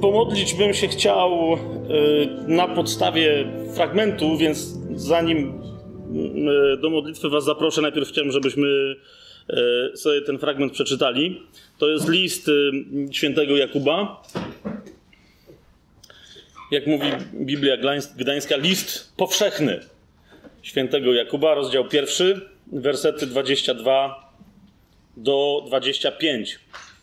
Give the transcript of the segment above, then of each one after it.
Pomodlić bym się chciał na podstawie fragmentu, więc zanim do modlitwy was zaproszę, najpierw chciałem, żebyśmy sobie ten fragment przeczytali. To jest list świętego Jakuba. Jak mówi Biblia Gdańska, list powszechny świętego Jakuba, rozdział 1, wersety 22 do 25.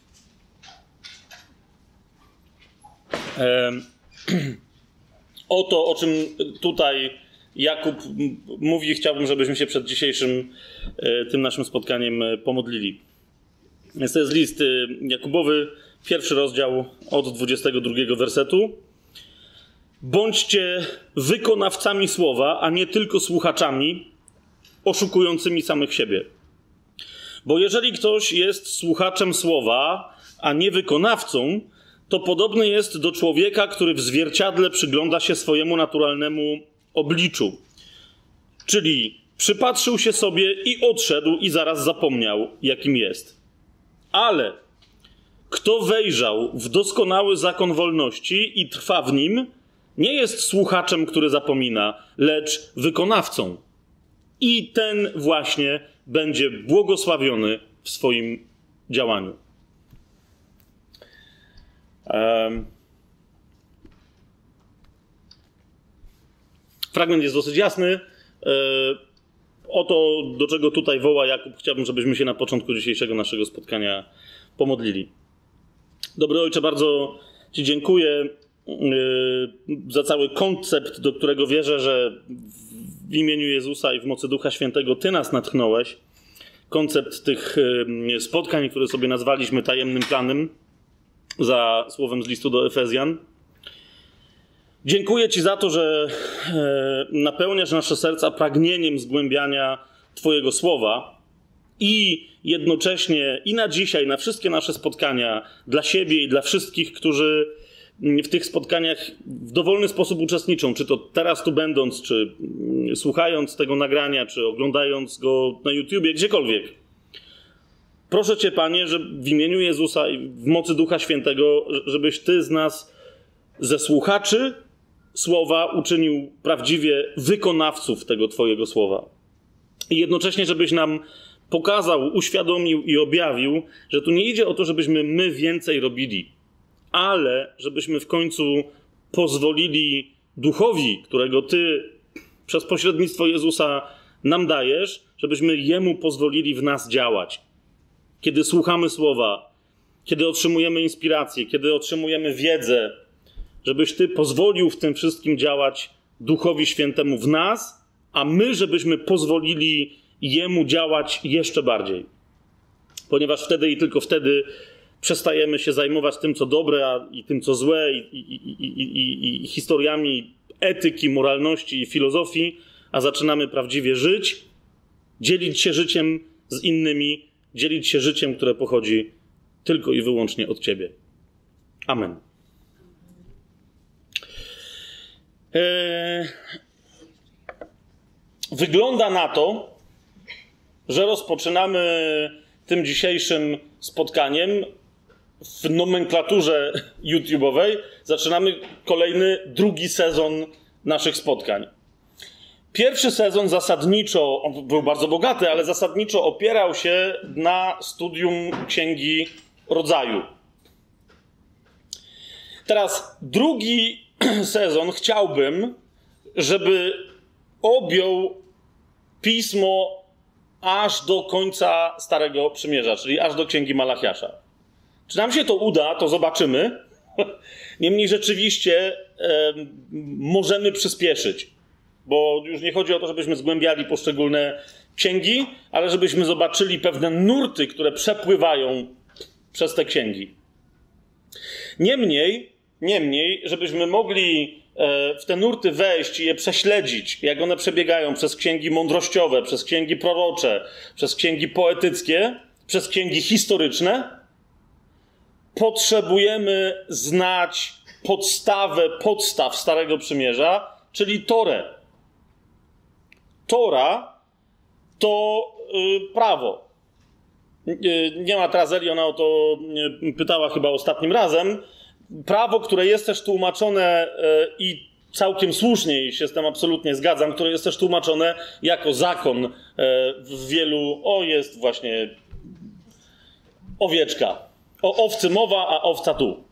O to, o czym tutaj Jakub mówi, chciałbym, żebyśmy się przed dzisiejszym tym naszym spotkaniem pomodlili. Więc to jest list Jakubowy, 1 rozdział od 22 wersetu. Bądźcie wykonawcami słowa, a nie tylko słuchaczami, oszukującymi samych siebie. Bo jeżeli ktoś jest słuchaczem słowa, a nie wykonawcą, to podobny jest do człowieka, który w zwierciadle przygląda się swojemu naturalnemu obliczu. Czyli przypatrzył się sobie i odszedł i zaraz zapomniał, jakim jest. Ale kto wejrzał w doskonały zakon wolności i trwa w nim, nie jest słuchaczem, który zapomina, lecz wykonawcą. I ten właśnie będzie błogosławiony w swoim działaniu. Fragment jest dosyć jasny. O to, do czego tutaj woła Jakub, chciałbym, żebyśmy się na początku dzisiejszego naszego spotkania pomodlili. Dobry Ojcze, bardzo Ci dziękuję za cały koncept, do którego wierzę, że w imieniu Jezusa i w mocy Ducha Świętego Ty nas natchnąłeś. Koncept tych spotkań, które sobie nazwaliśmy tajemnym planem, za słowem z listu do Efezjan. Dziękuję Ci za to, że napełniasz nasze serca pragnieniem zgłębiania Twojego słowa i jednocześnie i na dzisiaj, na wszystkie nasze spotkania dla siebie i dla wszystkich, którzy w tych spotkaniach w dowolny sposób uczestniczą, czy to teraz tu będąc, czy słuchając tego nagrania, czy oglądając go na YouTubie, gdziekolwiek. Proszę Cię, Panie, że w imieniu Jezusa i w mocy Ducha Świętego, żebyś Ty z nas, ze słuchaczy słowa, uczynił prawdziwie wykonawców tego Twojego słowa. I jednocześnie, żebyś nam pokazał, uświadomił i objawił, że tu nie idzie o to, żebyśmy my więcej robili, ale żebyśmy w końcu pozwolili Duchowi, którego Ty przez pośrednictwo Jezusa nam dajesz, żebyśmy Jemu pozwolili w nas działać. Kiedy słuchamy słowa, kiedy otrzymujemy inspirację, kiedy otrzymujemy wiedzę, żebyś Ty pozwolił w tym wszystkim działać Duchowi Świętemu w nas, a my, żebyśmy pozwolili Jemu działać jeszcze bardziej. Ponieważ wtedy i tylko wtedy przestajemy się zajmować tym, co dobre, i tym, co złe, i historiami etyki, moralności i filozofii, a zaczynamy prawdziwie żyć, dzielić się życiem z innymi, dzielić się życiem, które pochodzi tylko i wyłącznie od Ciebie. Amen. Wygląda na to, że rozpoczynamy tym dzisiejszym spotkaniem w nomenklaturze YouTube'owej. Zaczynamy kolejny, drugi sezon naszych spotkań. Pierwszy sezon zasadniczo, on był bardzo bogaty, ale zasadniczo opierał się na studium Księgi Rodzaju. Teraz drugi sezon chciałbym, żeby objął Pismo aż do końca Starego Przymierza, czyli aż do Księgi Malachiasza. Czy nam się to uda, to zobaczymy. Niemniej rzeczywiście możemy przyspieszyć. Bo już nie chodzi o to, żebyśmy zgłębiali poszczególne księgi, ale żebyśmy zobaczyli pewne nurty, które przepływają przez te księgi. Niemniej, żebyśmy mogli w te nurty wejść i je prześledzić, jak one przebiegają przez księgi mądrościowe, przez księgi prorocze, przez księgi poetyckie, przez księgi historyczne, potrzebujemy znać podstawę podstaw Starego Przymierza, czyli Torę. Tora to prawo. Nie ma teraz Eli, ona o to pytała chyba ostatnim razem. prawo, które jest też tłumaczone i całkiem słusznie, i się z tym absolutnie zgadzam, które jest też tłumaczone jako zakon w wielu... jest właśnie owieczka. O owcy mowa, a owca tu.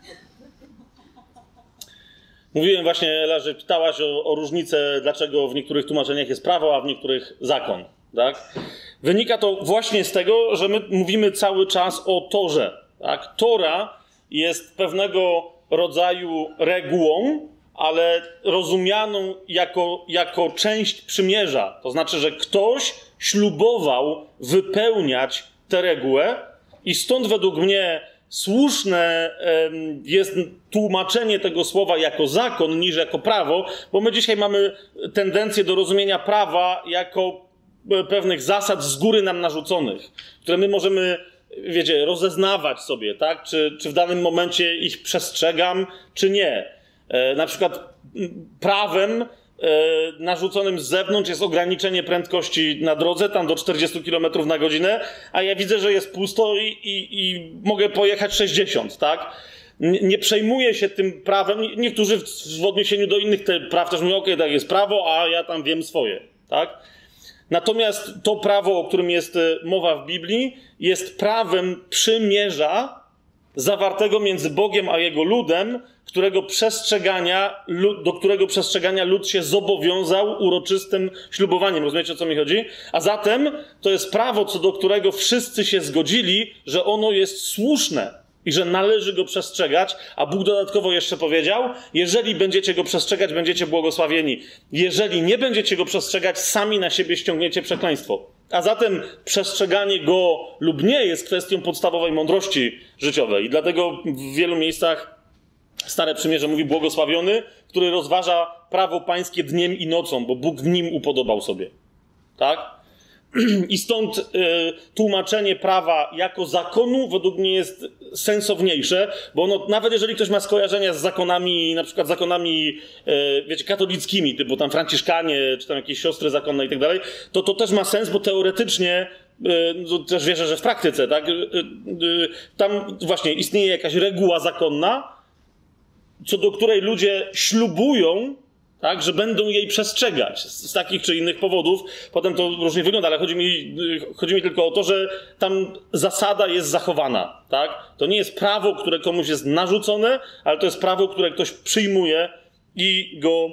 Mówiłem właśnie, Ela, że pytałaś o różnicę, dlaczego w niektórych tłumaczeniach jest prawo, a w niektórych zakon. Tak? Wynika to właśnie z tego, że my mówimy cały czas o Torze. Tak? Tora jest pewnego rodzaju regułą, ale rozumianą jako część przymierza. To znaczy, że ktoś ślubował wypełniać tę regułę i stąd według mnie słuszne jest tłumaczenie tego słowa jako zakon niż jako prawo, bo my dzisiaj mamy tendencję do rozumienia prawa jako pewnych zasad z góry nam narzuconych, które my możemy, wiecie, rozeznawać sobie, tak? Czy w danym momencie ich przestrzegam, czy nie. Na przykład prawem narzuconym z zewnątrz jest ograniczenie prędkości na drodze, tam do 40 km na godzinę, a ja widzę, że jest pusto i mogę pojechać 60, tak? Nie przejmuję się tym prawem. Niektórzy w odniesieniu do innych praw też mówią, okej, tak jest prawo, a ja tam wiem swoje, tak? Natomiast to prawo, o którym jest mowa w Biblii, jest prawem przymierza zawartego między Bogiem a Jego ludem, do którego przestrzegania lud się zobowiązał uroczystym ślubowaniem. Rozumiecie, o co mi chodzi? A zatem to jest prawo, co do którego wszyscy się zgodzili, że ono jest słuszne i że należy go przestrzegać, a Bóg dodatkowo jeszcze powiedział, jeżeli będziecie go przestrzegać, będziecie błogosławieni. Jeżeli nie będziecie go przestrzegać, sami na siebie ściągniecie przekleństwo. A zatem przestrzeganie go lub nie jest kwestią podstawowej mądrości życiowej. I dlatego w wielu miejscach Stare Przymierze mówi błogosławiony, który rozważa prawo pańskie dniem i nocą, bo Bóg w nim upodobał sobie. Tak? I stąd tłumaczenie prawa jako zakonu według mnie jest sensowniejsze, bo ono, nawet jeżeli ktoś ma skojarzenia z zakonami, na przykład zakonami, wiecie, katolickimi, typu tam franciszkanie, czy tam jakieś siostry zakonne i tak dalej, to też ma sens, bo teoretycznie, też wierzę, że w praktyce, tak, tam właśnie istnieje jakaś reguła zakonna, co do której ludzie ślubują, tak, że będą jej przestrzegać z takich czy innych powodów. Potem to różnie wygląda, ale chodzi mi tylko o to, że tam zasada jest zachowana. Tak? To nie jest prawo, które komuś jest narzucone, ale to jest prawo, które ktoś przyjmuje i go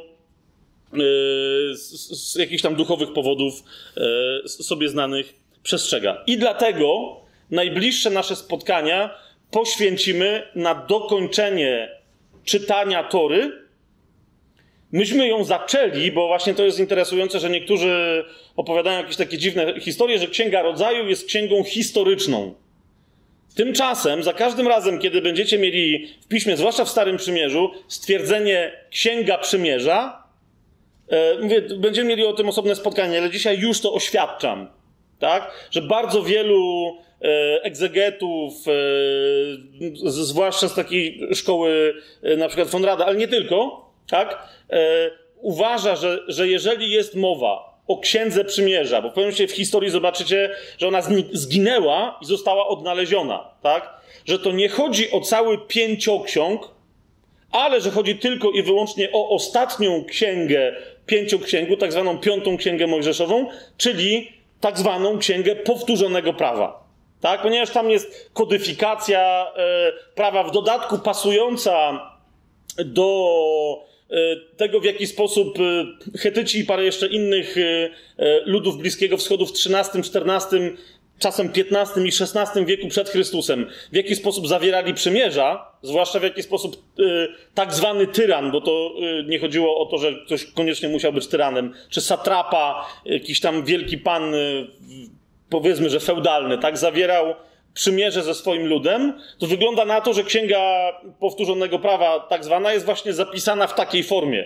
z jakichś tam duchowych powodów sobie znanych przestrzega. I dlatego najbliższe nasze spotkania poświęcimy na dokończenie czytania Tory. Myśmy ją zaczęli, bo właśnie to jest interesujące, że niektórzy opowiadają jakieś takie dziwne historie, że Księga Rodzaju jest księgą historyczną. Tymczasem, za każdym razem, kiedy będziecie mieli w Piśmie, zwłaszcza w Starym Przymierzu, stwierdzenie Księga Przymierza, będziemy mieli o tym osobne spotkanie, ale dzisiaj już to oświadczam, tak? Że bardzo wielu egzegetów, zwłaszcza z takiej szkoły na przykład von Rada, ale nie tylko, tak? Uważa, że jeżeli jest mowa o Księdze Przymierza, bo w pewnym momencie w historii zobaczycie, że ona zginęła i została odnaleziona, tak? Że to nie chodzi o cały pięcioksiąg, ale że chodzi tylko i wyłącznie o ostatnią księgę pięcioksięgu, tak zwaną piątą księgę mojżeszową, czyli tak zwaną księgę powtórzonego prawa. Tak? Ponieważ tam jest kodyfikacja prawa, w dodatku pasująca do tego, w jaki sposób Chetyci i parę jeszcze innych ludów Bliskiego Wschodu w XIII, XIV, czasem XV i XVI wieku przed Chrystusem, w jaki sposób zawierali przymierza, zwłaszcza w jaki sposób tak zwany tyran, bo to nie chodziło o to, że ktoś koniecznie musiał być tyranem, czy satrapa, jakiś tam wielki pan, powiedzmy, że feudalny, tak, zawierał przymierze ze swoim ludem, to wygląda na to, że Księga Powtórzonego Prawa, tak zwana, jest właśnie zapisana w takiej formie.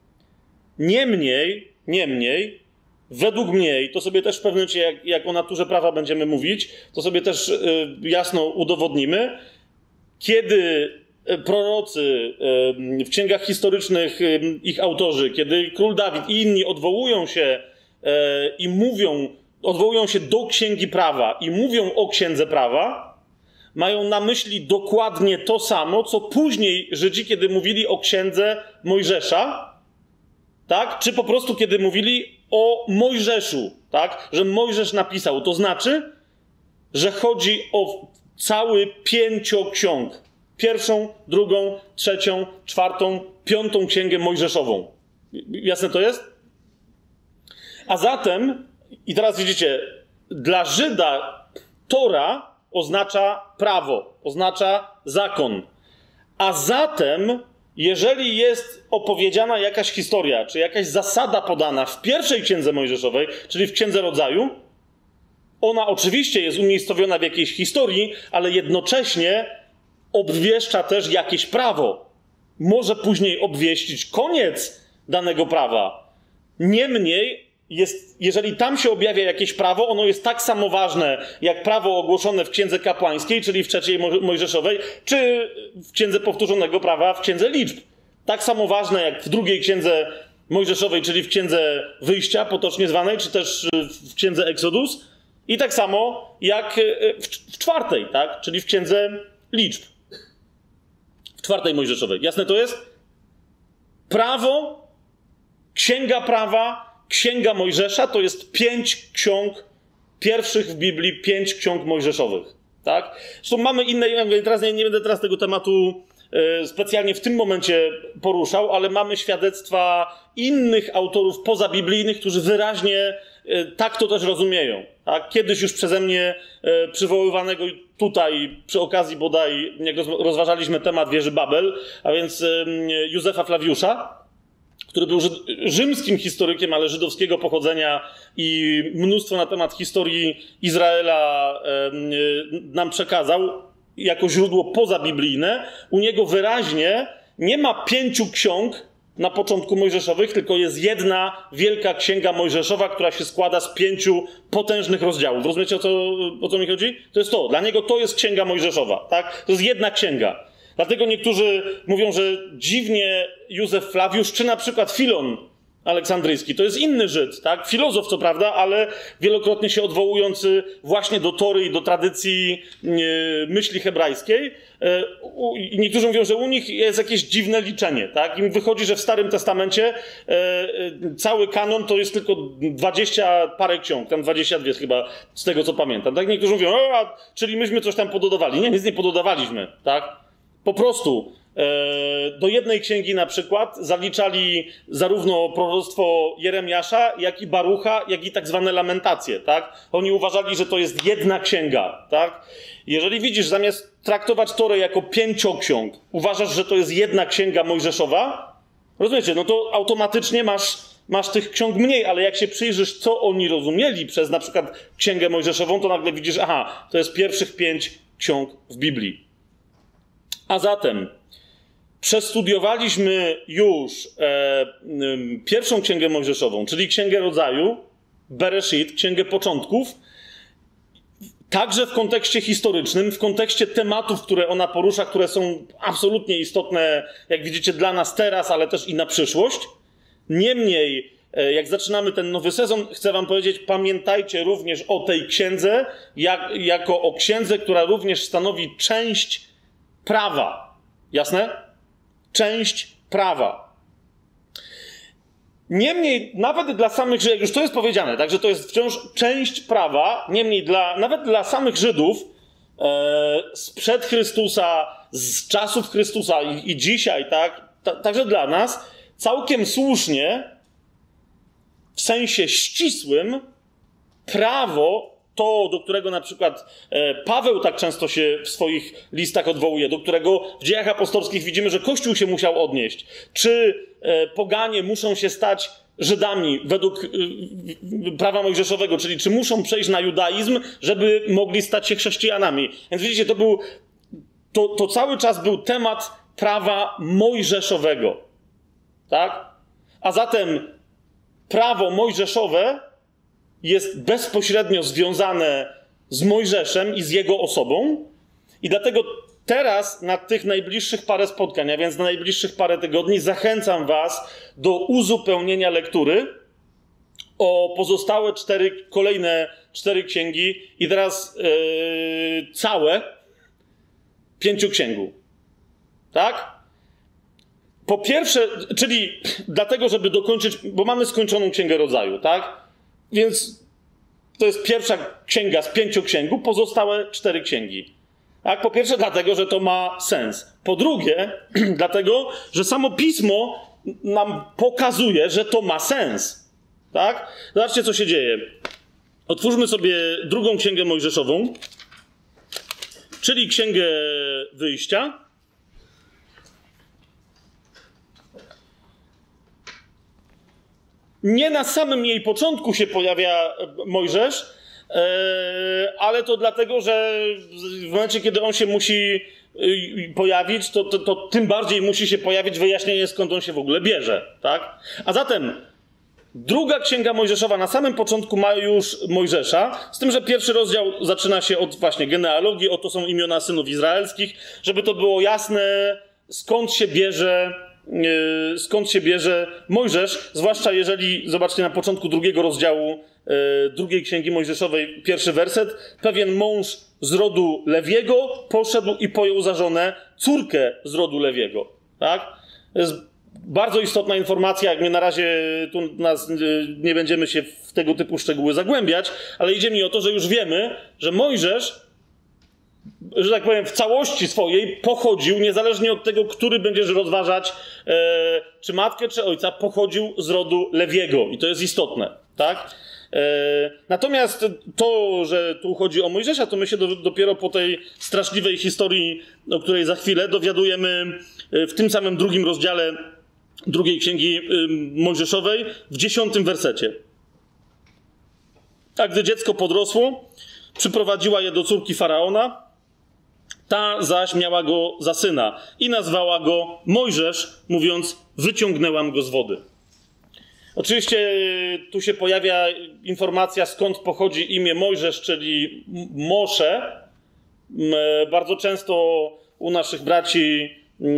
Niemniej, według mnie, i to sobie też w pewnym momencie, jak o naturze prawa będziemy mówić, to sobie też jasno udowodnimy, kiedy prorocy w księgach historycznych, ich autorzy, kiedy król Dawid i inni odwołują się do Księgi Prawa i mówią o Księdze Prawa, mają na myśli dokładnie to samo, co później Żydzi, kiedy mówili o księdze Mojżesza, tak? Czy po prostu kiedy mówili o Mojżeszu, tak? Że Mojżesz napisał. To znaczy, że chodzi o cały 5 ksiąg. 1., 2., 3., 4., 5. księgę Mojżeszową. Jasne to jest? A zatem, i teraz widzicie, dla Żyda Tora oznacza prawo, oznacza zakon. A zatem, jeżeli jest opowiedziana jakaś historia, czy jakaś zasada podana w 1. księdze Mojżeszowej, czyli w Księdze Rodzaju, ona oczywiście jest umiejscowiona w jakiejś historii, ale jednocześnie obwieszcza też jakieś prawo. Może później obwieścić koniec danego prawa. Niemniej, jeżeli tam się objawia jakieś prawo, ono jest tak samo ważne, jak prawo ogłoszone w Księdze Kapłańskiej, czyli w 3. Mojżeszowej, czy w Księdze Powtórzonego Prawa, w Księdze Liczb. Tak samo ważne jak w 2. Księdze Mojżeszowej, czyli w Księdze Wyjścia, potocznie zwanej, czy też w Księdze Exodus. I tak samo jak w 4., tak? Czyli w Księdze Liczb. W 4. Mojżeszowej. Jasne to jest? Prawo, Księga Prawa, Księga Mojżesza to jest 5 ksiąg pierwszych w Biblii, 5 ksiąg mojżeszowych. Tak? Zresztą mamy inne, nie będę teraz tego tematu specjalnie w tym momencie poruszał, ale mamy świadectwa innych autorów pozabiblijnych, którzy wyraźnie tak to też rozumieją. Tak? Kiedyś już przeze mnie przywoływanego tutaj, przy okazji bodaj, jak rozważaliśmy temat wieży Babel, a więc Józefa Flawiusza, który był rzymskim historykiem, ale żydowskiego pochodzenia i mnóstwo na temat historii Izraela nam przekazał jako źródło pozabiblijne. U niego wyraźnie nie ma 5 ksiąg na początku mojżeszowych, tylko jest jedna wielka księga mojżeszowa, która się składa z 5 potężnych rozdziałów. Rozumiecie, o co mi chodzi? To jest to. Dla niego to jest księga mojżeszowa. Tak? To jest jedna księga. Dlatego niektórzy mówią, że dziwnie Józef Flawiusz, czy na przykład Filon Aleksandryjski, to jest inny Żyd, tak? Filozof co prawda, ale wielokrotnie się odwołujący właśnie do Tory i do tradycji myśli hebrajskiej. I niektórzy mówią, że u nich jest jakieś dziwne liczenie, tak? Im wychodzi, że w Starym Testamencie cały kanon to jest tylko 20 parę ksiąg, tam 22 chyba, z tego co pamiętam, tak? Niektórzy mówią, czyli myśmy coś tam pododawali. Nie, nic nie pododawaliśmy, tak? Po prostu do jednej księgi na przykład zaliczali zarówno proroctwo Jeremiasza, jak i Barucha, jak i tak zwane lamentacje, tak? Oni uważali, że to jest jedna księga, tak? Jeżeli widzisz, zamiast traktować Torę jako 5 ksiąg, uważasz, że to jest jedna księga mojżeszowa, rozumiecie, no to automatycznie masz tych ksiąg mniej, ale jak się przyjrzysz, co oni rozumieli przez na przykład księgę mojżeszową, to nagle widzisz, to jest pierwszych 5 ksiąg w Biblii. A zatem przestudiowaliśmy już 1. księgę mojżeszową, czyli Księgę Rodzaju, Bereshit, Księgę Początków, także w kontekście historycznym, w kontekście tematów, które ona porusza, które są absolutnie istotne, jak widzicie, dla nas teraz, ale też i na przyszłość. Niemniej, jak zaczynamy ten nowy sezon, chcę wam powiedzieć, pamiętajcie również o tej księdze, jako o księdze, która również stanowi część prawa. Jasne? Część prawa. Niemniej, nawet dla samych Żydów, jak już to jest powiedziane, także to jest wciąż część prawa, niemniej nawet dla samych Żydów sprzed Chrystusa, z czasów Chrystusa i dzisiaj, tak, także dla nas, całkiem słusznie, w sensie ścisłym, prawo, to, do którego na przykład Paweł tak często się w swoich listach odwołuje, do którego w Dziejach Apostolskich widzimy, że Kościół się musiał odnieść. Czy poganie muszą się stać Żydami według prawa mojżeszowego, czyli czy muszą przejść na judaizm, żeby mogli stać się chrześcijanami. Więc widzicie, to cały czas był temat prawa mojżeszowego. Tak? A zatem prawo mojżeszowe jest bezpośrednio związane z Mojżeszem i z jego osobą. I dlatego teraz na tych najbliższych parę spotkań, a więc na najbliższych parę tygodni, zachęcam was do uzupełnienia lektury o pozostałe kolejne 4 księgi i teraz całe, pięcioksięgu. Tak? Po pierwsze, czyli dlatego, żeby dokończyć, bo mamy skończoną Księgę Rodzaju, tak? Więc to jest pierwsza księga z pięcioksięgu, pozostałe 4 księgi. Tak? Po pierwsze dlatego, że to ma sens. Po drugie, dlatego, że samo Pismo nam pokazuje, że to ma sens. Tak? Zobaczcie, co się dzieje. Otwórzmy sobie drugą Księgę Mojżeszową, czyli Księgę Wyjścia. Nie na samym jej początku się pojawia Mojżesz, ale to dlatego, że w momencie, kiedy on się musi pojawić, to tym bardziej musi się pojawić wyjaśnienie, skąd on się w ogóle bierze. Tak? A zatem druga Księga Mojżeszowa na samym początku ma już Mojżesza, z tym, że pierwszy rozdział zaczyna się od właśnie genealogii, oto są imiona synów izraelskich, żeby to było jasne, skąd się bierze Mojżesz, zwłaszcza jeżeli, zobaczcie na początku drugiego rozdziału drugiej Księgi Mojżeszowej, pierwszy werset, pewien mąż z rodu Lewiego poszedł i pojął za żonę córkę z rodu Lewiego. Tak? To jest bardzo istotna informacja, jak mnie na razie nie będziemy się w tego typu szczegóły zagłębiać, ale idzie mi o to, że już wiemy, że Mojżesz, że tak powiem, w całości swojej pochodził, niezależnie od tego, który będziesz rozważać, czy matkę, czy ojca, pochodził z rodu Lewiego. I to jest istotne, tak? Natomiast to, że tu chodzi o Mojżesza, to my się dopiero po tej straszliwej historii, o której za chwilę, dowiadujemy w tym samym drugim rozdziale drugiej Księgi Mojżeszowej, w 10 wersecie. A gdy dziecko podrosło, przyprowadziła je do córki Faraona, ta zaś miała go za syna i nazwała go Mojżesz, mówiąc, wyciągnęłam go z wody. Oczywiście tu się pojawia informacja, skąd pochodzi imię Mojżesz, czyli Mosze. Bardzo często u naszych braci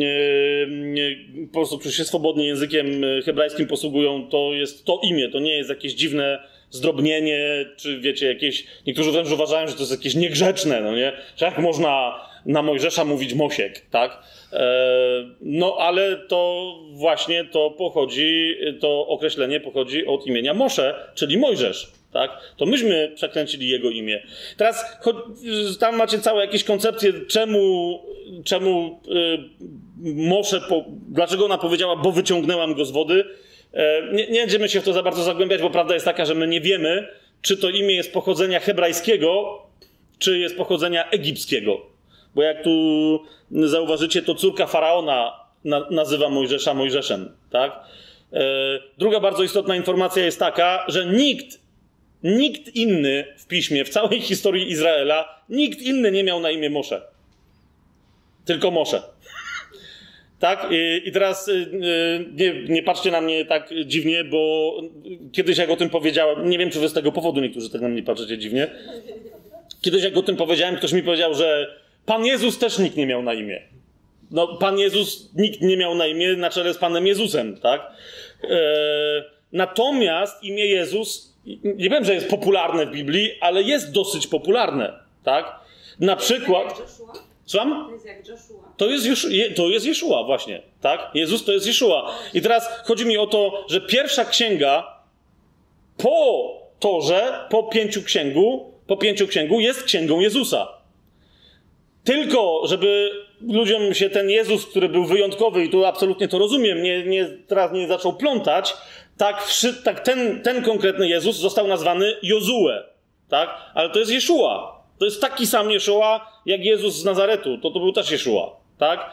po prostu się swobodnie językiem hebrajskim posługują, to jest to imię, to nie jest jakieś dziwne zdrobnienie, czy wiecie, jakieś... Niektórzy wręcz uważają, że to jest jakieś niegrzeczne, no nie? Że jak można na Mojżesza mówić Mosiek, tak? No ale to właśnie to określenie pochodzi od imienia Mosze, czyli Mojżesz, tak? To myśmy przekręcili jego imię. Teraz tam macie całe jakieś koncepcje, czemu Mosze, dlaczego ona powiedziała, bo wyciągnęłam go z wody. Nie będziemy się w to za bardzo zagłębiać, bo prawda jest taka, że my nie wiemy, czy to imię jest pochodzenia hebrajskiego, czy jest pochodzenia egipskiego. Bo jak tu zauważycie, to córka Faraona nazywa Mojżesza Mojżeszem. Tak? Druga bardzo istotna informacja jest taka, że nikt inny w piśmie, w całej historii Izraela, nikt inny nie miał na imię Mosze. Tylko Mosze. Tak? I teraz nie patrzcie na mnie tak dziwnie, bo kiedyś jak o tym powiedziałem, nie wiem, czy wy z tego powodu niektórzy tak na mnie patrzycie dziwnie. Kiedyś jak o tym powiedziałem, ktoś mi powiedział, że Pan Jezus też nikt nie miał na imię. No, Pan Jezus nikt nie miał na imię na czele z Panem Jezusem, tak? Natomiast imię Jezus, nie wiem, że jest popularne w Biblii, ale jest dosyć popularne, tak? Na przykład... Słucham? To jest jak Joshua. To jest Jeszua właśnie, tak? Jezus to jest Jeszua. I teraz chodzi mi o to, że pierwsza księga po Torze, po pięcioksięgu jest księgą Jezusa. Tylko, żeby ludziom się ten Jezus, który był wyjątkowy, i tu absolutnie to rozumiem, teraz nie zaczął plątać, tak ten konkretny Jezus został nazwany Jozue, tak? Ale to jest Jeszua. To jest taki sam Jeszua, jak Jezus z Nazaretu. To był też Jeszua, tak?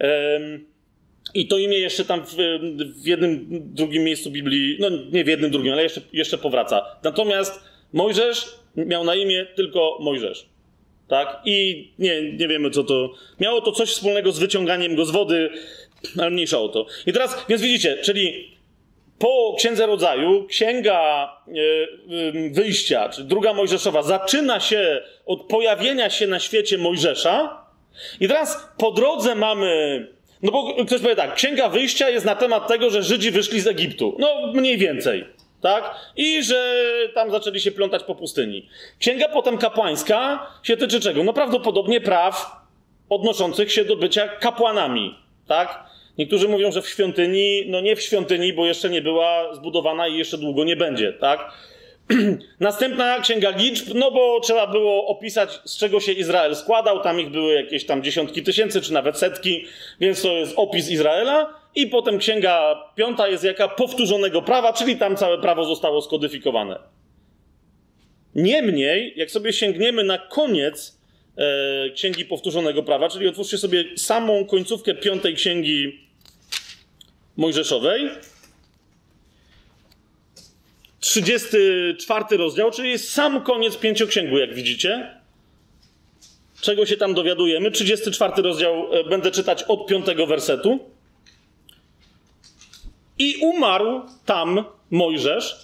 I to imię jeszcze tam w jednym, drugim miejscu Biblii, no nie w jednym, drugim, ale jeszcze powraca. Natomiast Mojżesz miał na imię tylko Mojżesz, tak? I nie wiemy, co to... Miało to coś wspólnego z wyciąganiem go z wody, ale mniejsza o to. I teraz, więc widzicie, czyli po Księdze Rodzaju, Księga Wyjścia, czy druga Mojżeszowa, zaczyna się od pojawienia się na świecie Mojżesza. I teraz po drodze mamy... No bo ktoś powie tak, Księga Wyjścia jest na temat tego, że Żydzi wyszli z Egiptu. No mniej więcej, tak? I że tam zaczęli się plątać po pustyni. Księga potem kapłańska się tyczy czego? No prawdopodobnie praw odnoszących się do bycia kapłanami, tak? Niektórzy mówią, że w świątyni, no nie w świątyni, bo jeszcze nie była zbudowana i jeszcze długo nie będzie, tak? Następna księga liczb, no bo trzeba było opisać, z czego się Izrael składał, tam ich były jakieś tam dziesiątki tysięcy, czy nawet setki, więc to jest opis Izraela. I potem księga 5 jest jaka? Powtórzonego prawa, czyli tam całe prawo zostało skodyfikowane. Niemniej, jak sobie sięgniemy na koniec księgi powtórzonego prawa, czyli otwórzcie sobie samą końcówkę 5 księgi Mojżeszowej, 34 rozdział, czyli jest sam koniec pięcioksięgu, jak widzicie. Czego się tam dowiadujemy? 34 rozdział, będę czytać od 5 wersetu. I umarł tam Mojżesz,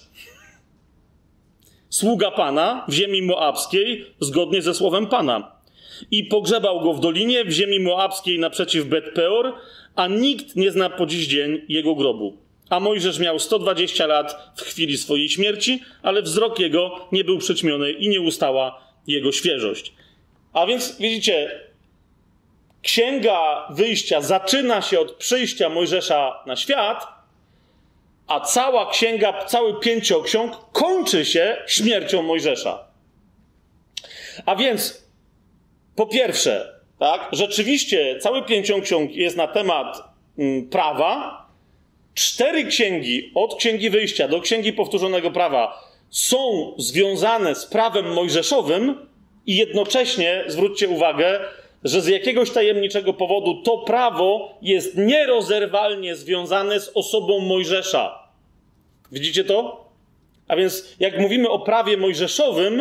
sługa Pana, w ziemi moabskiej, zgodnie ze słowem Pana. I pogrzebał go w dolinie, w ziemi moabskiej naprzeciw Bet-peor, a nikt nie zna po dziś dzień jego grobu. A Mojżesz miał 120 lat w chwili swojej śmierci, ale wzrok jego nie był przyćmiony i nie ustała jego świeżość. A więc, widzicie, Księga Wyjścia zaczyna się od przyjścia Mojżesza na świat, a cała księga, cały pięcioksiąg kończy się śmiercią Mojżesza. A więc, po pierwsze, tak, rzeczywiście cały pięcioksiąg jest na temat prawa. 4 księgi, od Księgi Wyjścia do Księgi Powtórzonego Prawa, są związane z prawem mojżeszowym i jednocześnie, zwróćcie uwagę, że z jakiegoś tajemniczego powodu to prawo jest nierozerwalnie związane z osobą Mojżesza. Widzicie to? A więc jak mówimy o prawie mojżeszowym,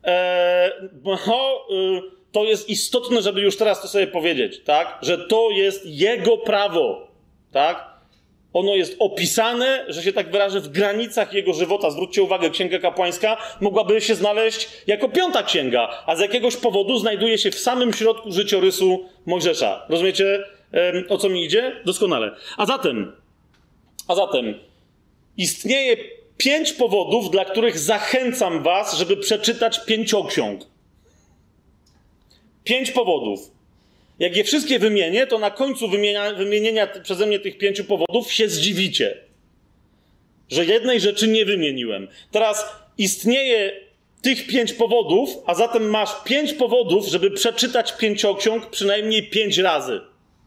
to jest istotne, żeby już teraz to sobie powiedzieć, tak? Że to jest jego prawo, tak? Ono jest opisane, że się tak wyrażę, w granicach jego żywota. Zwróćcie uwagę, Księga Kapłańska mogłaby się znaleźć jako 5 księga, a z jakiegoś powodu znajduje się w samym środku życiorysu Mojżesza. Rozumiecie, o co mi idzie? Doskonale. A zatem istnieje 5 powodów, dla których zachęcam was, żeby przeczytać pięcioksiąg. 5 powodów. Jak je wszystkie wymienię, to na końcu wymienienia przeze mnie tych 5 powodów się zdziwicie, że jednej rzeczy nie wymieniłem. Teraz istnieje tych 5 powodów, a zatem masz 5 powodów, żeby przeczytać pięcioksiąg przynajmniej 5 razy.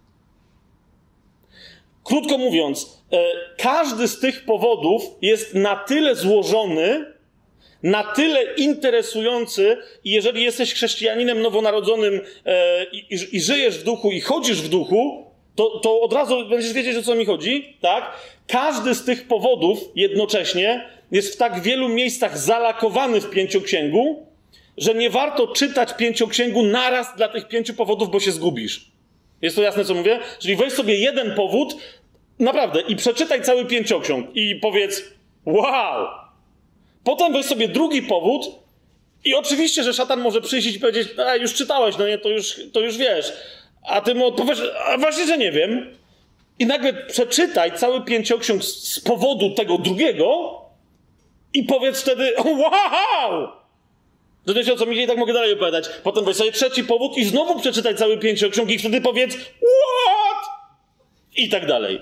Krótko mówiąc, każdy z tych powodów jest na tyle złożony, na tyle interesujący i jeżeli jesteś chrześcijaninem nowonarodzonym i żyjesz w duchu i chodzisz w duchu, to od razu będziesz wiedzieć, o co mi chodzi, tak? Każdy z tych powodów jednocześnie jest w tak wielu miejscach zalakowany w pięcioksięgu, że nie warto czytać pięcioksięgu naraz dla tych 5 powodów, bo się zgubisz. Jest to jasne, co mówię? Czyli weź sobie jeden powód, naprawdę, i przeczytaj cały pięcioksiąg i powiedz, wow! Potem weź sobie drugi powód i oczywiście, że szatan może przyjść i powiedzieć, już czytałeś, no nie, to już wiesz. A ty mu odpowiesz, a właśnie, że nie wiem. I nagle przeczytaj cały pięcioksiąg z powodu tego drugiego i powiedz wtedy, wow! Wiecie, o co mi idzie, i tak mogę dalej opowiadać. Potem weź sobie trzeci powód i znowu przeczytaj cały pięcioksiąg i wtedy powiedz, what? I tak dalej.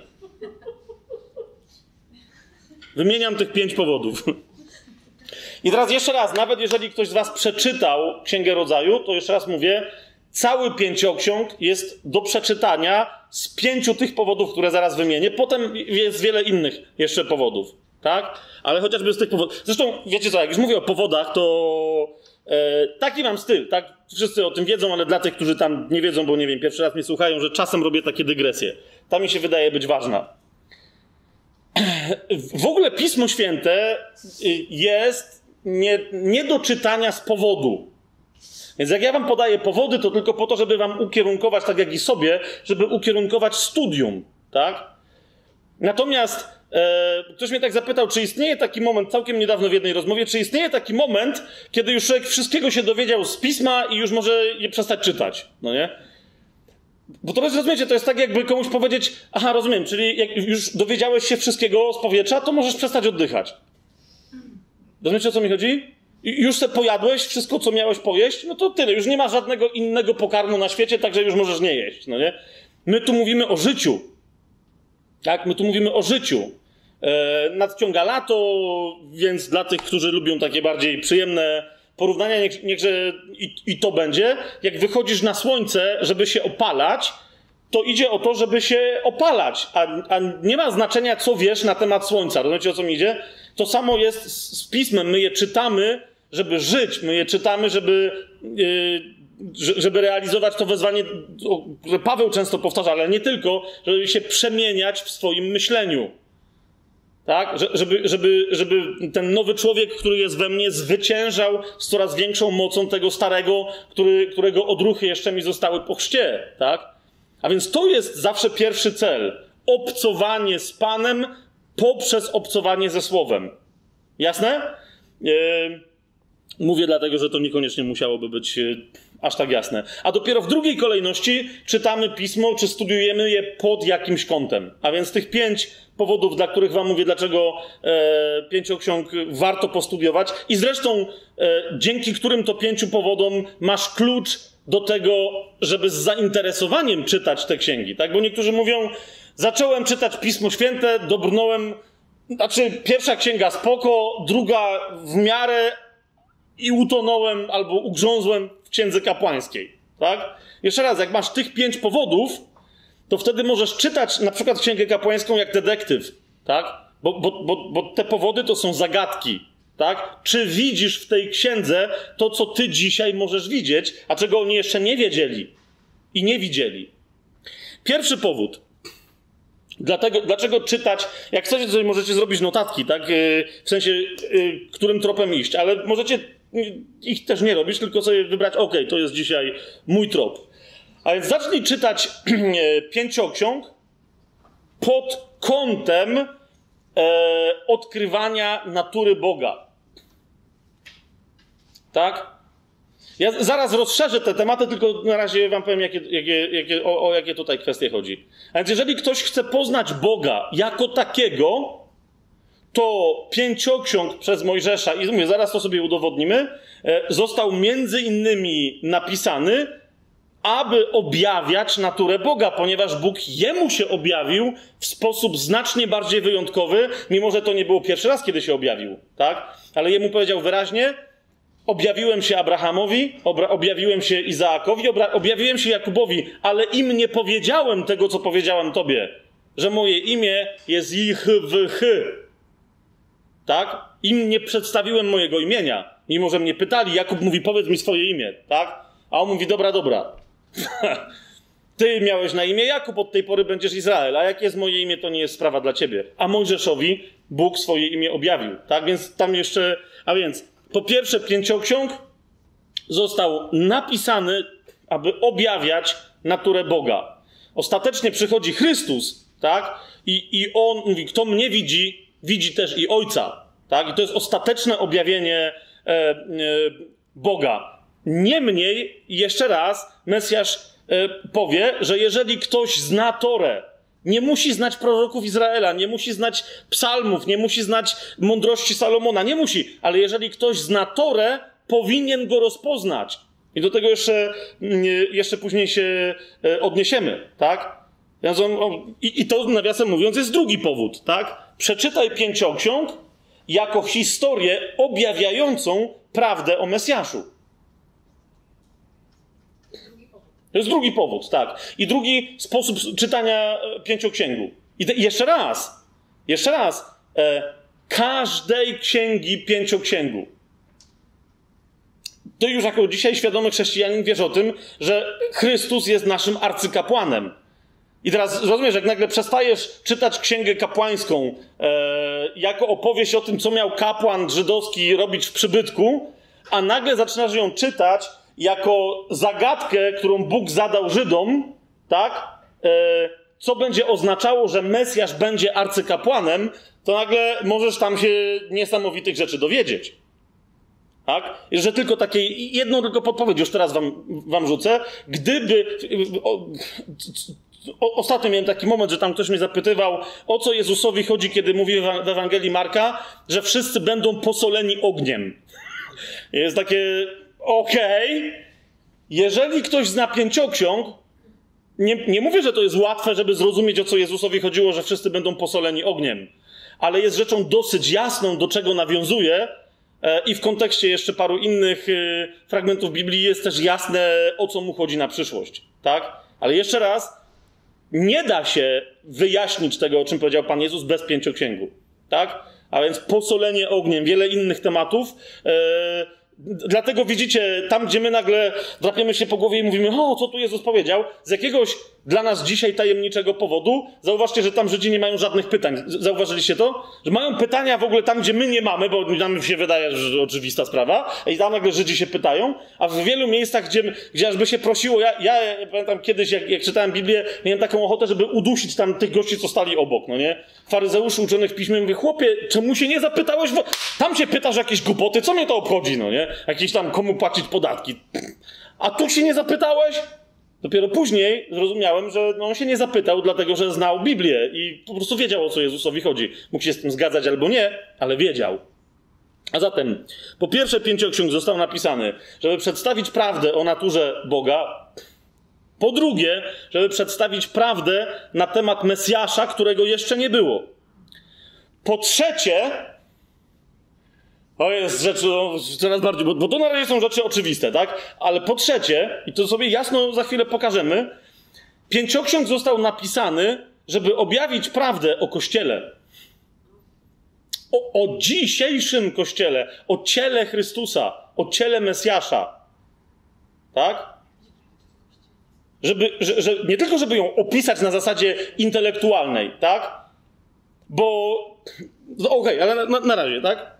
Wymieniam tych 5 powodów. I teraz jeszcze raz, nawet jeżeli ktoś z was przeczytał Księgę Rodzaju, to jeszcze raz mówię, cały pięcioksiąg jest do przeczytania z 5 tych powodów, które zaraz wymienię. Potem jest wiele innych jeszcze powodów, tak? Ale chociażby z tych powodów... Zresztą, wiecie co, jak już mówię o powodach, to taki mam styl, tak? Wszyscy o tym wiedzą, ale dla tych, którzy tam nie wiedzą, bo nie wiem, pierwszy raz mnie słuchają, że czasem robię takie dygresje. Ta mi się wydaje być ważna. W ogóle Pismo Święte jest nie do czytania z powodu. Więc jak ja wam podaję powody, to tylko po to, żeby wam ukierunkować, tak jak i sobie, żeby ukierunkować studium, tak? Natomiast ktoś mnie tak zapytał, czy istnieje taki moment, całkiem niedawno w jednej rozmowie, czy istnieje taki moment, kiedy już człowiek wszystkiego się dowiedział z Pisma i już może je przestać czytać, no nie? Bo to rozumiecie, to jest tak, jakby komuś powiedzieć, aha, rozumiem, czyli jak już dowiedziałeś się wszystkiego z powietrza, to możesz przestać oddychać. Rozumiecie, o co mi chodzi? Już se pojadłeś wszystko, co miałeś pojeść? No to tyle. Już nie ma żadnego innego pokarmu na świecie, także już możesz nie jeść, no nie? My tu mówimy o życiu. Tak? My tu mówimy o życiu. Nadciąga lato, więc dla tych, którzy lubią takie bardziej przyjemne porównania, niechże i to będzie. Jak wychodzisz na słońce, żeby się opalać, to idzie o to, żeby się opalać, a nie ma znaczenia, co wiesz na temat słońca. Rozumiecie, o co mi idzie? To samo jest z Pismem. My je czytamy, żeby żyć. My je czytamy, żeby realizować to wezwanie, które Paweł często powtarza, ale nie tylko, żeby się przemieniać w swoim myśleniu. Tak? Żeby ten nowy człowiek, który jest we mnie, zwyciężał z coraz większą mocą tego starego, którego odruchy jeszcze mi zostały po chrzcie. Tak? A więc to jest zawsze pierwszy cel. Obcowanie z Panem poprzez obcowanie ze Słowem. Jasne? Mówię dlatego, że to niekoniecznie musiałoby być aż tak jasne. A dopiero w drugiej kolejności czytamy Pismo, czy studiujemy je pod jakimś kątem. A więc tych 5 powodów, dla których wam mówię, dlaczego 5 ksiąg warto postudiować. I zresztą dzięki którym to 5 powodom masz klucz do tego, żeby z zainteresowaniem czytać te księgi. Tak? Bo niektórzy mówią, zacząłem czytać Pismo Święte, dobrnąłem, znaczy pierwsza księga spoko, druga w miarę i utonąłem albo ugrzązłem w księdze kapłańskiej. Tak? Jeszcze raz, jak masz tych 5 powodów, to wtedy możesz czytać na przykład księgę kapłańską jak detektyw. Tak? Bo te powody to są zagadki. Tak? Czy widzisz w tej księdze to, co ty dzisiaj możesz widzieć, a czego oni jeszcze nie wiedzieli i nie widzieli? Pierwszy powód. Dlaczego czytać? Jak chcecie, to możecie zrobić notatki, tak? W sensie, którym tropem iść, ale możecie ich też nie robić, tylko sobie wybrać, to jest dzisiaj mój trop. A więc zacznij czytać 5 ksiąg pod kątem odkrywania natury Boga. Tak? Ja zaraz rozszerzę te tematy, tylko na razie wam powiem, o jakie tutaj kwestie chodzi. A więc jeżeli ktoś chce poznać Boga jako takiego, to 5 ksiąg przez Mojżesza, i mówię, zaraz to sobie udowodnimy, został między innymi napisany, aby objawiać naturę Boga, ponieważ Bóg jemu się objawił w sposób znacznie bardziej wyjątkowy, mimo że to nie było pierwszy raz, kiedy się objawił, tak? Ale jemu powiedział wyraźnie, objawiłem się Abrahamowi, objawiłem się Izaakowi, objawiłem się Jakubowi, ale im nie powiedziałem tego, co powiedziałem tobie, że moje imię jest JHWH. Tak? Im nie przedstawiłem mojego imienia, mimo że mnie pytali. Jakub mówi, powiedz mi swoje imię, tak? A on mówi, dobra. Ty miałeś na imię Jakub, od tej pory będziesz Izrael, a jakie jest moje imię, to nie jest sprawa dla ciebie. A Mojżeszowi Bóg swoje imię objawił, tak? Więc tam jeszcze, po pierwsze 5 ksiąg został napisany, aby objawiać naturę Boga. Ostatecznie przychodzi Chrystus, tak? I on mówi, kto mnie widzi, widzi też i Ojca, tak? I to jest ostateczne objawienie Boga. Niemniej, jeszcze raz, Mesjasz powie, że jeżeli ktoś zna Torę, nie musi znać proroków Izraela, nie musi znać psalmów, nie musi znać mądrości Salomona, nie musi, ale jeżeli ktoś zna Torę, powinien go rozpoznać. I do tego jeszcze później się odniesiemy, tak? I to, nawiasem mówiąc, jest drugi powód, tak? Przeczytaj 5 ksiąg jako historię objawiającą prawdę o Mesjaszu. To jest drugi powód, tak. I drugi sposób czytania 5 księgu. I jeszcze raz, każdej księgi 5 księgu. Ty już jako dzisiaj świadomy chrześcijanin wiesz o tym, że Chrystus jest naszym arcykapłanem. I teraz rozumiesz, jak nagle przestajesz czytać księgę kapłańską jako opowieść o tym, co miał kapłan żydowski robić w przybytku, a nagle zaczynasz ją czytać jako zagadkę, którą Bóg zadał Żydom, tak? Co będzie oznaczało, że Mesjasz będzie arcykapłanem, to nagle możesz tam się niesamowitych rzeczy dowiedzieć. Tak? I że tylko takie, jedną tylko podpowiedź już teraz wam rzucę. Gdyby... Ostatnio miałem taki moment, że tam ktoś mnie zapytywał, o co Jezusowi chodzi, kiedy mówi w Ewangelii Marka, że wszyscy będą posoleni ogniem. Jest takie, okej, jeżeli ktoś zna pięcioksiąg, nie mówię, że to jest łatwe, żeby zrozumieć, o co Jezusowi chodziło, że wszyscy będą posoleni ogniem, ale jest rzeczą dosyć jasną, do czego nawiązuje, i w kontekście jeszcze paru innych fragmentów Biblii jest też jasne, o co mu chodzi na przyszłość, tak? Ale jeszcze raz, nie da się wyjaśnić tego, o czym powiedział Pan Jezus, bez pięcioksięgu, tak? A więc posolenie ogniem, wiele innych tematów. Dlatego widzicie, tam gdzie my nagle drapiemy się po głowie i mówimy, o, co tu Jezus powiedział, z jakiegoś dla nas dzisiaj tajemniczego powodu, zauważcie, że tam Żydzi nie mają żadnych pytań. Zauważyliście to? Że mają pytania w ogóle tam, gdzie my nie mamy, bo nam się wydaje, że oczywista sprawa, i tam nagle Żydzi się pytają, a w wielu miejscach, gdzie ażby się prosiło, ja pamiętam kiedyś, jak czytałem Biblię, miałem taką ochotę, żeby udusić tam tych gości, co stali obok, no nie? Faryzeuszy uczonych w piśmie, mówię, chłopie, czemu się nie zapytałeś? Tam się pytasz jakieś głupoty, co mnie to obchodzi, no nie? Jakieś tam, komu płacić podatki. A tu się nie zapytałeś? Dopiero później zrozumiałem, że on się nie zapytał, dlatego że znał Biblię i po prostu wiedział, o co Jezusowi chodzi. Mógł się z tym zgadzać albo nie, ale wiedział. A zatem, po pierwsze, pięcioksiąg został napisany, żeby przedstawić prawdę o naturze Boga. Po drugie, żeby przedstawić prawdę na temat Mesjasza, którego jeszcze nie było. Po trzecie, to jest rzecz coraz bardziej, bo to na razie są rzeczy oczywiste, tak? Ale po trzecie, i to sobie jasno za chwilę pokażemy, pięcioksiąg został napisany, żeby objawić prawdę o Kościele. O dzisiejszym Kościele, o ciele Chrystusa, o ciele Mesjasza. Tak? Nie tylko, żeby ją opisać na zasadzie intelektualnej, tak? Bo, okej, ale na razie, tak?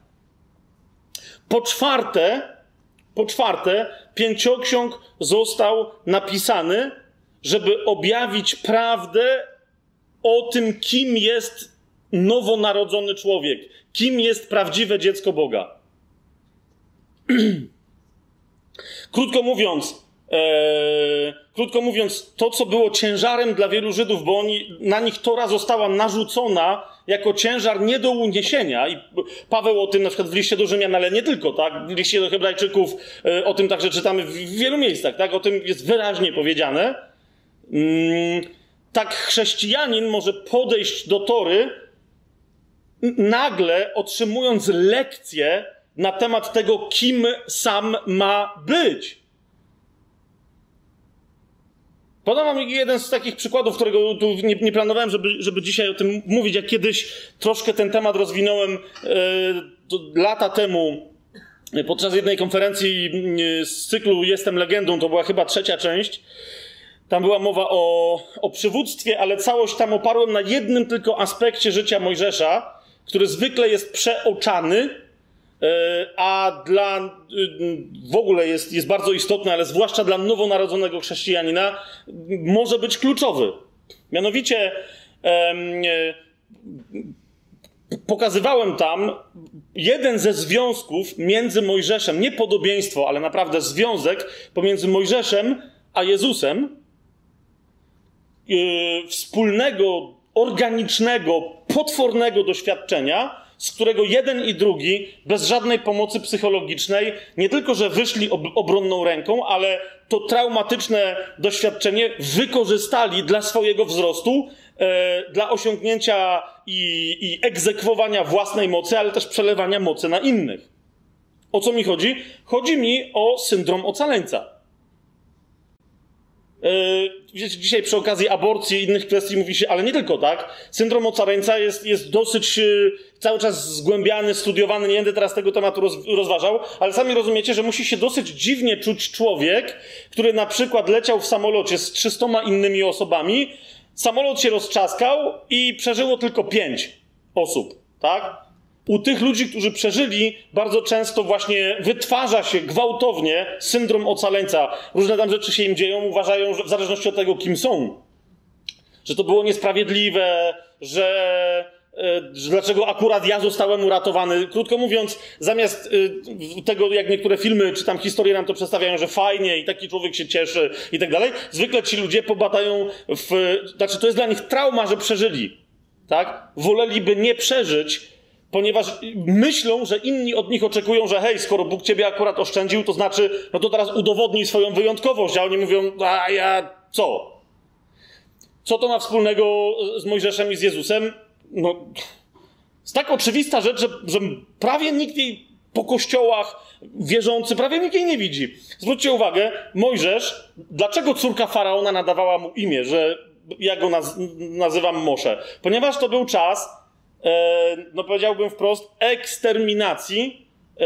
Po czwarte, pięcioksiąg został napisany, żeby objawić prawdę o tym, kim jest nowonarodzony człowiek, kim jest prawdziwe dziecko Boga. Krótko mówiąc, to, co było ciężarem dla wielu Żydów, bo na nich Tora została narzucona jako ciężar nie do uniesienia. I Paweł o tym na przykład w liście do Rzymian, ale nie tylko, tak? W liście do Hebrajczyków o tym także czytamy w wielu miejscach, tak? O tym jest wyraźnie powiedziane. Tak chrześcijanin może podejść do Tory nagle otrzymując lekcję na temat tego, kim sam ma być. Podam wam jeden z takich przykładów, którego tu nie planowałem, żeby dzisiaj o tym mówić. Jak kiedyś troszkę ten temat rozwinąłem lata temu podczas jednej konferencji z cyklu Jestem legendą, to była chyba 3. część. Tam była mowa o przywództwie, ale całość tam oparłem na jednym tylko aspekcie życia Mojżesza, który zwykle jest przeoczany, a w ogóle jest bardzo istotny, ale zwłaszcza dla nowonarodzonego chrześcijanina może być kluczowy. Mianowicie pokazywałem tam jeden ze związków między Mojżeszem, nie podobieństwo, ale naprawdę związek pomiędzy Mojżeszem a Jezusem, wspólnego, organicznego, potwornego doświadczenia, z którego jeden i drugi, bez żadnej pomocy psychologicznej, nie tylko, że wyszli obronną ręką, ale to traumatyczne doświadczenie wykorzystali dla swojego wzrostu, dla osiągnięcia i egzekwowania własnej mocy, ale też przelewania mocy na innych. O co mi chodzi? Chodzi mi o syndrom ocaleńca. Wiecie, dzisiaj przy okazji aborcji i innych kwestii mówi się, ale nie tylko tak. Syndrom ocaleńca jest dosyć cały czas zgłębiany, studiowany. Nie będę teraz tego tematu rozważał, ale sami rozumiecie, że musi się dosyć dziwnie czuć człowiek, który na przykład leciał w samolocie z 300 innymi osobami, samolot się roztrzaskał i przeżyło tylko 5 osób, tak? U tych ludzi, którzy przeżyli, bardzo często właśnie wytwarza się gwałtownie syndrom ocaleńca. Różne tam rzeczy się im dzieją, uważają, że w zależności od tego, kim są, że to było niesprawiedliwe, że dlaczego akurat ja zostałem uratowany. Krótko mówiąc, zamiast tego, jak niektóre filmy czy tam historie nam to przedstawiają, że fajnie i taki człowiek się cieszy i tak dalej, zwykle ci ludzie pobadają znaczy to jest dla nich trauma, że przeżyli, tak? Woleliby nie przeżyć ponieważ myślą, że inni od nich oczekują, że hej, skoro Bóg ciebie akurat oszczędził, to znaczy, no to teraz udowodnij swoją wyjątkowość, a oni mówią, a ja co? Co to ma wspólnego z Mojżeszem i z Jezusem? No, jest tak oczywista rzecz, że prawie nikt jej po kościołach wierzący, prawie nikt jej nie widzi. Zwróćcie uwagę, Mojżesz, dlaczego córka Faraona nadawała mu imię, że ja go nazywam Mosze? Ponieważ to był czas, no powiedziałbym wprost, eksterminacji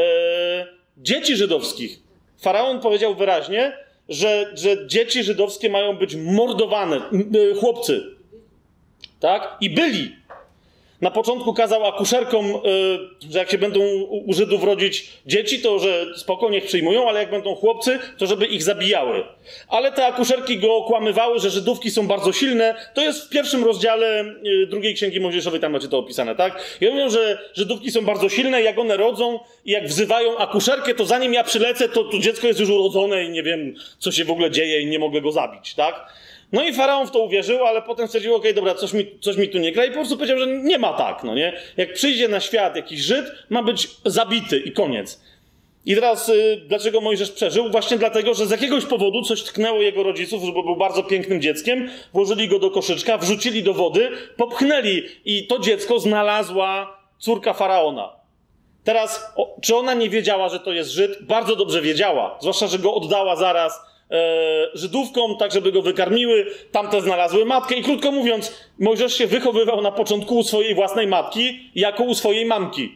dzieci żydowskich. Faraon powiedział wyraźnie, że dzieci żydowskie mają być mordowane, chłopcy. Tak? I byli. Na początku kazał akuszerkom, że jak się będą u Żydów rodzić dzieci, to że spoko, niech przyjmują, ale jak będą chłopcy, to żeby ich zabijały. Ale te akuszerki go okłamywały, że Żydówki są bardzo silne. To jest w pierwszym rozdziale drugiej Księgi Mojżeszowej, tam macie to opisane, tak? I mówią, że Żydówki są bardzo silne, jak one rodzą i jak wzywają akuszerkę, to zanim ja przylecę, to dziecko jest już urodzone i nie wiem, co się w ogóle dzieje i nie mogę go zabić, tak? No i Faraon w to uwierzył, ale potem stwierdził, okej, dobra, coś mi tu nie gra i po prostu powiedział, że nie ma tak, no nie? Jak przyjdzie na świat jakiś Żyd, ma być zabity i koniec. I teraz dlaczego Mojżesz przeżył? Właśnie dlatego, że z jakiegoś powodu coś tknęło jego rodziców, bo był bardzo pięknym dzieckiem, włożyli go do koszyczka, wrzucili do wody, popchnęli i to dziecko znalazła córka Faraona. Teraz, czy ona nie wiedziała, że to jest Żyd? Bardzo dobrze wiedziała, zwłaszcza, że go oddała zaraz Żydówkom, tak żeby go wykarmiły, tamte znalazły matkę i krótko mówiąc, Mojżesz się wychowywał na początku u swojej własnej matki, jako u swojej mamki.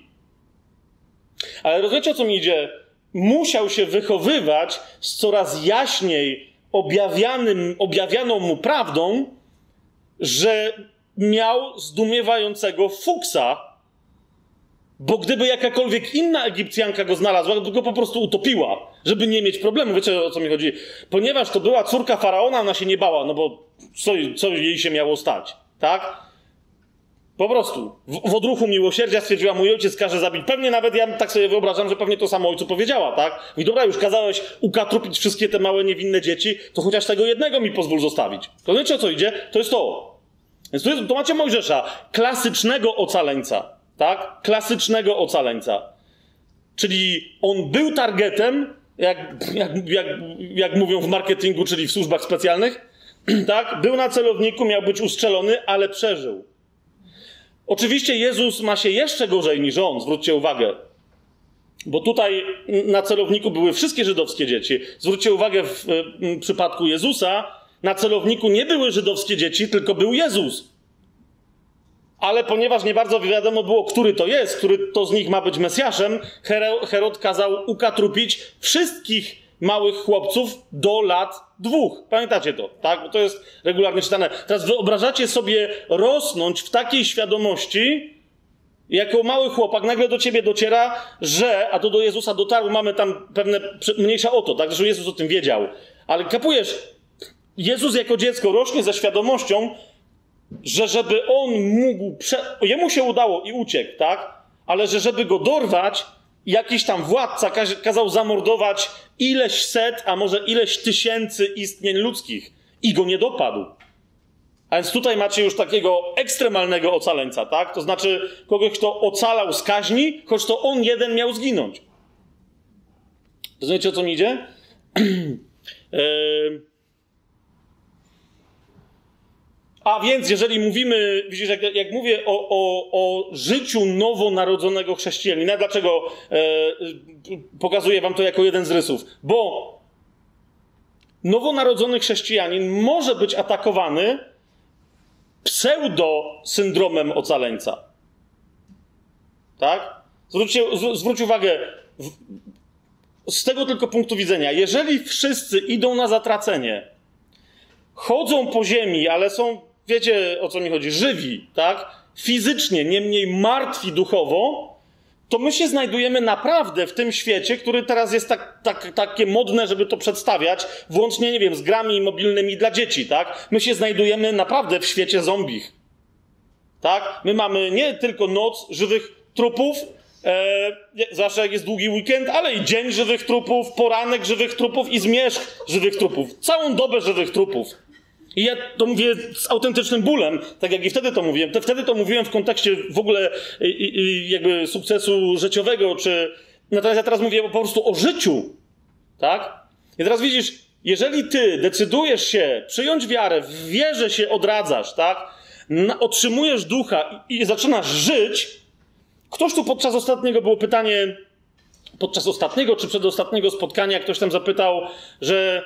Ale rozumiecie, o co mi idzie? Musiał się wychowywać z coraz jaśniej objawianą mu prawdą, że miał zdumiewającego fuksa, bo gdyby jakakolwiek inna Egipcjanka go znalazła, to go po prostu utopiła, żeby nie mieć problemu. Wiecie, o co mi chodzi? Ponieważ to była córka Faraona, ona się nie bała, no bo co jej się miało stać, tak? Po prostu. W odruchu miłosierdzia stwierdziła, mój ojciec każe zabić. Pewnie nawet ja tak sobie wyobrażam, że pewnie to samo ojcu powiedziała, tak? I dobra, już kazałeś ukatrupić wszystkie te małe, niewinne dzieci, to chociaż tego jednego mi pozwól zostawić. To wiecie, o co idzie? To jest to. Więc to macie Mojżesza, klasycznego ocaleńca. Tak? Klasycznego ocaleńca. Czyli on był targetem, jak mówią w marketingu, czyli w służbach specjalnych, tak? Był na celowniku, miał być ustrzelony, ale przeżył. Oczywiście Jezus ma się jeszcze gorzej niż on, zwróćcie uwagę. Bo tutaj na celowniku były wszystkie żydowskie dzieci. Zwróćcie uwagę, w przypadku Jezusa na celowniku nie były żydowskie dzieci, tylko był Jezus. Ale ponieważ nie bardzo wiadomo było, który to jest, który to z nich ma być Mesjaszem, Herod kazał ukatrupić wszystkich małych chłopców do lat 2. Pamiętacie to, tak? Bo to jest regularnie czytane. Teraz wyobrażacie sobie rosnąć w takiej świadomości, jako mały chłopak nagle do ciebie dociera, że, a to do Jezusa dotarł, mamy tam pewne, mniejsza o to, tak? Zresztą Jezus o tym wiedział. Ale kapujesz, Jezus jako dziecko rośnie ze świadomością, że żeby on mógł... Jemu się udało i uciekł, tak? Ale że żeby go dorwać, jakiś tam władca kazał zamordować ileś set, a może ileś tysięcy istnień ludzkich. I go nie dopadł. A więc tutaj macie już takiego ekstremalnego ocaleńca, tak? To znaczy kogoś, kto ocalał z kaźni, choć to on jeden miał zginąć. Rozumiecie, o co mi idzie? A więc, jeżeli mówimy, widzisz, jak mówię o życiu nowonarodzonego chrześcijanina, dlaczego pokazuję wam to jako jeden z rysów? Bo nowonarodzony chrześcijanin może być atakowany pseudo-syndromem ocaleńca. Tak? Zwróć uwagę, z tego tylko punktu widzenia, jeżeli wszyscy idą na zatracenie, chodzą po ziemi, ale są, wiecie o co mi chodzi, żywi, tak? Fizycznie, niemniej martwi duchowo, to my się znajdujemy naprawdę w tym świecie, który teraz jest takie modne, żeby to przedstawiać, włącznie, nie wiem, z grami mobilnymi dla dzieci, tak? My się znajdujemy naprawdę w świecie zombich, tak? My mamy nie tylko noc żywych trupów, zwłaszcza jak jest długi weekend, ale i dzień żywych trupów, poranek żywych trupów i zmierzch żywych trupów. Całą dobę żywych trupów. I ja to mówię z autentycznym bólem, tak jak i wtedy to mówiłem. Wtedy to mówiłem w kontekście w ogóle jakby sukcesu życiowego, natomiast ja teraz mówię po prostu o życiu, tak? I teraz widzisz, jeżeli ty decydujesz się przyjąć wiarę, w wierze się odradzasz, tak? Otrzymujesz ducha i zaczynasz żyć. Ktoś tu podczas ostatniego było pytanie, podczas ostatniego czy przedostatniego spotkania ktoś tam zapytał, że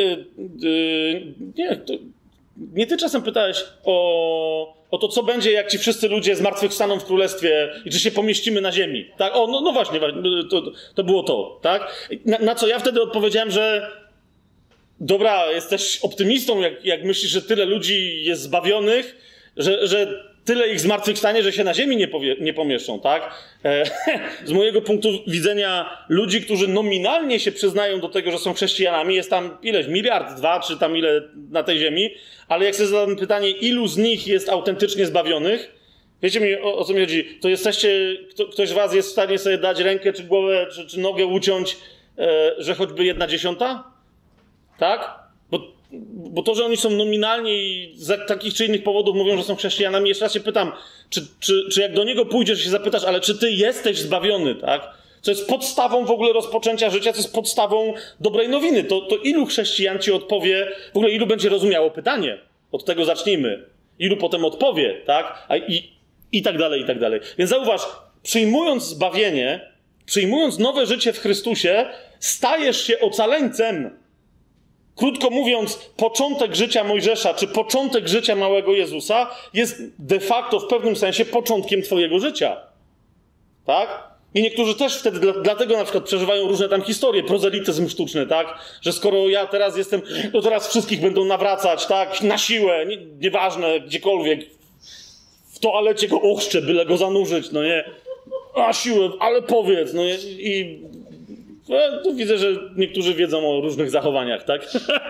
nie ty czasem pytałeś o to, co będzie, jak ci wszyscy ludzie zmartwychwstaną w królestwie i czy się pomieścimy na ziemi. Tak? No właśnie, to było to, tak? Na co ja wtedy odpowiedziałem, że dobra, jesteś optymistą, jak myślisz, że tyle ludzi jest zbawionych, że tyle ich zmartwychwstanie, że się na ziemi nie pomieszczą, tak? Z mojego punktu widzenia ludzi, którzy nominalnie się przyznają do tego, że są chrześcijanami, jest tam ileś, 1, 2 miliardy, czy tam ile na tej ziemi, ale jak sobie zadam pytanie, ilu z nich jest autentycznie zbawionych, wiecie mi o co mi chodzi, to jesteście, ktoś z was jest w stanie sobie dać rękę, czy głowę, czy nogę uciąć, że choćby 1/10? Tak? Bo to, że oni są nominalnie i z takich czy innych powodów mówią, że są chrześcijanami, jeszcze raz się pytam, czy jak do niego pójdziesz i się zapytasz, ale czy ty jesteś zbawiony, tak? Co jest podstawą w ogóle rozpoczęcia życia, co jest podstawą dobrej nowiny. To ilu chrześcijan ci odpowie, w ogóle ilu będzie rozumiało pytanie? Od tego zacznijmy. Ilu potem odpowie, tak? I tak dalej, i tak dalej. Więc zauważ, przyjmując zbawienie, przyjmując nowe życie w Chrystusie, stajesz się ocaleńcem. Krótko mówiąc, początek życia Mojżesza, czy początek życia małego Jezusa jest de facto w pewnym sensie początkiem twojego życia. Tak? I niektórzy też wtedy, dlatego na przykład przeżywają różne tam historie, prozelityzm sztuczny, tak? Że skoro ja teraz jestem, to teraz wszystkich będą nawracać, tak? Na siłę, nieważne, gdziekolwiek. W toalecie go ochrzczę, byle go zanurzyć, no nie? Na siłę, ale powiedz, no nie? Tu widzę, że niektórzy wiedzą o różnych zachowaniach, tak?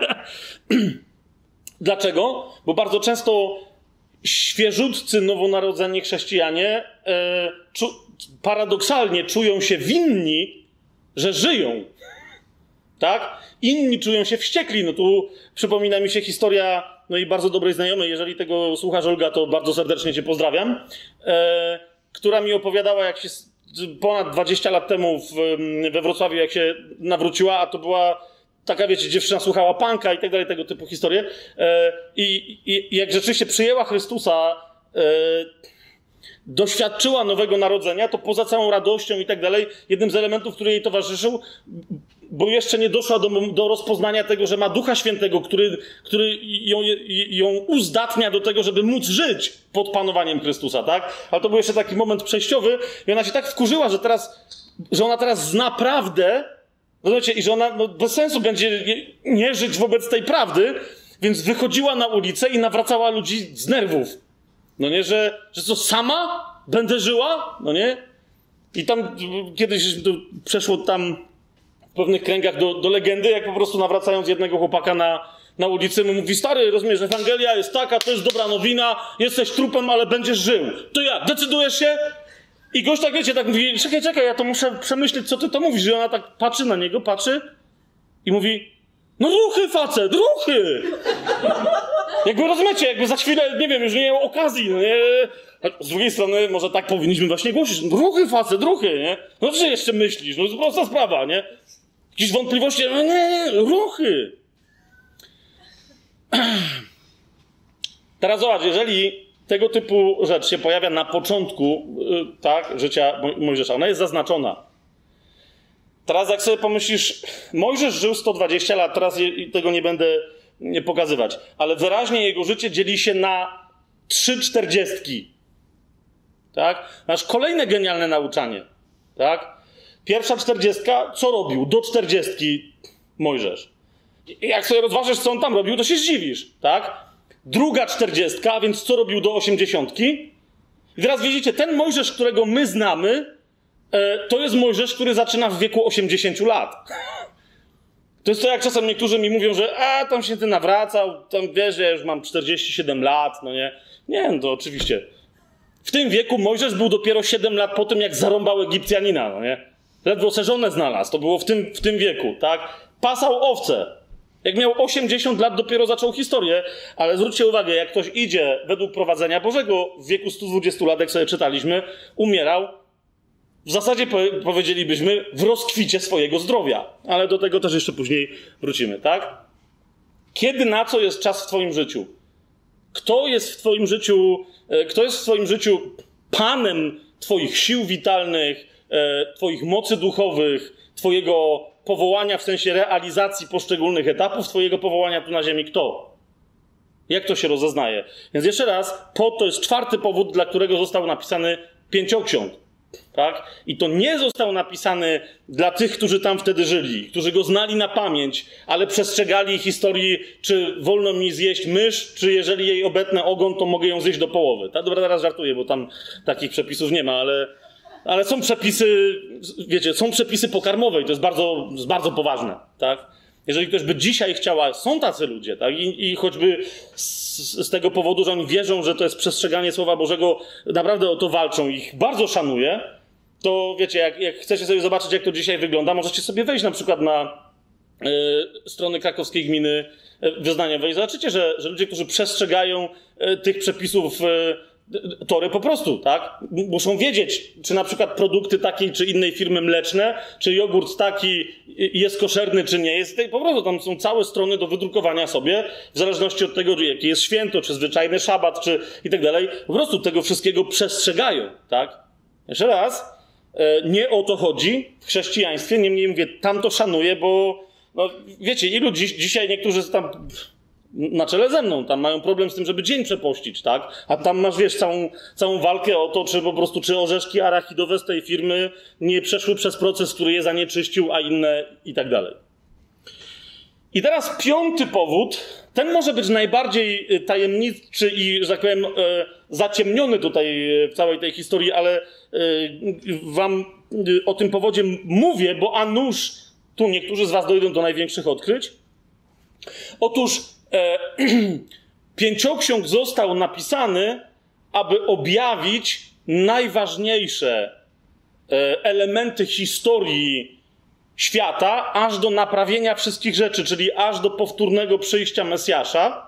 Dlaczego? Bo bardzo często świeżutcy, nowonarodzeni chrześcijanie paradoksalnie czują się winni, że żyją. Tak? Inni czują się wściekli. No tu przypomina mi się historia i bardzo dobrej znajomej. Jeżeli tego słuchasz, Olga, to bardzo serdecznie cię pozdrawiam. Która mi opowiadała, jak się ponad 20 lat temu we Wrocławiu, jak się nawróciła, a to była taka, wiecie, dziewczyna słuchała punka i tak dalej, tego typu historie. I jak rzeczywiście przyjęła Chrystusa, doświadczyła nowego narodzenia, to poza całą radością i tak dalej, jednym z elementów, który jej towarzyszył, bo jeszcze nie doszła do rozpoznania tego, że ma Ducha Świętego, który ją uzdatnia do tego, żeby móc żyć pod panowaniem Chrystusa, tak? Ale to był jeszcze taki moment przejściowy i ona się tak wkurzyła, że ona teraz zna prawdę, rozumiecie, i że ona bez sensu będzie nie żyć wobec tej prawdy, więc wychodziła na ulicę i nawracała ludzi z nerwów. No nie, że co, sama będę żyła? No nie? I tam kiedyś przeszło tam w pewnych kręgach do legendy, jak po prostu nawracając jednego chłopaka na ulicy, mu mówi: stary, rozumiesz, Ewangelia jest taka, to jest dobra nowina, jesteś trupem, ale będziesz żył. To jak, decydujesz się? I gość tak, wiecie, tak mówi: czekaj, ja to muszę przemyśleć, co ty to mówisz. I ona tak patrzy na niego, i mówi: no ruchy, facet, ruchy! Jakby rozumiecie, jakby za chwilę, nie wiem, już nie miał okazji, no nie? Z drugiej strony może tak powinniśmy właśnie głosić: ruchy, facet, ruchy, nie? No czy jeszcze myślisz? No to prosta sprawa, nie? Jakieś wątpliwości? No nie, ruchy! Teraz zobacz, jeżeli tego typu rzecz się pojawia na początku, tak, życia Mojżesza, ona jest zaznaczona. Teraz jak sobie pomyślisz, Mojżesz żył 120 lat, teraz tego nie będę pokazywać, ale wyraźnie jego życie dzieli się na 3/40. Tak? Masz kolejne genialne nauczanie. Tak? Pierwsza 40, co robił? Do 40 Mojżesz. I jak sobie rozważysz, co on tam robił, to się zdziwisz. Tak? Druga 40, a więc co robił do 80. I teraz widzicie, ten Mojżesz, którego my znamy, to jest Mojżesz, który zaczyna w wieku 80 lat. To jest to, jak czasem niektórzy mi mówią, że tam się ty nawracał, tam wiesz, ja już mam 47 lat, no nie. Nie, no to oczywiście. W tym wieku Mojżesz był dopiero 7 lat po tym, jak zarąbał Egipcjanina, no nie. Ledwo se żonę znalazł, to było w tym wieku, tak. Pasał owce. Jak miał 80 lat, dopiero zaczął historię, ale zwróćcie uwagę, jak ktoś idzie według prowadzenia Bożego w wieku 120 lat, jak sobie czytaliśmy, umierał, w zasadzie powiedzielibyśmy, w rozkwicie swojego zdrowia. Ale do tego też jeszcze później wrócimy, tak? Kiedy, na co jest czas w twoim życiu? Kto jest w twoim życiu panem twoich sił witalnych, twoich mocy duchowych, twojego powołania w sensie realizacji poszczególnych etapów twojego powołania tu na ziemi? Kto? Jak to się rozeznaje? Więc jeszcze raz, to jest 4. powód, dla którego został napisany Pięcioksiąg. Tak? I to nie został napisany dla tych, którzy tam wtedy żyli, którzy go znali na pamięć, ale przestrzegali historii, czy wolno mi zjeść mysz, czy jeżeli jej obetnę ogon, to mogę ją zjeść do połowy. Tak? Dobra, teraz żartuję, bo tam takich przepisów nie ma, ale są przepisy, wiecie, są przepisy pokarmowe i to jest bardzo poważne. Tak? Jeżeli ktoś by dzisiaj chciała, są tacy ludzie, tak? I choćby z tego powodu, że oni wierzą, że to jest przestrzeganie Słowa Bożego, naprawdę o to walczą, ich bardzo szanuję, to wiecie, jak chcecie sobie zobaczyć, jak to dzisiaj wygląda, możecie sobie wejść na przykład na strony krakowskiej gminy wyznaniowej i zobaczycie, że ludzie, którzy przestrzegają tych przepisów Tory po prostu, tak? Muszą wiedzieć, czy na przykład produkty takiej czy innej firmy mleczne, czy jogurt taki jest koszerny, czy nie jest. Po prostu tam są całe strony do wydrukowania sobie, w zależności od tego, jakie jest święto, czy zwyczajny szabat, czy i tak dalej. Po prostu tego wszystkiego przestrzegają, tak? Jeszcze raz, nie o to chodzi w chrześcijaństwie, niemniej mówię, tam to szanuję, bo no, wiecie, ilu dzisiaj niektórzy tam na czele ze mną, tam mają problem z tym, żeby dzień przepościć, tak? A tam masz, wiesz, całą walkę o to, czy orzeszki arachidowe z tej firmy nie przeszły przez proces, który je zanieczyścił, a inne i tak dalej. I teraz 5. powód, ten może być najbardziej tajemniczy i, że tak powiem, zaciemniony tutaj w całej tej historii, ale wam o tym powodzie mówię, bo a nuż tu niektórzy z was dojdą do największych odkryć. Otóż Pięcioksiąg został napisany, aby objawić najważniejsze elementy historii świata, aż do naprawienia wszystkich rzeczy, czyli aż do powtórnego przyjścia Mesjasza.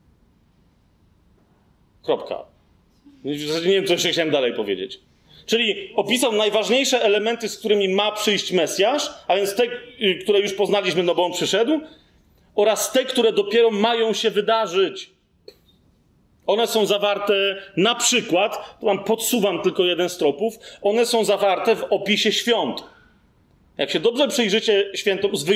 Kropka. Nie wiem, co jeszcze chciałem dalej powiedzieć. Czyli opisał najważniejsze elementy, z którymi ma przyjść Mesjasz, a więc te, które już poznaliśmy, no bo on przyszedł, oraz te, które dopiero mają się wydarzyć. One są zawarte na przykład, tu wam podsuwam tylko jeden z tropów, one są zawarte w opisie świąt. Jak się dobrze przyjrzycie świętom, z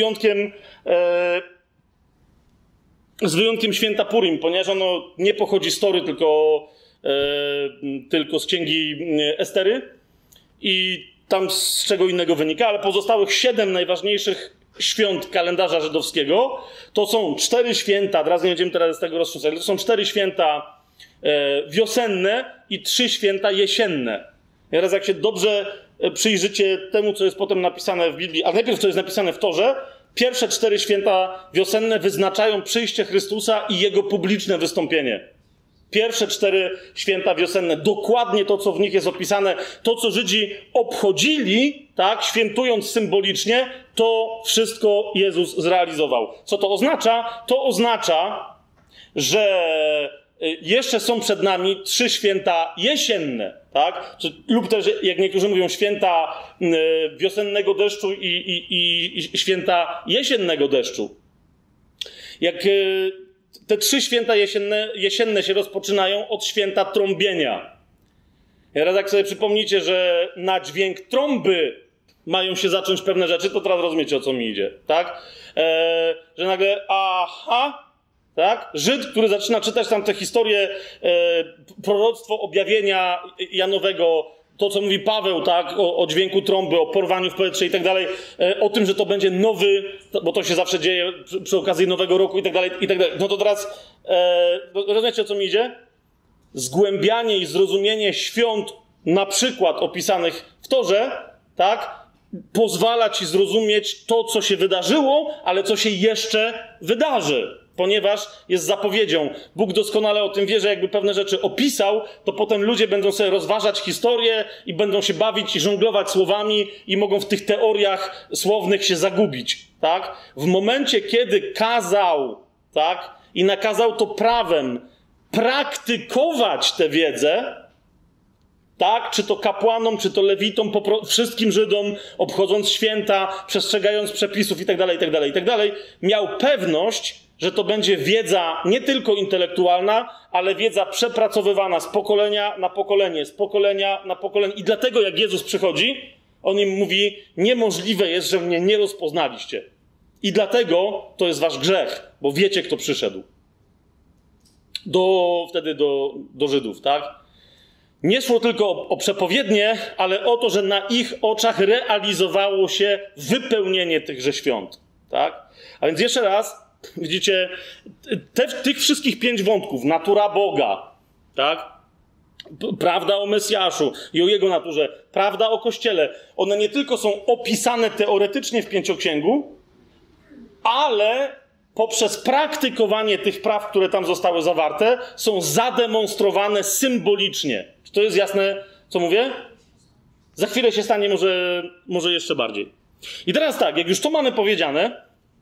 wyjątkiem święta Purim, ponieważ ono nie pochodzi z Tory, tylko z księgi Estery i tam z czego innego wynika, ale pozostałych 7 najważniejszych świąt kalendarza żydowskiego to są 4 święta, teraz nie będziemy teraz z tego rozszerzać, to są 4 święta wiosenne i 3 święta jesienne. I teraz jak się dobrze przyjrzycie temu, co jest potem napisane w Biblii, a najpierw co jest napisane w Torze, pierwsze 4 święta wiosenne wyznaczają przyjście Chrystusa i Jego publiczne wystąpienie. Pierwsze 4 święta wiosenne, dokładnie to, co w nich jest opisane, to, co Żydzi obchodzili, tak, świętując symbolicznie, to wszystko Jezus zrealizował. Co to oznacza? To oznacza, że jeszcze są przed nami 3 święta jesienne, tak? Lub też, jak niektórzy mówią, święta wiosennego deszczu i święta jesiennego deszczu. Jak te 3 święta jesienne się rozpoczynają od święta trąbienia. I teraz jak sobie przypomnicie, że na dźwięk trąby mają się zacząć pewne rzeczy, to teraz rozumiecie, o co mi idzie, tak? Że nagle, tak? Żyd, który zaczyna czytać tam tę historię, proroctwo objawienia Janowego, to, co mówi Paweł, tak? O dźwięku trąby, o porwaniu w powietrze i tak dalej, o tym, że to będzie nowy, bo to się zawsze dzieje przy okazji Nowego Roku i tak dalej, i tak dalej. No to teraz, rozumiecie, o co mi idzie? Zgłębianie i zrozumienie świąt, na przykład opisanych w Torze, tak? Pozwala ci zrozumieć to, co się wydarzyło, ale co się jeszcze wydarzy. ponieważ jest zapowiedzią. Bóg doskonale o tym wie, że jakby pewne rzeczy opisał, to potem ludzie będą sobie rozważać historię i będą się bawić i żonglować słowami i mogą w tych teoriach słownych się zagubić, tak? W momencie, kiedy kazał, tak? I nakazał to prawem praktykować tę wiedzę, tak? Czy to kapłanom, czy to lewitom, wszystkim Żydom, obchodząc święta, przestrzegając przepisów itd., miał pewność, że to będzie wiedza nie tylko intelektualna, ale wiedza przepracowywana z pokolenia na pokolenie, z pokolenia na pokolenie. I dlatego jak Jezus przychodzi, on im mówi, niemożliwe jest, że mnie nie rozpoznaliście. I dlatego to jest wasz grzech, bo wiecie, kto przyszedł. Wtedy do Żydów, tak? Nie szło tylko o przepowiednie, ale o to, że na ich oczach realizowało się wypełnienie tychże świąt, tak? A więc jeszcze raz, widzicie, tych wszystkich 5 wątków, natura Boga, tak? Prawda o Mesjaszu i o jego naturze, prawda o Kościele, one nie tylko są opisane teoretycznie w Pięcioksięgu, ale poprzez praktykowanie tych praw, które tam zostały zawarte, są zademonstrowane symbolicznie. Czy to jest jasne, co mówię? Za chwilę się stanie może jeszcze bardziej. I teraz tak, jak już to mamy powiedziane,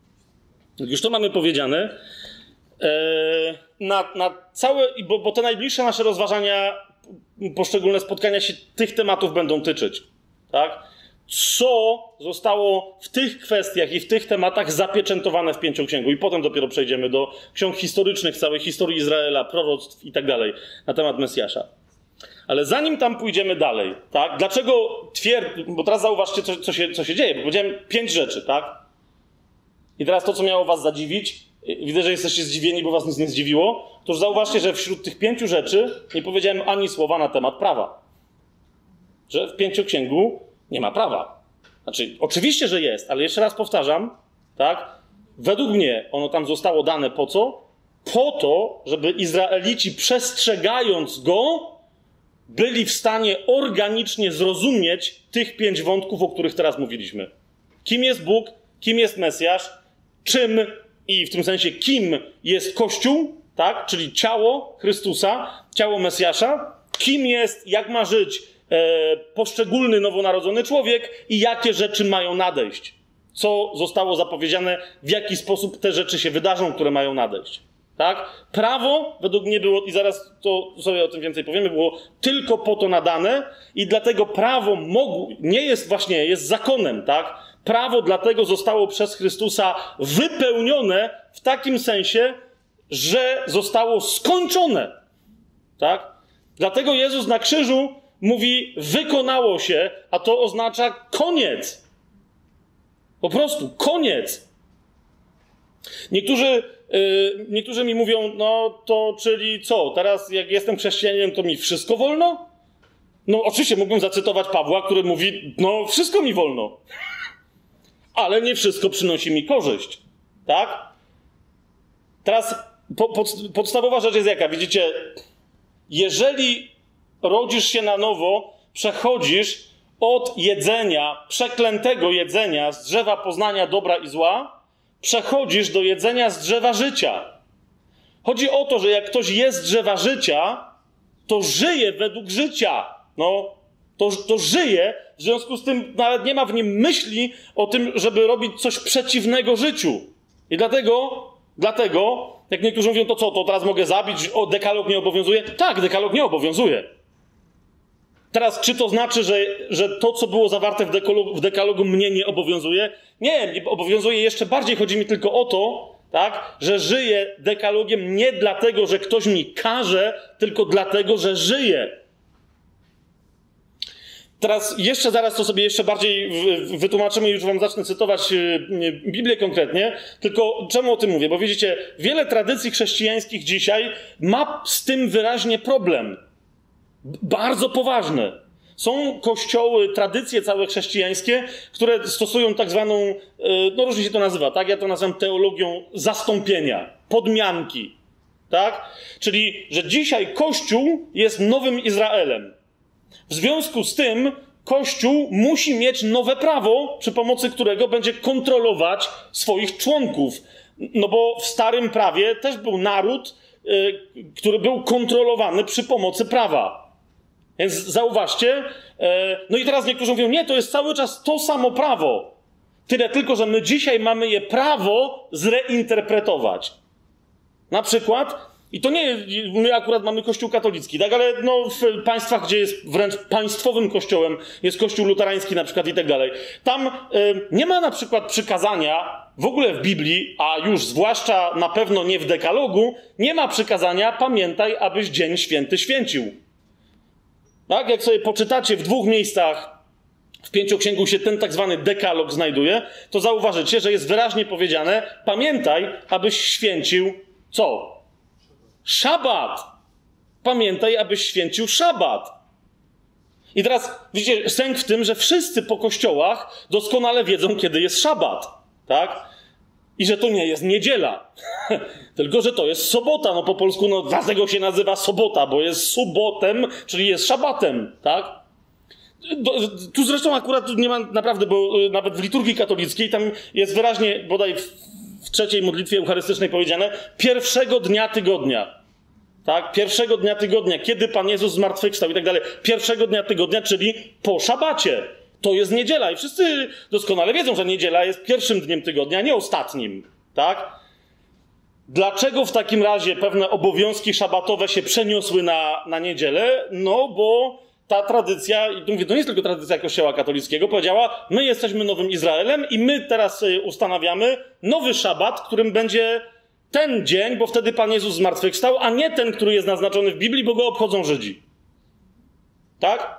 na całe, bo te najbliższe nasze rozważania, poszczególne spotkania się tych tematów będą tyczyć, tak? Co zostało w tych kwestiach i w tych tematach zapieczętowane w Pięcioksięgu. I potem dopiero przejdziemy do ksiąg historycznych, całej historii Izraela, proroctw i tak dalej na temat Mesjasza. Ale zanim tam pójdziemy dalej, tak? Dlaczego bo teraz zauważcie, co się dzieje, bo powiedziałem 5 rzeczy, tak? I teraz to, co miało was zadziwić, widzę, że jesteście zdziwieni, bo was nic nie zdziwiło, to już zauważcie, że wśród tych 5 rzeczy nie powiedziałem ani słowa na temat prawa. Że w Pięcioksięgu nie ma prawa. Znaczy, oczywiście, że jest, ale jeszcze raz powtarzam, tak? Według mnie ono tam zostało dane po co? Po to, żeby Izraelici, przestrzegając go, byli w stanie organicznie zrozumieć tych 5 wątków, o których teraz mówiliśmy. Kim jest Bóg, kim jest Mesjasz, czym i w tym sensie kim jest Kościół, tak? Czyli ciało Chrystusa, ciało Mesjasza, kim jest, jak ma żyć poszczególny nowonarodzony człowiek i jakie rzeczy mają nadejść. Co zostało zapowiedziane, w jaki sposób te rzeczy się wydarzą, które mają nadejść. Tak? Prawo według mnie było, i zaraz to sobie o tym więcej powiemy, było tylko po to nadane i dlatego prawo jest zakonem, tak? Prawo dlatego zostało przez Chrystusa wypełnione w takim sensie, że zostało skończone. Tak? Dlatego Jezus na krzyżu mówi, wykonało się, a to oznacza koniec. Po prostu koniec. Niektórzy mi mówią, no to czyli co, teraz jak jestem chrześcijaninem, to mi wszystko wolno? No oczywiście mógłbym zacytować Pawła, który mówi, no wszystko mi wolno. Ale nie wszystko przynosi mi korzyść. Tak? Teraz podstawowa rzecz jest jaka? Widzicie, jeżeli rodzisz się na nowo, przechodzisz od jedzenia, przeklętego jedzenia z drzewa poznania dobra i zła, przechodzisz do jedzenia z drzewa życia. Chodzi o to, że jak ktoś jest z drzewa życia, to żyje według życia. No, to żyje, w związku z tym nawet nie ma w nim myśli o tym, żeby robić coś przeciwnego życiu. I dlatego, jak niektórzy mówią, to co, to teraz mogę zabić, dekalog nie obowiązuje? Tak, dekalog nie obowiązuje. Teraz, czy to znaczy, że to, co było zawarte w dekalogu, mnie nie obowiązuje? Nie, obowiązuje jeszcze bardziej. Chodzi mi tylko o to, tak, że żyję dekalogiem nie dlatego, że ktoś mi każe, tylko dlatego, że żyję. Teraz jeszcze zaraz to sobie jeszcze bardziej wytłumaczymy i już wam zacznę cytować Biblię konkretnie. Tylko czemu o tym mówię? Bo widzicie, wiele tradycji chrześcijańskich dzisiaj ma z tym wyraźnie problem. Bardzo poważne. Są kościoły, tradycje całe chrześcijańskie, które stosują tak zwaną, no różnie się to nazywa, tak? Ja to nazywam teologią zastąpienia, podmianki, tak? Czyli, że dzisiaj Kościół jest nowym Izraelem. W związku z tym Kościół musi mieć nowe prawo, przy pomocy którego będzie kontrolować swoich członków. No bo w Starym Prawie też był naród, który był kontrolowany przy pomocy prawa. Więc zauważcie, no i teraz niektórzy mówią, nie, to jest cały czas to samo prawo. Tyle tylko, że my dzisiaj mamy je prawo zreinterpretować. Na przykład, i to nie, my akurat mamy Kościół katolicki, tak, ale no w państwach, gdzie jest wręcz państwowym kościołem, jest Kościół luterański na przykład i tak dalej. Tam nie ma na przykład przykazania, w ogóle w Biblii, a już zwłaszcza na pewno nie w dekalogu, nie ma przykazania, pamiętaj, abyś dzień święty święcił. Tak, jak sobie poczytacie w 2 miejscach, w 5 księgu się ten tak zwany dekalog znajduje, to zauważycie, że jest wyraźnie powiedziane, pamiętaj, abyś święcił co? Szabat. Pamiętaj, abyś święcił szabat. I teraz widzicie, sęk w tym, że wszyscy po kościołach doskonale wiedzą, kiedy jest szabat. Tak? I że to nie jest niedziela. Tylko, że to jest sobota. No po polsku, no dlatego się nazywa sobota, bo jest subotem, czyli jest szabatem. Tak? Tu zresztą akurat nie ma naprawdę, bo nawet w liturgii katolickiej tam jest wyraźnie, bodaj w 3. modlitwie eucharystycznej powiedziane, pierwszego dnia tygodnia. Tak? Pierwszego dnia tygodnia, kiedy Pan Jezus zmartwychwstał i tak dalej. Pierwszego dnia tygodnia, czyli po szabacie. To jest niedziela. I wszyscy doskonale wiedzą, że niedziela jest pierwszym dniem tygodnia, a nie ostatnim. Tak? Dlaczego w takim razie pewne obowiązki szabatowe się przeniosły na niedzielę? No bo ta tradycja, i tu mówię, to nie jest tylko tradycja Kościoła katolickiego, powiedziała, my jesteśmy nowym Izraelem i my teraz sobie ustanawiamy nowy szabat, którym będzie ten dzień, bo wtedy Pan Jezus zmartwychwstał, a nie ten, który jest naznaczony w Biblii, bo go obchodzą Żydzi. Tak?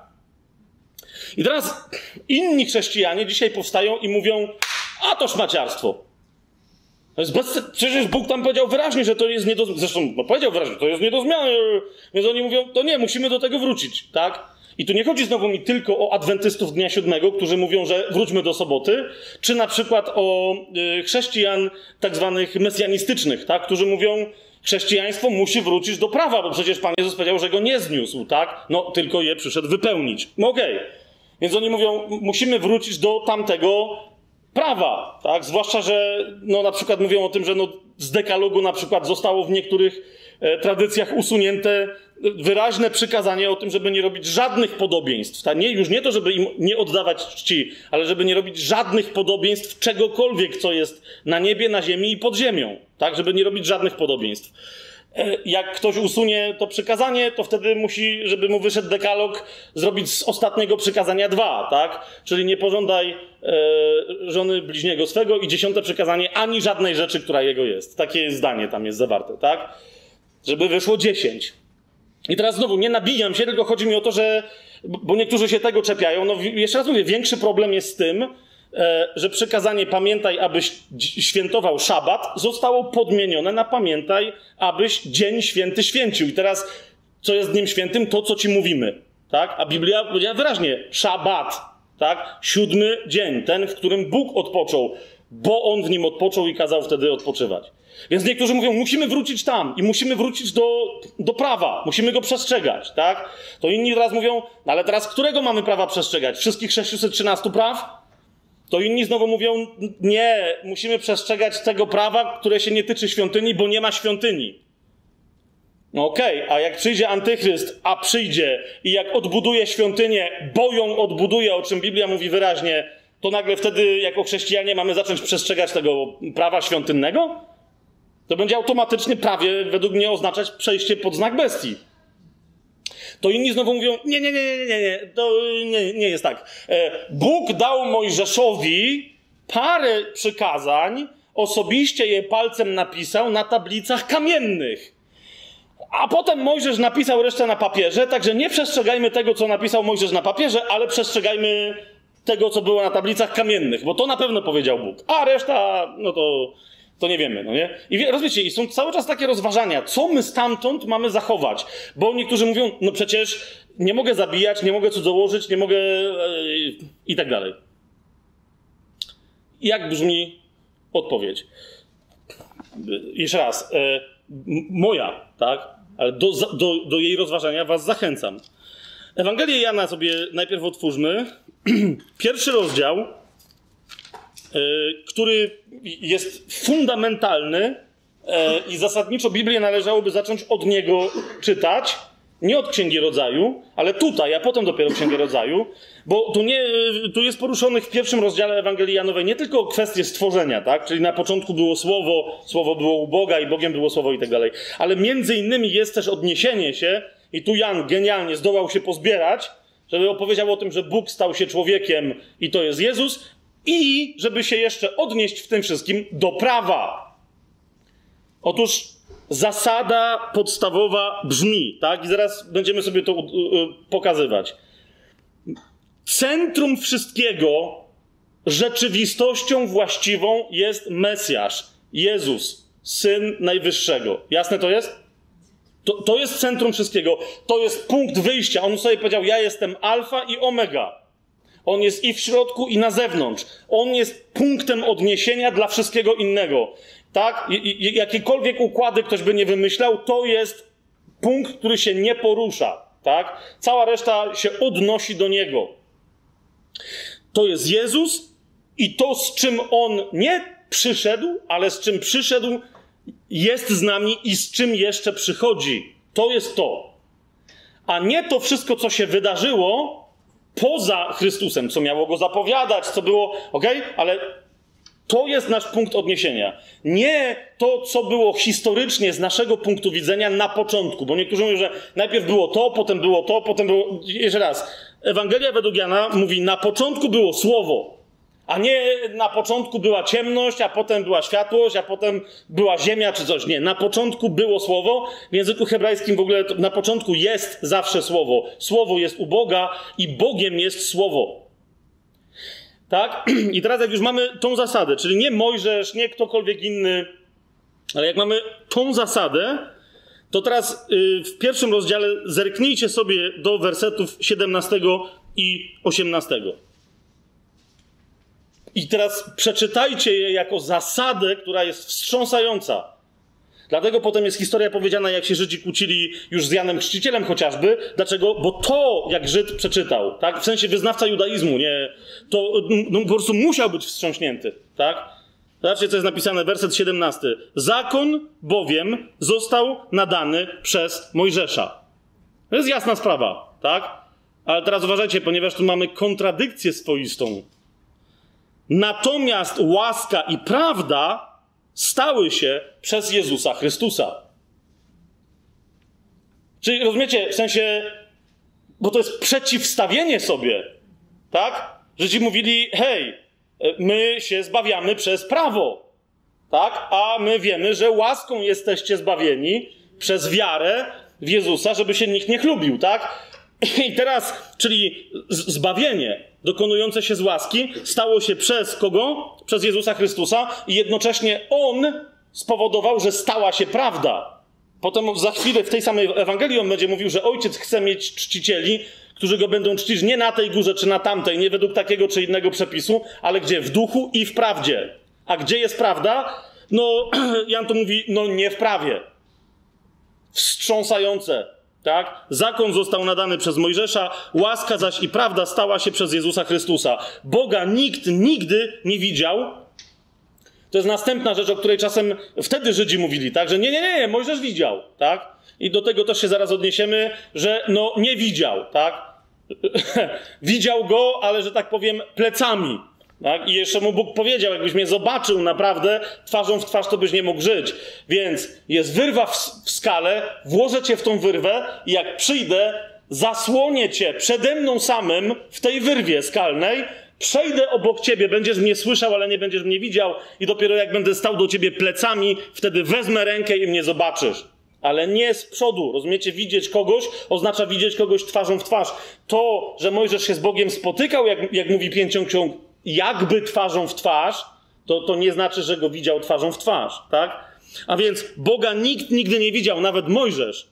I teraz inni chrześcijanie dzisiaj powstają i mówią, a to szmaciarstwo. To jest przecież Bóg tam powiedział wyraźnie, że to jest nie do... Zresztą powiedział wyraźnie, to jest nie do zmiany. Więc oni mówią, to nie, musimy do tego wrócić. Tak? I tu nie chodzi znowu mi tylko o adwentystów dnia 7, którzy mówią, że wróćmy do soboty, czy na przykład o chrześcijan tak zwanych mesjanistycznych, tak? Którzy mówią, chrześcijaństwo musi wrócić do prawa, bo przecież Pan Jezus powiedział, że go nie zniósł, tak? No, tylko je przyszedł wypełnić. No okej. Więc oni mówią, musimy wrócić do tamtego prawa, tak? Zwłaszcza, że no, na przykład mówią o tym, że no, z dekalogu na przykład zostało w niektórych tradycjach usunięte wyraźne przykazanie o tym, żeby nie robić żadnych podobieństw. Tak? Już nie to, żeby im nie oddawać czci, ale żeby nie robić żadnych podobieństw czegokolwiek, co jest na niebie, na ziemi i pod ziemią. Tak? Żeby nie robić żadnych podobieństw. Jak ktoś usunie to przykazanie, to wtedy musi, żeby mu wyszedł dekalog, zrobić z ostatniego przykazania 2, tak? Czyli nie pożądaj żony bliźniego swego i 10. przykazanie, ani żadnej rzeczy, która jego jest. Takie zdanie tam jest zawarte, tak? Żeby wyszło 10. I teraz znowu, nie nabijam się, tylko chodzi mi o to, że... Bo niektórzy się tego czepiają. No jeszcze raz mówię, większy problem jest z tym, że przykazanie pamiętaj, abyś świętował szabat, zostało podmienione na pamiętaj, abyś dzień święty święcił. I teraz, co jest dniem świętym? To, co ci mówimy. Tak? A Biblia powiedziała wyraźnie, szabat, tak? 7. dzień, ten, w którym Bóg odpoczął, bo On w nim odpoczął i kazał wtedy odpoczywać. Więc niektórzy mówią, musimy wrócić tam i musimy wrócić do prawa, musimy go przestrzegać, tak? To inni teraz mówią, no ale teraz którego mamy prawa przestrzegać? Wszystkich 613 praw? To inni znowu mówią, nie, musimy przestrzegać tego prawa, które się nie tyczy świątyni, bo nie ma świątyni. No okej, a jak przyjdzie antychryst, a przyjdzie i jak odbuduje świątynię, bo ją odbuduje, o czym Biblia mówi wyraźnie, to nagle wtedy jako chrześcijanie mamy zacząć przestrzegać tego prawa świątynnego? To będzie automatycznie prawie, według mnie, oznaczać przejście pod znak bestii. To inni znowu mówią, nie, to nie jest tak. Bóg dał Mojżeszowi parę przykazań, osobiście je palcem napisał na tablicach kamiennych. A potem Mojżesz napisał resztę na papierze, także nie przestrzegajmy tego, co napisał Mojżesz na papierze, ale przestrzegajmy tego, co było na tablicach kamiennych, bo to na pewno powiedział Bóg. A reszta, no to nie wiemy, no nie? I rozumiecie, i są cały czas takie rozważania, co my stamtąd mamy zachować. Bo niektórzy mówią, no przecież nie mogę zabijać, nie mogę cudzołożyć, nie mogę i tak dalej. Jak brzmi odpowiedź? Jeszcze raz, moja, tak? Ale do jej rozważania was zachęcam. Ewangelię Jana sobie najpierw otwórzmy. 1. rozdział. który jest fundamentalny i zasadniczo Biblię należałoby zacząć od niego czytać. Nie od Księgi Rodzaju, ale tutaj, a potem dopiero Księgę Rodzaju, bo tu jest poruszonych w pierwszym rozdziale Ewangelii Janowej nie tylko kwestie stworzenia, tak? Czyli na początku było Słowo było u Boga i Bogiem było Słowo i tak dalej. Ale między innymi jest też odniesienie się, i tu Jan genialnie zdołał się pozbierać, żeby opowiedział o tym, że Bóg stał się człowiekiem i to jest Jezus, i żeby się jeszcze odnieść w tym wszystkim do prawa. Otóż zasada podstawowa brzmi, tak? I zaraz będziemy sobie to pokazywać. Centrum wszystkiego, rzeczywistością właściwą jest Mesjasz, Jezus, Syn Najwyższego. Jasne to jest? To jest centrum wszystkiego. To jest punkt wyjścia. On sobie powiedział, ja jestem alfa i omega. On jest i w środku, i na zewnątrz. On jest punktem odniesienia dla wszystkiego innego. Tak? Jakiekolwiek układy ktoś by nie wymyślał, to jest punkt, który się nie porusza. Tak? Cała reszta się odnosi do Niego. To jest Jezus i to, z czym On nie przyszedł, ale z czym przyszedł, jest z nami i z czym jeszcze przychodzi. To jest to. A nie to wszystko, co się wydarzyło poza Chrystusem, co miało Go zapowiadać, co było, okej? Ale to jest nasz punkt odniesienia. Nie to, co było historycznie z naszego punktu widzenia na początku, bo niektórzy mówią, że najpierw było to, potem było to, potem było... Jeszcze raz. Ewangelia według Jana mówi, na początku było Słowo, a nie na początku była ciemność, a potem była światłość, a potem była ziemia czy coś. Nie, na początku było Słowo. W języku hebrajskim w ogóle na początku jest zawsze Słowo. Słowo jest u Boga i Bogiem jest Słowo. Tak? I teraz jak już mamy tą zasadę, czyli nie Mojżesz, nie ktokolwiek inny, ale jak mamy tą zasadę, to teraz w pierwszym rozdziale zerknijcie sobie do wersetów 17 i 18. I teraz przeczytajcie je jako zasadę, która jest wstrząsająca. Dlatego potem jest historia powiedziana, jak się Żydzi kłócili już z Janem Chrzcicielem chociażby. Dlaczego? Bo to, jak Żyd przeczytał, tak? W sensie wyznawca judaizmu, nie? To po prostu musiał być wstrząśnięty, tak? Zobaczcie, co jest napisane, werset 17. Zakon bowiem został nadany przez Mojżesza. To jest jasna sprawa, tak? Ale teraz uważajcie, ponieważ tu mamy kontradykcję swoistą. Natomiast łaska i prawda stały się przez Jezusa Chrystusa. Czyli rozumiecie, w sensie, bo to jest przeciwstawienie sobie, tak? Że ci mówili, hej, my się zbawiamy przez prawo, tak? A my wiemy, że łaską jesteście zbawieni przez wiarę w Jezusa, żeby się nikt nie chlubił, tak? I teraz, czyli zbawienie dokonujące się z łaski stało się przez kogo? Przez Jezusa Chrystusa i jednocześnie On spowodował, że stała się prawda. Potem za chwilę w tej samej Ewangelii on będzie mówił, że Ojciec chce mieć czcicieli, którzy Go będą czcić nie na tej górze czy na tamtej, nie według takiego czy innego przepisu, ale gdzie? W duchu i w prawdzie. A gdzie jest prawda? No, Jan tu mówi, no nie w prawie. Wstrząsające. Tak? Zakon został nadany przez Mojżesza, łaska zaś i prawda stała się przez Jezusa Chrystusa. Boga nikt nigdy nie widział. To jest następna rzecz, o której czasem wtedy Żydzi mówili, tak? Że nie, Mojżesz widział, tak? I do tego też się zaraz odniesiemy, że no nie widział, tak? Widział go, ale że tak powiem plecami. Tak? I jeszcze mu Bóg powiedział, jakbyś mnie zobaczył naprawdę twarzą w twarz, to byś nie mógł żyć. Więc jest wyrwa w skale, włożę cię w tą wyrwę i jak przyjdę, zasłonię cię przede mną samym w tej wyrwie skalnej, przejdę obok ciebie, będziesz mnie słyszał, ale nie będziesz mnie widział i dopiero jak będę stał do ciebie plecami, wtedy wezmę rękę i mnie zobaczysz. Ale nie z przodu, rozumiecie? Widzieć kogoś oznacza widzieć kogoś twarzą w twarz. To, że Mojżesz się z Bogiem spotykał, jak mówi Pięcioksiąg, jakby twarzą w twarz, to nie znaczy, że go widział twarzą w twarz, tak? A więc Boga nikt nigdy nie widział, nawet Mojżesz.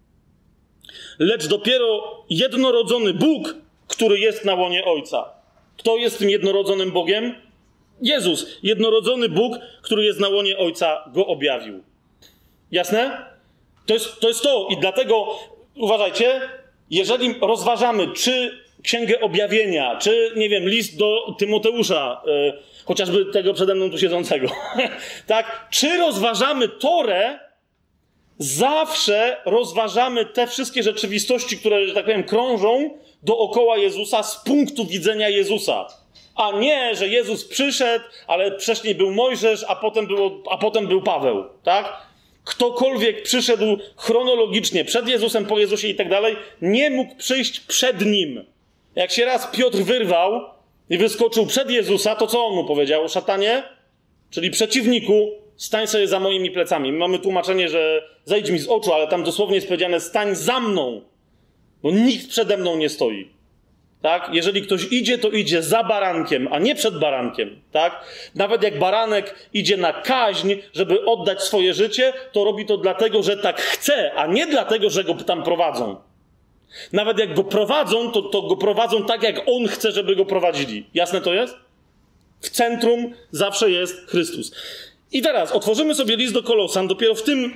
Lecz dopiero jednorodzony Bóg, który jest na łonie Ojca. Kto jest tym jednorodzonym Bogiem? Jezus. Jednorodzony Bóg, który jest na łonie Ojca, go objawił. Jasne? To jest to. I dlatego, uważajcie, jeżeli rozważamy, czy Księgę Objawienia, czy, nie wiem, list do Tymoteusza, chociażby tego przede mną tu siedzącego, tak? Czy rozważamy Torę, zawsze rozważamy te wszystkie rzeczywistości, które, że tak powiem, krążą dookoła Jezusa z punktu widzenia Jezusa. A nie, że Jezus przyszedł, ale wcześniej był Mojżesz, a potem był Paweł, tak? Ktokolwiek przyszedł chronologicznie przed Jezusem, po Jezusie i tak dalej, nie mógł przyjść przed Nim. Jak się raz Piotr wyrwał i wyskoczył przed Jezusa, to co on mu powiedział? Szatanie, czyli przeciwniku, stań sobie za moimi plecami. My mamy tłumaczenie, że zejdź mi z oczu, ale tam dosłownie jest powiedziane stań za mną, bo nikt przede mną nie stoi. Tak? Jeżeli ktoś idzie, to idzie za barankiem, a nie przed barankiem. Tak? Nawet jak baranek idzie na kaźń, żeby oddać swoje życie, to robi to dlatego, że tak chce, a nie dlatego, że go tam prowadzą. Nawet jak go prowadzą, to go prowadzą tak, jak on chce, żeby go prowadzili. Jasne to jest? W centrum zawsze jest Chrystus. I teraz otworzymy sobie list do Kolosan dopiero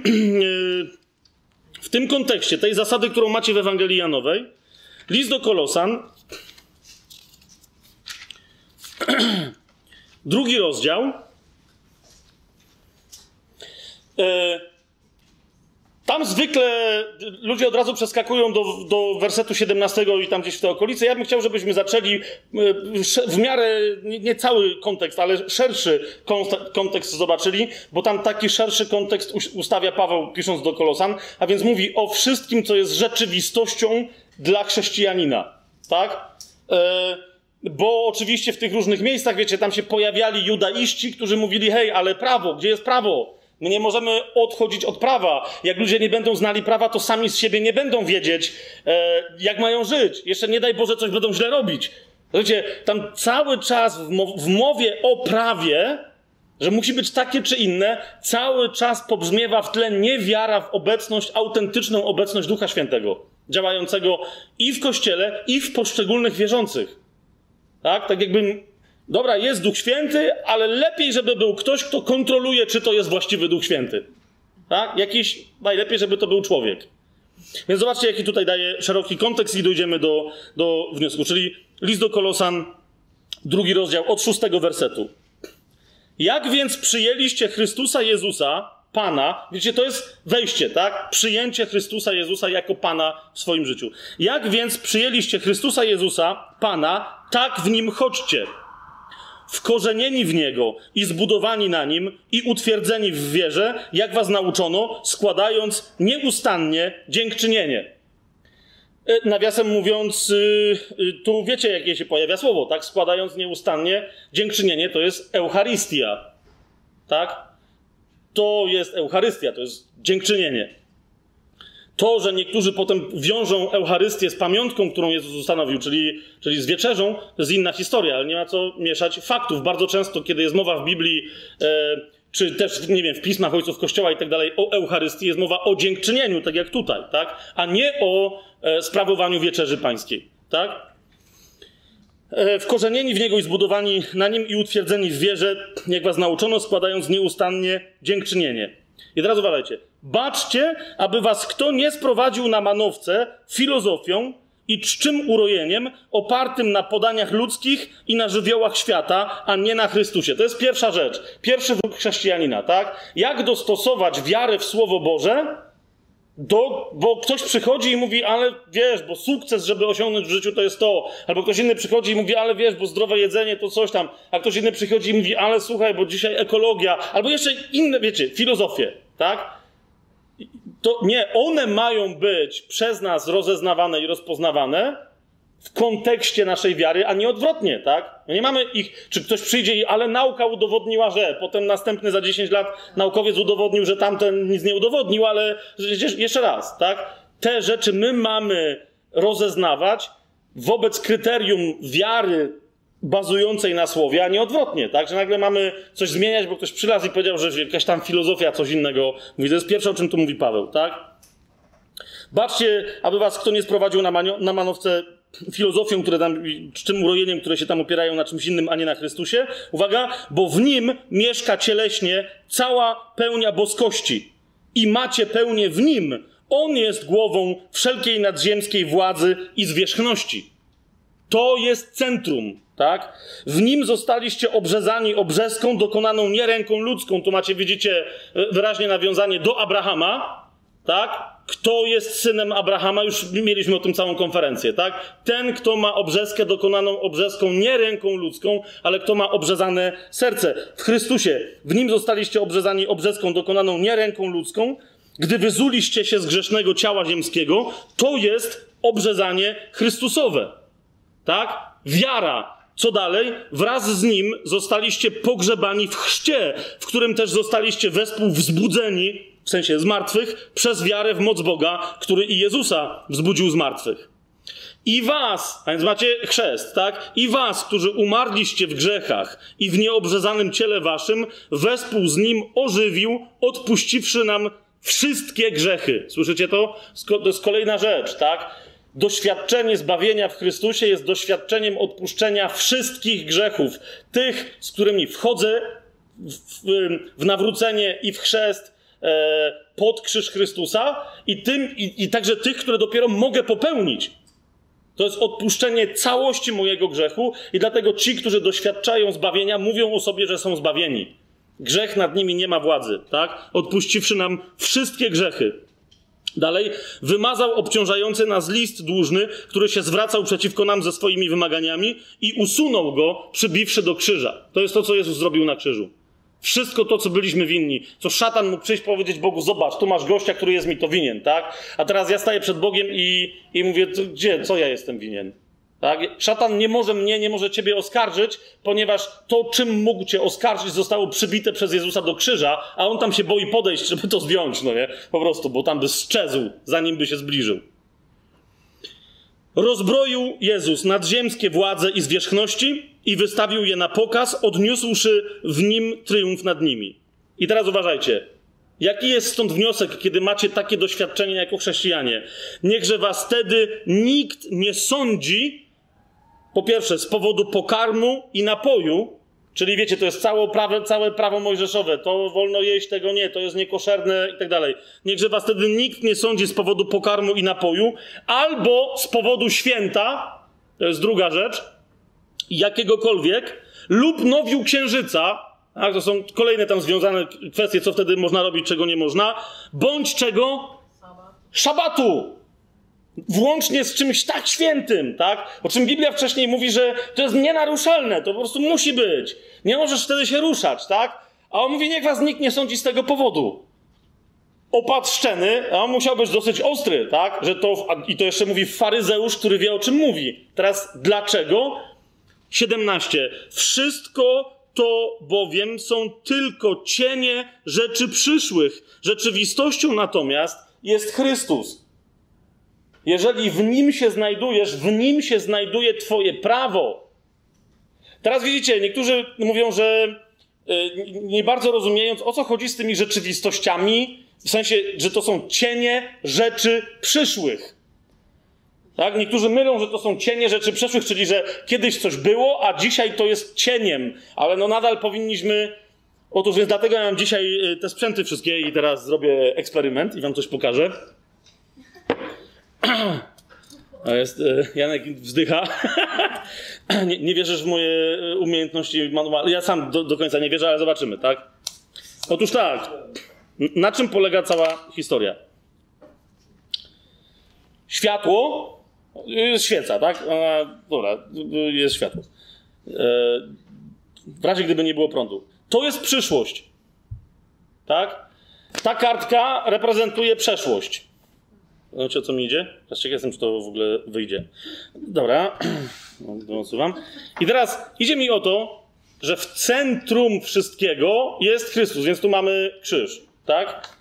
w tym kontekście, tej zasady, którą macie w Ewangelii Janowej. List do Kolosan, 2 rozdział. Tam zwykle ludzie od razu przeskakują do wersetu 17 i tam gdzieś w te okolice. Ja bym chciał, żebyśmy zaczęli w miarę, nie cały kontekst, ale szerszy kontekst zobaczyli, bo tam taki szerszy kontekst ustawia Paweł, pisząc do Kolosan, a więc mówi o wszystkim, co jest rzeczywistością dla chrześcijanina. Tak? Bo oczywiście w tych różnych miejscach, wiecie, tam się pojawiali judaiści, którzy mówili, hej, ale prawo, gdzie jest prawo? My nie możemy odchodzić od prawa. Jak ludzie nie będą znali prawa, to sami z siebie nie będą wiedzieć, jak mają żyć. Jeszcze nie daj Boże, coś będą źle robić. Wiecie, tam cały czas w mowie o prawie, że musi być takie czy inne, cały czas pobrzmiewa w tle niewiara w obecność, autentyczną obecność Ducha Świętego, działającego i w Kościele, i w poszczególnych wierzących. Tak jakby, dobra, jest Duch Święty, ale lepiej, żeby był ktoś, kto kontroluje, czy to jest właściwy Duch Święty. Tak? Najlepiej, żeby to był człowiek. Więc zobaczcie, jaki tutaj daje szeroki kontekst i dojdziemy do wniosku. Czyli list do Kolosan, 2 rozdział, od 6 wersetu. Jak więc przyjęliście Chrystusa Jezusa, Pana, wiecie, to jest wejście, tak? Przyjęcie Chrystusa Jezusa jako Pana w swoim życiu. Jak więc przyjęliście Chrystusa Jezusa, Pana, tak w Nim chodźcie. Wkorzenieni w Niego i zbudowani na Nim i utwierdzeni w wierze, jak was nauczono, składając nieustannie dziękczynienie. Nawiasem mówiąc, tu wiecie, jakie się pojawia słowo, tak? Składając nieustannie dziękczynienie, to jest Eucharystia, tak? To jest Eucharystia, to jest dziękczynienie. To, że niektórzy potem wiążą Eucharystię z pamiątką, którą Jezus ustanowił, czyli z wieczerzą, to jest inna historia, ale nie ma co mieszać faktów. Bardzo często, kiedy jest mowa w Biblii, czy też, nie wiem, w pismach ojców Kościoła i tak dalej, o Eucharystii, jest mowa o dziękczynieniu, tak jak tutaj, tak? A nie o sprawowaniu wieczerzy pańskiej, tak? Wkorzenieni w Niego i zbudowani na Nim i utwierdzeni w wierze, jak was nauczono, składając nieustannie dziękczynienie. I teraz uważajcie. Baczcie, aby was kto nie sprowadził na manowce filozofią i czczym urojeniem opartym na podaniach ludzkich i na żywiołach świata, a nie na Chrystusie. To jest pierwsza rzecz. Pierwszy wróg chrześcijanina, tak? Jak dostosować wiarę w Słowo Boże bo ktoś przychodzi i mówi, ale wiesz, bo sukces, żeby osiągnąć w życiu, to jest to. Albo ktoś inny przychodzi i mówi, ale wiesz, bo zdrowe jedzenie to coś tam. A ktoś inny przychodzi i mówi, ale słuchaj, bo dzisiaj ekologia. Albo jeszcze inne, wiecie, filozofie, tak? To nie, one mają być przez nas rozeznawane i rozpoznawane w kontekście naszej wiary, a nie odwrotnie, tak? No nie mamy ich, czy ktoś przyjdzie i, ale nauka udowodniła, że potem następny za 10 lat naukowiec udowodnił, że tamten nic nie udowodnił, ale jeszcze raz, tak? Te rzeczy my mamy rozeznawać wobec kryterium wiary bazującej na słowie, a nie odwrotnie, tak? Że nagle mamy coś zmieniać, bo ktoś przylazł i powiedział, że jakaś tam filozofia coś innego mówi. To jest pierwsze, o czym tu mówi Paweł, tak? Baczcie, aby was kto nie sprowadził na manowce filozofią, czczym urojeniem, które się tam opierają na czymś innym, a nie na Chrystusie. Uwaga, bo w Nim mieszka cieleśnie cała pełnia boskości i macie pełnię w Nim. On jest głową wszelkiej nadziemskiej władzy i zwierzchności. To jest centrum, tak? W nim zostaliście obrzezani obrzezką dokonaną nie ręką ludzką. Tu macie, widzicie, wyraźnie nawiązanie do Abrahama, tak? Kto jest synem Abrahama? Już mieliśmy o tym całą konferencję, tak? Ten, kto ma obrzezkę dokonaną obrzezką nie ręką ludzką, ale kto ma obrzezane serce. W Chrystusie. W nim zostaliście obrzezani obrzezką dokonaną nie ręką ludzką, gdy wyzuliście się z grzesznego ciała ziemskiego. To jest obrzezanie Chrystusowe. Tak? Wiara. Co dalej? Wraz z nim zostaliście pogrzebani w chrzcie, w którym też zostaliście wespół wzbudzeni, w sensie z martwych, przez wiarę w moc Boga, który i Jezusa wzbudził z martwych. I was, a więc macie chrzest, tak? I was, którzy umarliście w grzechach i w nieobrzezanym ciele waszym, wespół z nim ożywił, odpuściwszy nam wszystkie grzechy. Słyszycie to? To jest kolejna rzecz, tak? Doświadczenie zbawienia w Chrystusie jest doświadczeniem odpuszczenia wszystkich grzechów. Tych, z którymi wchodzę w nawrócenie i w chrzest pod krzyż Chrystusa i także tych, które dopiero mogę popełnić. To jest odpuszczenie całości mojego grzechu i dlatego ci, którzy doświadczają zbawienia, mówią o sobie, że są zbawieni. Grzech nad nimi nie ma władzy, tak? Odpuściwszy nam wszystkie grzechy. Dalej, wymazał obciążający nas list dłużny, który się zwracał przeciwko nam ze swoimi wymaganiami i usunął go, przybiwszy do krzyża. To jest to, co Jezus zrobił na krzyżu. Wszystko to, co byliśmy winni, co szatan mógł przyjść powiedzieć Bogu, zobacz, tu masz gościa, który jest mi to winien, tak? A teraz ja staję przed Bogiem i mówię, co ja jestem winien? Tak? Szatan nie może ciebie oskarżyć, ponieważ to, czym mógł cię oskarżyć, zostało przybite przez Jezusa do krzyża, a on tam się boi podejść, żeby to zdjąć, no nie? Po prostu, bo tam by sczezł, zanim by się zbliżył. Rozbroił Jezus nadziemskie władze i zwierzchności i wystawił je na pokaz, odniósłszy w nim triumf nad nimi. I teraz uważajcie. Jaki jest stąd wniosek, kiedy macie takie doświadczenie jako chrześcijanie? Niechże was wtedy nikt nie sądzi, po pierwsze, z powodu pokarmu i napoju, czyli wiecie, to jest całe prawo mojżeszowe, to wolno jeść, tego nie, to jest niekoszerne i tak dalej. Niechże was wtedy nikt nie sądzi z powodu pokarmu i napoju, albo z powodu święta, to jest druga rzecz, jakiegokolwiek, lub nowiu księżyca, a to są kolejne tam związane kwestie, co wtedy można robić, czego nie można, bądź czego? Szabatu! Włącznie z czymś tak świętym, tak? O czym Biblia wcześniej mówi, że to jest nienaruszalne, to po prostu musi być. Nie możesz wtedy się ruszać, tak? A on mówi, niech was nikt nie sądzi z tego powodu. Opad szczeny, a on musiał być dosyć ostry, tak? I to jeszcze mówi faryzeusz, który wie, o czym mówi. Teraz dlaczego? 17. Wszystko to bowiem są tylko cienie rzeczy przyszłych. Rzeczywistością natomiast jest Chrystus. Jeżeli w nim się znajdujesz, w nim się znajduje twoje prawo. Teraz widzicie, niektórzy mówią, że nie bardzo rozumiejąc, o co chodzi z tymi rzeczywistościami, w sensie, że to są cienie rzeczy przyszłych. Tak? Niektórzy mylą, że to są cienie rzeczy przeszłych, czyli że kiedyś coś było, a dzisiaj to jest cieniem. Ale no nadal powinniśmy... Otóż więc dlatego ja mam dzisiaj te sprzęty wszystkie i teraz zrobię eksperyment i wam coś pokażę. A jest, Janek wzdycha. nie wierzysz w moje umiejętności manualne? Ja sam do końca nie wierzę, ale zobaczymy, tak? Otóż tak. Na czym polega cała historia? Światło, jest świeca, tak? Dobra, jest światło. W razie gdyby nie było prądu. To jest przyszłość. Tak? Ta kartka reprezentuje przeszłość. Wiecie, o co mi idzie? Teraz ciekaw jestem, czy to w ogóle wyjdzie. Dobra, dosuwam. I teraz idzie mi o to, że w centrum wszystkiego jest Chrystus, więc tu mamy krzyż, tak?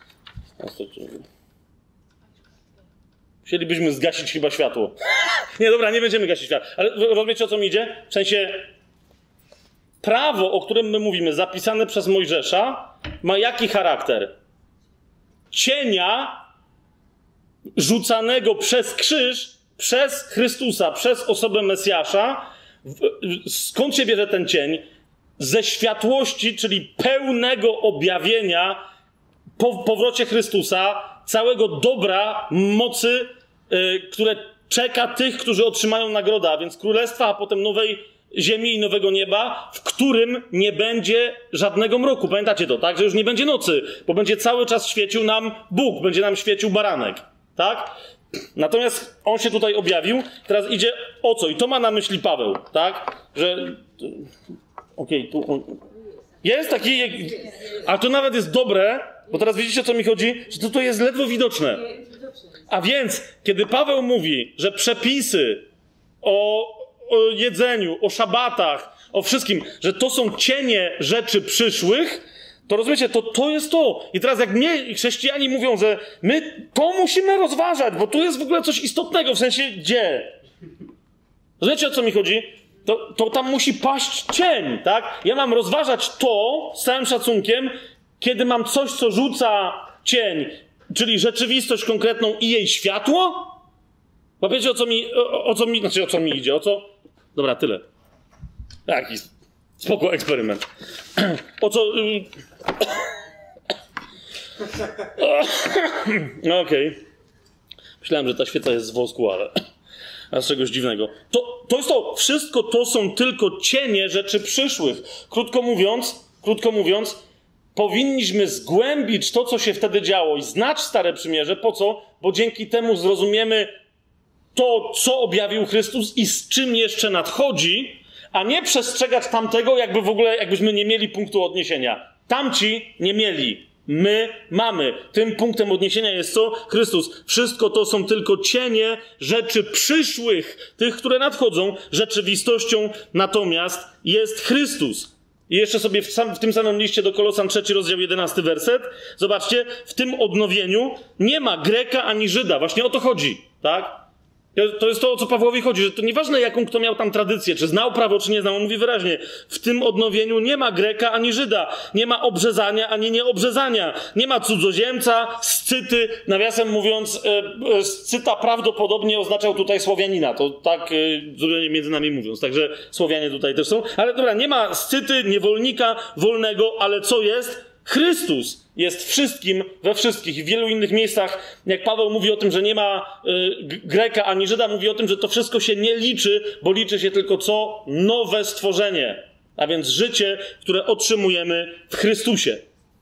Chcielibyśmy zgasić chyba światło. Nie, dobra, nie będziemy gasić światła. Ale rozumiecie, o co mi idzie? W sensie prawo, o którym my mówimy, zapisane przez Mojżesza, ma jaki charakter? Cienia rzucanego przez krzyż, przez Chrystusa, przez osobę Mesjasza. Skąd się bierze ten cień? Ze światłości, czyli pełnego objawienia po powrocie Chrystusa, całego dobra, mocy, które czeka tych, którzy otrzymają nagrodę, a więc królestwa, a potem nowej ziemi i nowego nieba, w którym nie będzie żadnego mroku. Pamiętacie to, tak? Że już nie będzie nocy, bo będzie cały czas świecił nam Bóg, będzie nam świecił baranek, tak? Natomiast on się tutaj objawił, teraz idzie o co? I to ma na myśli Paweł, tak? Że... Okej, tu on... Jest taki... A to nawet jest dobre, bo teraz widzicie, o co mi chodzi? Że to jest ledwo widoczne. A więc, kiedy Paweł mówi, że przepisy o jedzeniu, o szabatach, o wszystkim, że to są cienie rzeczy przyszłych, to rozumiecie, to jest to. I teraz jak mnie chrześcijanie mówią, że my to musimy rozważać, bo tu jest w ogóle coś istotnego, w sensie gdzie? Rozumiecie, o co mi chodzi? To tam musi paść cień, tak? Ja mam rozważać to z całym szacunkiem, kiedy mam coś, co rzuca cień, czyli rzeczywistość konkretną i jej światło? Bo wiecie, o co mi idzie? O co? Dobra, tyle. Taki spoko eksperyment. O co... No okej. Myślałem, że ta świeca jest z wosku, ale... A z czegoś dziwnego. To jest to. Wszystko to są tylko cienie rzeczy przyszłych. Krótko mówiąc, powinniśmy zgłębić to, co się wtedy działo i znać Stare Przymierze. Po co? Bo dzięki temu zrozumiemy to, co objawił Chrystus i z czym jeszcze nadchodzi, a nie przestrzegać tamtego, jakbyśmy nie mieli punktu odniesienia. Tamci nie mieli. My mamy. Tym punktem odniesienia jest co? Chrystus. Wszystko to są tylko cienie rzeczy przyszłych, tych, które nadchodzą. Rzeczywistością natomiast jest Chrystus. I jeszcze sobie w tym samym liście do Kolosan 3 rozdział 11 werset. Zobaczcie, w tym odnowieniu nie ma Greka ani Żyda. Właśnie o to chodzi, tak? To jest to, o co Pawłowi chodzi, że to nieważne, jaką kto miał tam tradycję, czy znał prawo, czy nie znał. On mówi wyraźnie, w tym odnowieniu nie ma Greka ani Żyda, nie ma obrzezania ani nieobrzezania, nie ma cudzoziemca, Scyty. Nawiasem mówiąc, Scyta prawdopodobnie oznaczał tutaj Słowianina, to tak zupełnie między nami mówiąc, także Słowianie tutaj też są. Ale dobra, nie ma Scyty, niewolnika, wolnego, ale co jest? Chrystus jest wszystkim we wszystkich. I w wielu innych miejscach, jak Paweł mówi o tym, że nie ma Greka ani Żyda, mówi o tym, że to wszystko się nie liczy, bo liczy się tylko co? Nowe stworzenie. A więc życie, które otrzymujemy w Chrystusie.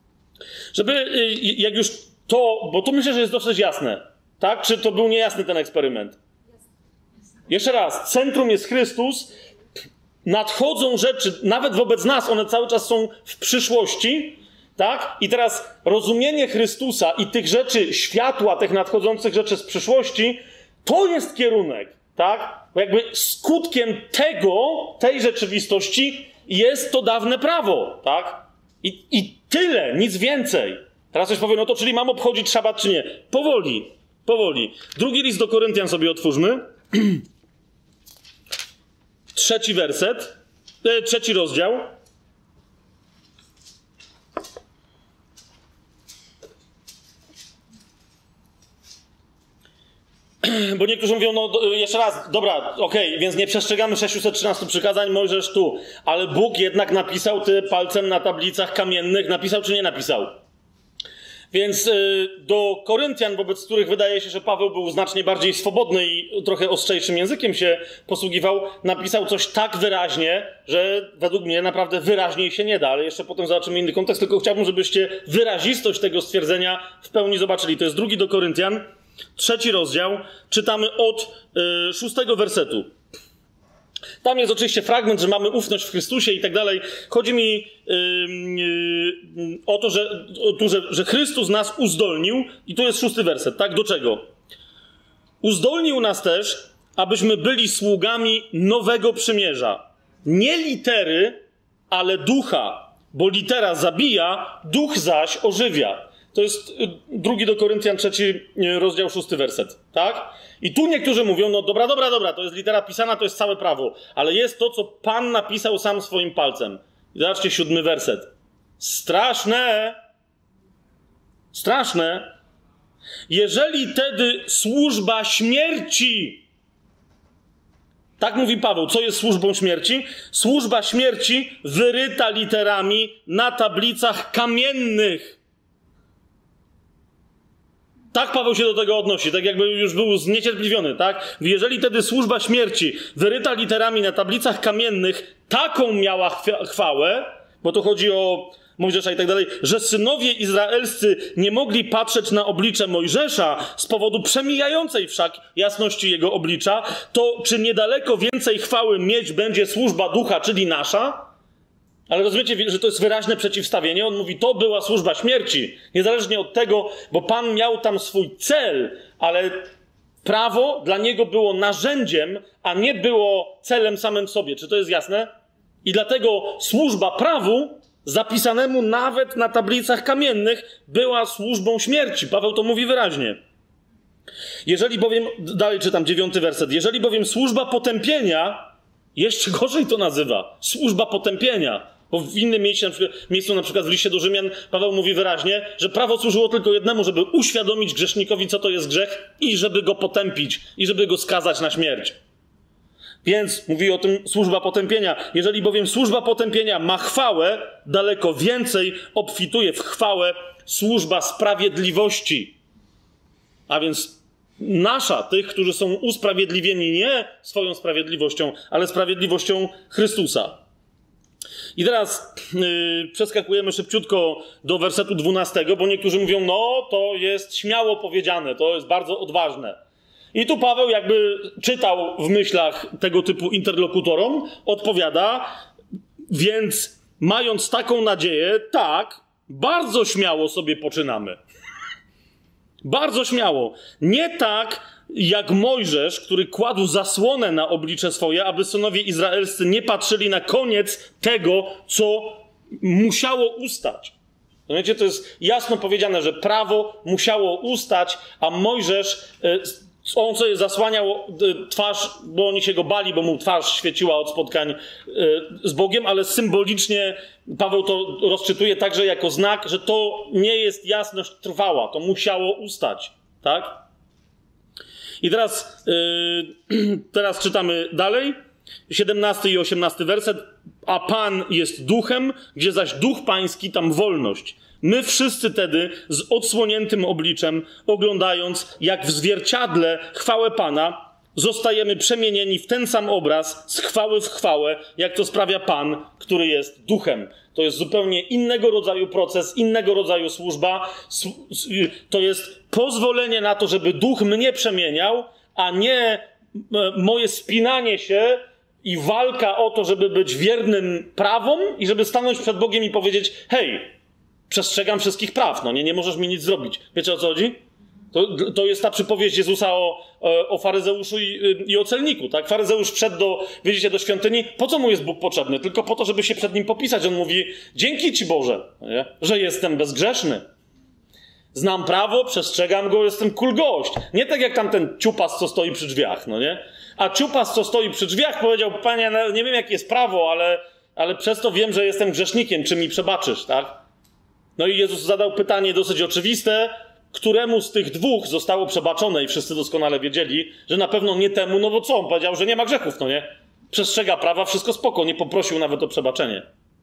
Żeby, jak już to, bo to myślę, że jest dosyć jasne. Tak? Czy to był niejasny ten eksperyment? Jeszcze raz. Centrum jest Chrystus. Nadchodzą rzeczy, nawet wobec nas, one cały czas są w przyszłości. Tak? I teraz rozumienie Chrystusa i tych rzeczy, światła, tych nadchodzących rzeczy z przyszłości, to jest kierunek, tak? Bo jakby skutkiem tej rzeczywistości jest to dawne prawo, tak? I tyle, nic więcej. Teraz ktoś powie, no to czyli mam obchodzić szabat czy nie? Powoli. Drugi list do Koryntian sobie otwórzmy. 3 rozdział. Bo niektórzy mówią, no jeszcze raz, dobra, okej, więc nie przestrzegamy 613 przykazań, Mojżesz tu, ale Bóg jednak napisał, ty palcem na tablicach kamiennych, napisał czy nie napisał? Więc do Koryntian, wobec których wydaje się, że Paweł był znacznie bardziej swobodny i trochę ostrzejszym językiem się posługiwał, napisał coś tak wyraźnie, że według mnie naprawdę wyraźniej się nie da, ale jeszcze potem zobaczymy inny kontekst, tylko chciałbym, żebyście wyrazistość tego stwierdzenia w pełni zobaczyli. To jest 2 do Koryntian, 3 rozdział, czytamy od 6 wersetu. Tam jest oczywiście fragment, że mamy ufność w Chrystusie i tak dalej. Chodzi mi o to, że Chrystus nas uzdolnił i tu jest 6 werset, tak? Do czego? Uzdolnił nas też, abyśmy byli sługami nowego przymierza. Nie litery, ale ducha, bo litera zabija, duch zaś ożywia. To jest 2 do Koryntian 3 rozdział 6 werset, tak? I tu niektórzy mówią, no dobra, to jest litera pisana, to jest całe prawo, ale jest to, co Pan napisał sam swoim palcem. I zobaczcie 7 werset. Straszne. Jeżeli tedy służba śmierci, tak mówi Paweł, co jest służbą śmierci? Służba śmierci wyryta literami na tablicach kamiennych. Tak Paweł się do tego odnosi, tak jakby już był zniecierpliwiony, tak? Jeżeli tedy służba śmierci, wyryta literami na tablicach kamiennych, taką miała chwałę, bo to chodzi o Mojżesza i tak dalej, że synowie izraelscy nie mogli patrzeć na oblicze Mojżesza z powodu przemijającej wszak jasności jego oblicza, to czy niedaleko więcej chwały mieć będzie służba ducha, czyli nasza? Ale rozumiecie, że to jest wyraźne przeciwstawienie. On mówi, to była służba śmierci. Niezależnie od tego, bo Pan miał tam swój cel, ale prawo dla niego było narzędziem, a nie było celem samym w sobie. Czy to jest jasne? I dlatego służba prawu, zapisanemu nawet na tablicach kamiennych, była służbą śmierci. Paweł to mówi wyraźnie. Jeżeli bowiem, dalej czytam 9 werset, jeżeli bowiem służba potępienia, jeszcze gorzej to nazywa, służba potępienia, bo w innym miejscu, na przykład w liście do Rzymian, Paweł mówi wyraźnie, że prawo służyło tylko jednemu, żeby uświadomić grzesznikowi, co to jest grzech i żeby go potępić, i żeby go skazać na śmierć. Więc mówi o tym służba potępienia. Jeżeli bowiem służba potępienia ma chwałę, daleko więcej obfituje w chwałę służba sprawiedliwości. A więc nasza, tych, którzy są usprawiedliwieni nie swoją sprawiedliwością, ale sprawiedliwością Chrystusa. I teraz przeskakujemy szybciutko do wersetu 12, bo niektórzy mówią, no to jest śmiało powiedziane, to jest bardzo odważne. I tu Paweł jakby czytał w myślach tego typu interlokutorom, odpowiada, więc mając taką nadzieję, tak, bardzo śmiało sobie poczynamy. Bardzo śmiało. Nie tak jak Mojżesz, który kładł zasłonę na oblicze swoje, aby synowie izraelscy nie patrzyli na koniec tego, co musiało ustać. Rozumiecie, to jest jasno powiedziane, że prawo musiało ustać, a Mojżesz, on sobie zasłaniał twarz, bo oni się go bali, bo mu twarz świeciła od spotkań z Bogiem, ale symbolicznie Paweł to rozczytuje także jako znak, że to nie jest jasność trwała, to musiało ustać, tak? I teraz czytamy dalej, 17 i 18 werset. A Pan jest duchem, gdzie zaś duch pański, tam wolność. My wszyscy tedy z odsłoniętym obliczem, oglądając jak w zwierciadle chwałę Pana, zostajemy przemienieni w ten sam obraz z chwały w chwałę, jak to sprawia Pan, który jest duchem. To jest zupełnie innego rodzaju proces, innego rodzaju służba. To jest pozwolenie na to, żeby duch mnie przemieniał, a nie moje spinanie się i walka o to, żeby być wiernym prawom i żeby stanąć przed Bogiem i powiedzieć, hej, przestrzegam wszystkich praw, no nie możesz mi nic zrobić. Wiecie, o co chodzi? To jest ta przypowieść Jezusa o faryzeuszu i o celniku, tak? Faryzeusz wszedł do świątyni. Po co mu jest Bóg potrzebny? Tylko po to, żeby się przed nim popisać. On mówi, dzięki Ci Boże, nie? Że jestem bezgrzeszny. Znam prawo, przestrzegam go, jestem cool gość. Nie tak jak tamten ciupas, co stoi przy drzwiach, no nie? A ciupas, co stoi przy drzwiach, powiedział, Panie, nie wiem, jakie jest prawo, ale przez to wiem, że jestem grzesznikiem. Czy mi przebaczysz, tak? No i Jezus zadał pytanie dosyć oczywiste, któremu z tych dwóch zostało przebaczone i wszyscy doskonale wiedzieli, że na pewno nie temu, no bo co? On powiedział, że nie ma grzechów, no nie? Przestrzega prawa, wszystko spoko, nie poprosił nawet o przebaczenie.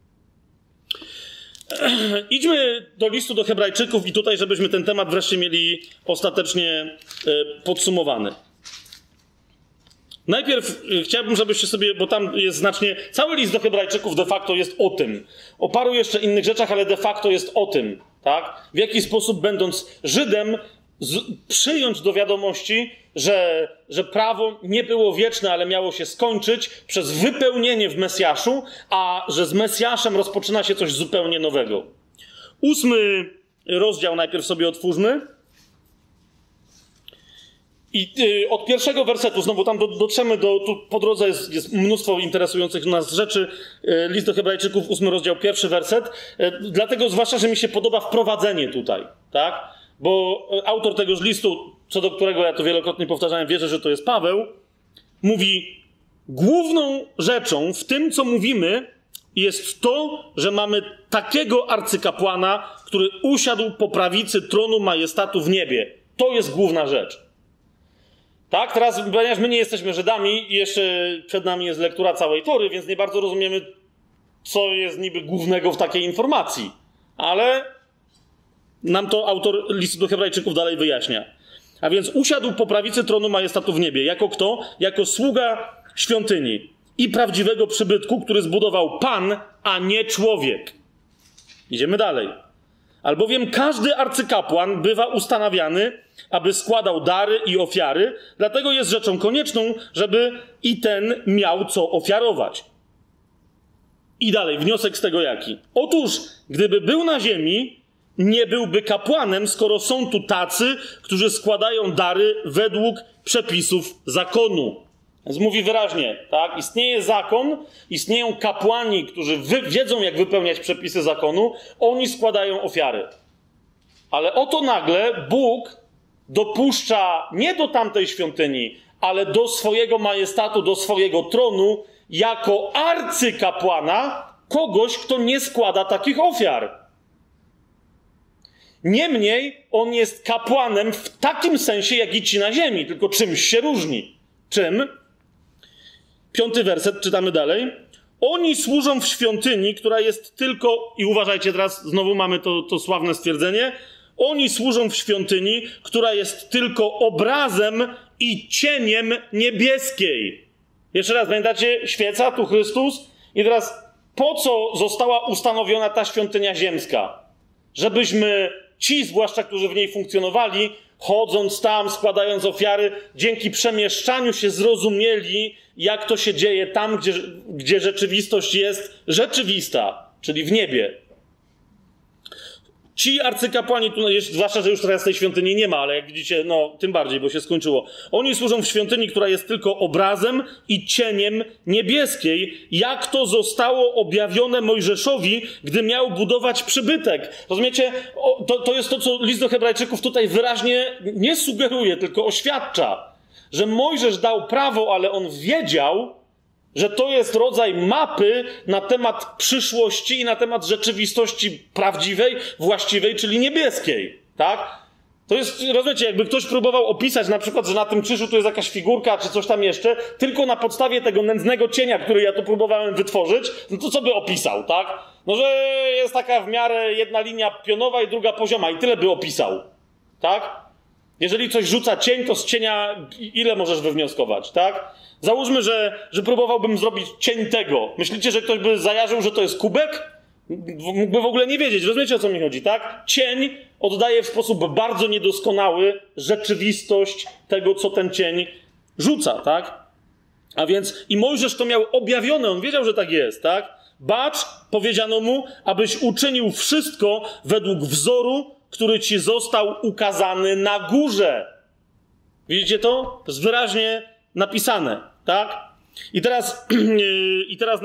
Idźmy do listu do Hebrajczyków i tutaj, żebyśmy ten temat wreszcie mieli ostatecznie podsumowany. Najpierw chciałbym, żebyście sobie, bo tam jest znacznie... Cały list do Hebrajczyków de facto jest o tym. O paru jeszcze innych rzeczach, ale de facto jest o tym, tak? W jaki sposób, będąc Żydem, przyjąć do wiadomości, że prawo nie było wieczne, ale miało się skończyć przez wypełnienie w Mesjaszu, a że z Mesjaszem rozpoczyna się coś zupełnie nowego. 8 rozdział najpierw sobie otwórzmy. I od pierwszego wersetu, znowu tam dotrzemy tu po drodze jest mnóstwo interesujących nas rzeczy. List do Hebrajczyków, 8 rozdział, 1 werset. Dlatego zwłaszcza, że mi się podoba wprowadzenie tutaj, tak? Bo autor tegoż listu, co do którego ja to wielokrotnie powtarzałem, wierzę, że to jest Paweł, mówi, główną rzeczą w tym, co mówimy, jest to, że mamy takiego arcykapłana, który usiadł po prawicy tronu majestatu w niebie. To jest główna rzecz. Tak, teraz, ponieważ my nie jesteśmy Żydami i jeszcze przed nami jest lektura całej Tory, więc nie bardzo rozumiemy, co jest niby głównego w takiej informacji. Ale nam to autor listu do Hebrajczyków dalej wyjaśnia. A więc usiadł po prawicy tronu majestatu w niebie. Jako kto? Jako sługa świątyni i prawdziwego przybytku, który zbudował Pan, a nie człowiek. Idziemy dalej. Albowiem każdy arcykapłan bywa ustanawiany, aby składał dary i ofiary, dlatego jest rzeczą konieczną, żeby i ten miał co ofiarować. I dalej, wniosek z tego jaki? Otóż, gdyby był na ziemi, nie byłby kapłanem, skoro są tu tacy, którzy składają dary według przepisów zakonu. Więc mówi wyraźnie, tak? Istnieje zakon, istnieją kapłani, którzy wiedzą, jak wypełniać przepisy zakonu, oni składają ofiary. Ale oto nagle Bóg dopuszcza nie do tamtej świątyni, ale do swojego majestatu, do swojego tronu, jako arcykapłana kogoś, kto nie składa takich ofiar. Niemniej on jest kapłanem w takim sensie, jak i ci na ziemi, tylko czymś się różni. Czym? 5 werset, czytamy dalej. Oni służą w świątyni, która jest tylko, i uważajcie teraz, znowu mamy to sławne stwierdzenie, oni służą w świątyni, która jest tylko obrazem i cieniem niebieskiej. Jeszcze raz, pamiętacie, świeca, tu Chrystus. I teraz, po co została ustanowiona ta świątynia ziemska? Żebyśmy ci, zwłaszcza którzy w niej funkcjonowali, chodząc tam, składając ofiary, dzięki przemieszczaniu się zrozumieli, jak to się dzieje tam, gdzie rzeczywistość jest rzeczywista, czyli w niebie. Ci arcykapłani, zwłaszcza, że już teraz tej świątyni nie ma, ale jak widzicie, no tym bardziej, bo się skończyło. Oni służą w świątyni, która jest tylko obrazem i cieniem niebieskiej, jak to zostało objawione Mojżeszowi, gdy miał budować przybytek. Rozumiecie? To jest to, co list do Hebrajczyków tutaj wyraźnie nie sugeruje, tylko oświadcza, że Mojżesz dał prawo, ale on wiedział, że to jest rodzaj mapy na temat przyszłości i na temat rzeczywistości prawdziwej, właściwej, czyli niebieskiej, tak? To jest, rozumiecie, jakby ktoś próbował opisać na przykład, że na tym krzyżu to jest jakaś figurka, czy coś tam jeszcze, tylko na podstawie tego nędznego cienia, który ja tu próbowałem wytworzyć, no to co by opisał, tak? No, że jest taka w miarę jedna linia pionowa i druga pozioma i tyle by opisał, tak? Jeżeli coś rzuca cień, to z cienia ile możesz wywnioskować, tak? Załóżmy, że próbowałbym zrobić cień tego. Myślicie, że ktoś by zajarzył, że to jest kubek? Mógłby w ogóle nie wiedzieć. Rozumiecie, o co mi chodzi, tak? Cień oddaje w sposób bardzo niedoskonały rzeczywistość tego, co ten cień rzuca, tak? A więc i Mojżesz to miał objawione, on wiedział, że tak jest, tak? Bacz, powiedziano mu, abyś uczynił wszystko według wzoru, który ci został ukazany na górze. Widzicie to? To jest wyraźnie napisane, tak? I teraz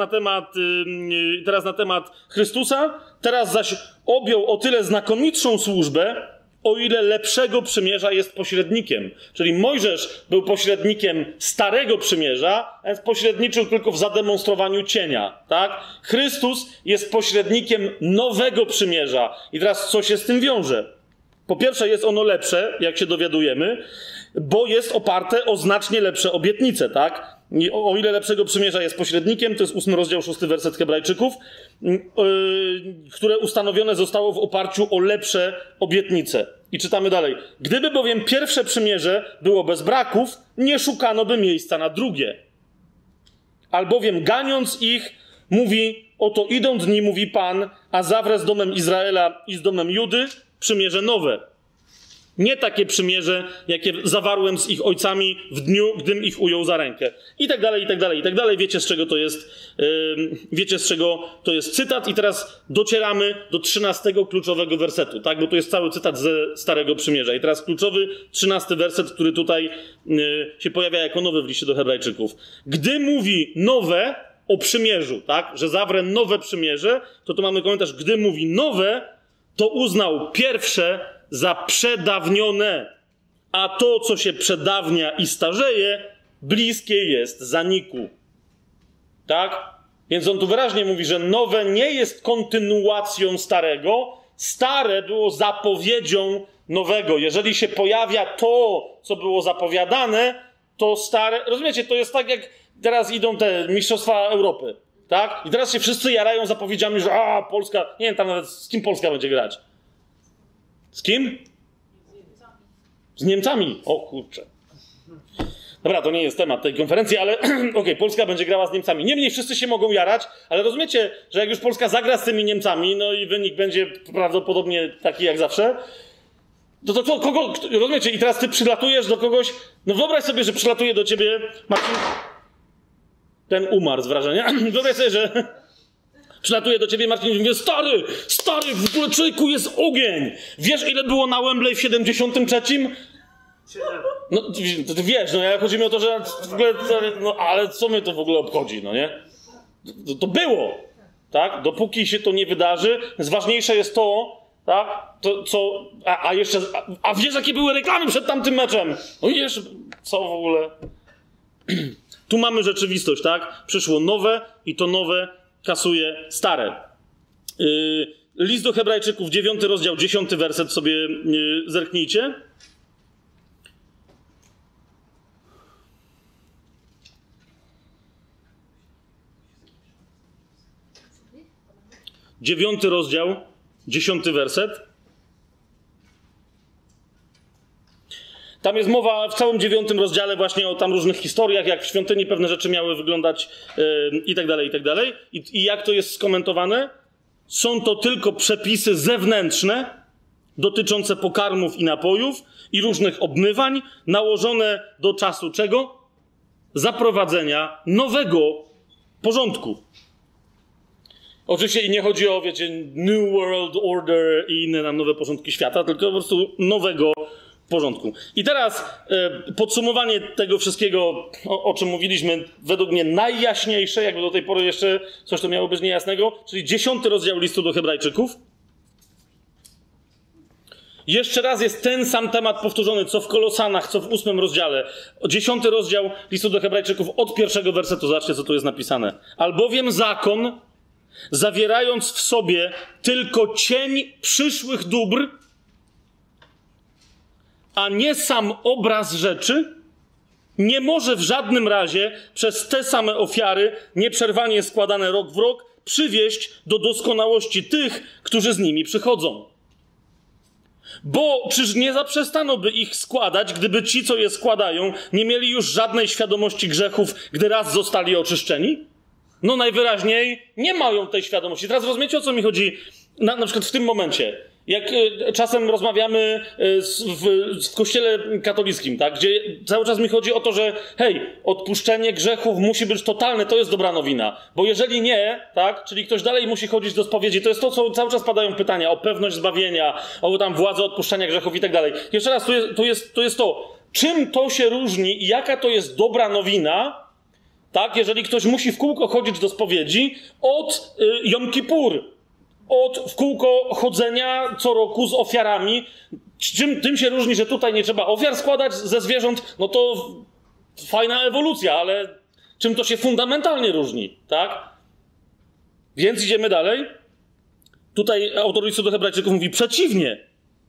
na temat Chrystusa, teraz zaś objął o tyle znakomitszą służbę, o ile lepszego przymierza jest pośrednikiem. Czyli Mojżesz był pośrednikiem starego przymierza, a więc pośredniczył tylko w zademonstrowaniu cienia, tak? Chrystus jest pośrednikiem nowego przymierza. I teraz co się z tym wiąże? Po pierwsze jest ono lepsze, jak się dowiadujemy, bo jest oparte o znacznie lepsze obietnice, tak? O ile lepszego przymierza jest pośrednikiem, to jest 8 rozdział 6 werset Hebrajczyków, które ustanowione zostało w oparciu o lepsze obietnice. I czytamy dalej. Gdyby bowiem pierwsze przymierze było bez braków, nie szukano by miejsca na drugie. Albowiem ganiąc ich, mówi, oto idą dni, mówi Pan, a zawrę z domem Izraela i z domem Judy przymierze nowe. Nie takie przymierze, jakie zawarłem z ich ojcami w dniu, gdym ich ujął za rękę. I tak dalej, i tak dalej, i tak dalej. Wiecie, z czego to jest, wiecie, z czego to jest cytat. I teraz docieramy do 13 kluczowego wersetu, tak? Bo to jest cały cytat ze Starego Przymierza. I teraz kluczowy 13 werset, który tutaj się pojawia jako nowy w liście do Hebrajczyków. Gdy mówi nowe o przymierzu, tak? Że zawrę nowe przymierze, to tu mamy komentarz. Gdy mówi nowe, to uznał pierwsze za przedawnione, a to, co się przedawnia i starzeje, bliskie jest zaniku. Tak? Więc on tu wyraźnie mówi, że nowe nie jest kontynuacją starego, stare było zapowiedzią nowego. Jeżeli się pojawia to, co było zapowiadane, to stare... Rozumiecie, to jest tak, jak teraz idą te mistrzostwa Europy, tak? I teraz się wszyscy jarają zapowiedziami, że Polska... Nie wiem tam nawet z kim Polska będzie grać. Z kim? Z Niemcami. O kurczę. Dobra, to nie jest temat tej konferencji, ale okej, Polska będzie grała z Niemcami. Niemniej wszyscy się mogą jarać, ale rozumiecie, że jak już Polska zagra z tymi Niemcami, no i wynik będzie prawdopodobnie taki jak zawsze, to kogo, rozumiecie, i teraz ty przylatujesz do kogoś, no wyobraź sobie, że przylatuje do ciebie Marcin, ten umarł z wrażenia, wyobraź sobie, że przylatuje do ciebie Marcin i mówi, stary, w ogóle człowieku jest ogień, wiesz ile było na Wembley w 73? No, ty wiesz, no chodzi mi o to, że w ogóle, no ale co mnie to w ogóle obchodzi, no nie? To było, tak? Dopóki się to nie wydarzy, więc ważniejsze jest to, tak? To, co, a wiesz, jakie były reklamy przed tamtym meczem? No wiesz, co w ogóle? Tu mamy rzeczywistość, tak? Przyszło nowe i to nowe kasuje stare. List do Hebrajczyków, 9 rozdział, 10 werset sobie zerknijcie. 9 rozdział, 10 werset. Tam jest mowa w całym 9 rozdziale właśnie o tam różnych historiach, jak w świątyni pewne rzeczy miały wyglądać i tak dalej, i tak dalej. I jak to jest skomentowane? Są to tylko przepisy zewnętrzne dotyczące pokarmów i napojów i różnych obmywań nałożone do czasu czego? Zaprowadzenia nowego porządku. Oczywiście nie chodzi o, wiecie, New World Order i inne nam nowe porządki świata, tylko po prostu nowego porządku. I teraz podsumowanie tego wszystkiego, o czym mówiliśmy, według mnie najjaśniejsze, jakby do tej pory jeszcze coś to miało być niejasnego, czyli 10 rozdział listu do Hebrajczyków. Jeszcze raz jest ten sam temat powtórzony, co w Kolosanach, co w 8 rozdziale. 10 rozdział listu do Hebrajczyków od 1 wersetu, zobaczcie, co tu jest napisane. Albowiem zakon, zawierając w sobie tylko cień przyszłych dóbr, a nie sam obraz rzeczy, nie może w żadnym razie przez te same ofiary, nieprzerwanie składane rok w rok, przywieść do doskonałości tych, którzy z nimi przychodzą. Bo czyż nie zaprzestano by ich składać, gdyby ci, co je składają, nie mieli już żadnej świadomości grzechów, gdy raz zostali oczyszczeni? No najwyraźniej nie mają tej świadomości. Teraz rozumiecie, o co mi chodzi na przykład w tym momencie. Jak czasem rozmawiamy w kościele katolickim, tak, gdzie cały czas mi chodzi o to, że hej, odpuszczenie grzechów musi być totalne, to jest dobra nowina. Bo jeżeli nie, tak, czyli ktoś dalej musi chodzić do spowiedzi, to jest to, co cały czas padają pytania o pewność zbawienia, o tam władzę odpuszczania grzechów i tak dalej. Jeszcze raz, to jest to, czym to się różni i jaka to jest dobra nowina, tak, jeżeli ktoś musi w kółko chodzić do spowiedzi od Jom Kippur, od w kółko chodzenia co roku z ofiarami. Tym się różni, że tutaj nie trzeba ofiar składać ze zwierząt, no to fajna ewolucja, ale czym to się fundamentalnie różni, tak? Więc idziemy dalej. Tutaj autor listu do Hebrajczyków mówi przeciwnie.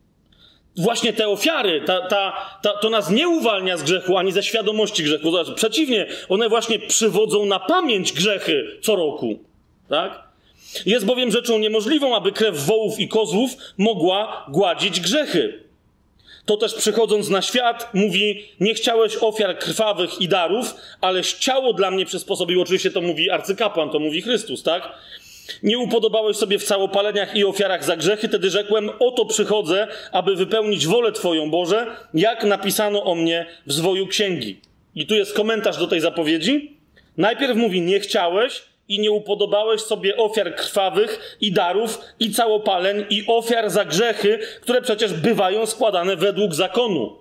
Właśnie te ofiary, to nas nie uwalnia z grzechu, ani ze świadomości grzechu. Znaczy, przeciwnie, one właśnie przywodzą na pamięć grzechy co roku, tak? Jest bowiem rzeczą niemożliwą, aby krew wołów i kozłów mogła gładzić grzechy. To też przychodząc na świat mówi, nie chciałeś ofiar krwawych i darów, aleś ciało dla mnie przysposobił. Oczywiście to mówi arcykapłan, to mówi Chrystus, tak? Nie upodobałeś sobie w całopaleniach i ofiarach za grzechy, tedy rzekłem, oto przychodzę, aby wypełnić wolę Twoją, Boże, jak napisano o mnie w zwoju księgi. I tu jest komentarz do tej zapowiedzi. Najpierw mówi, nie chciałeś i nie upodobałeś sobie ofiar krwawych i darów i całopaleń i ofiar za grzechy, które przecież bywają składane według zakonu.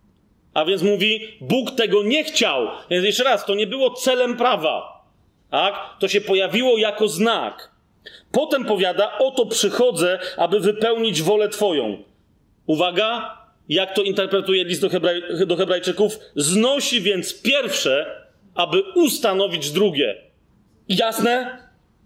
A więc mówi, Bóg tego nie chciał. Więc jeszcze raz, to nie było celem prawa. Tak? To się pojawiło jako znak. Potem powiada, oto przychodzę, aby wypełnić wolę Twoją. Uwaga, jak to interpretuje list do Hebrajczyków? Znosi więc pierwsze, aby ustanowić drugie. Jasne?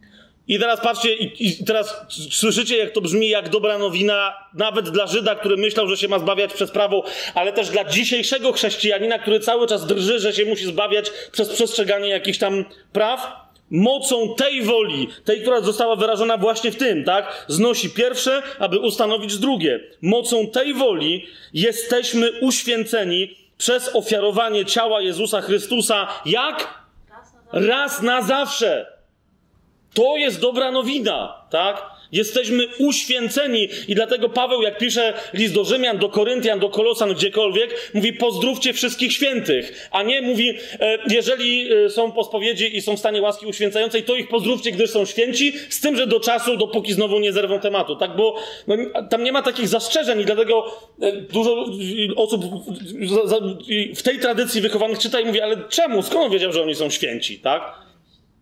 I teraz patrzcie, i teraz słyszycie, jak to brzmi jak dobra nowina, nawet dla Żyda, który myślał, że się ma zbawiać przez prawo, ale też dla dzisiejszego chrześcijanina, który cały czas drży, że się musi zbawiać przez przestrzeganie jakichś tam praw. mocą tej woli, tej, która została wyrażona właśnie w tym, tak? Znosi pierwsze, aby ustanowić drugie. Mocą tej woli jesteśmy uświęceni przez ofiarowanie ciała Jezusa Chrystusa. Jak? Raz na zawsze. To jest dobra nowina, tak? Jesteśmy uświęceni i dlatego Paweł, jak pisze list do Rzymian, do Koryntian, do Kolosan, gdziekolwiek, mówi pozdrówcie wszystkich świętych, a nie mówi, jeżeli są po spowiedzi i są w stanie łaski uświęcającej, to ich pozdrówcie, gdyż są święci, z tym, że do czasu, dopóki znowu nie zerwą tematu, tak? Bo tam nie ma takich zastrzeżeń i dlatego dużo osób w tej tradycji wychowanych czyta i mówi, ale czemu? Skąd on wiedział, że oni są święci, tak?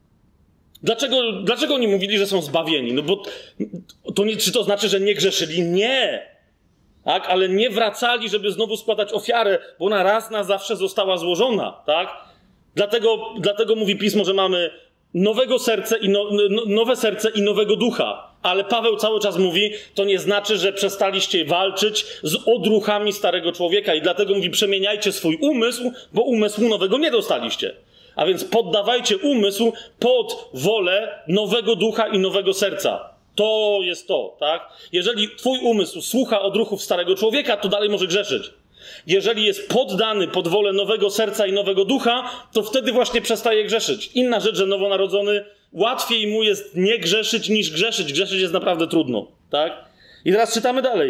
Dlaczego oni mówili, że są zbawieni? No bo czy to znaczy, że nie grzeszyli? Nie. Tak? Ale nie wracali, żeby znowu składać ofiarę, bo ona raz na zawsze została złożona. Tak? Dlatego mówi Pismo, że mamy nowego serce nowe serce i nowego ducha. Ale Paweł cały czas mówi, to nie znaczy, że przestaliście walczyć z odruchami starego człowieka. I dlatego mówi, przemieniajcie swój umysł, bo umysłu nowego nie dostaliście. A więc poddawajcie umysł pod wolę nowego ducha i nowego serca. To jest to, tak? Jeżeli twój umysł słucha odruchów starego człowieka, to dalej może grzeszyć. Jeżeli jest poddany pod wolę nowego serca i nowego ducha, to wtedy właśnie przestaje grzeszyć. Inna rzecz, że nowonarodzony, łatwiej mu jest nie grzeszyć niż grzeszyć. Grzeszyć jest naprawdę trudno, tak? I teraz czytamy dalej.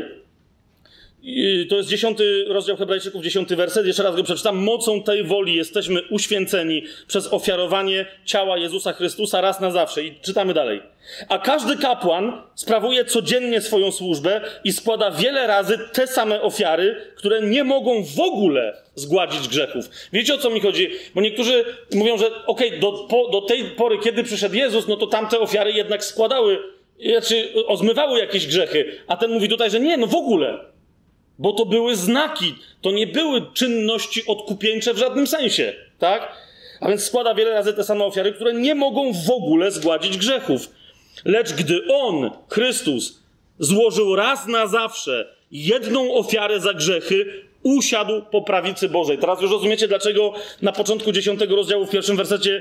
To jest 10 rozdział Hebrajczyków, 10 werset. Jeszcze raz go przeczytam. Mocą tej woli jesteśmy uświęceni przez ofiarowanie ciała Jezusa Chrystusa raz na zawsze. I czytamy dalej. A każdy kapłan sprawuje codziennie swoją służbę i składa wiele razy te same ofiary, które nie mogą w ogóle zgładzić grzechów. Wiecie, o co mi chodzi? Bo niektórzy mówią, że do tej pory, kiedy przyszedł Jezus, no to tamte ofiary jednak składały, zmywały jakieś grzechy. A ten mówi tutaj, że nie, no w ogóle. Bo to były znaki, to nie były czynności odkupieńcze w żadnym sensie, tak? A więc składa wiele razy te same ofiary, które nie mogą w ogóle zgładzić grzechów. Lecz gdy On, Chrystus, złożył raz na zawsze jedną ofiarę za grzechy, usiadł po prawicy Bożej. Teraz już rozumiecie, dlaczego na początku 10 rozdziału w pierwszym wersecie,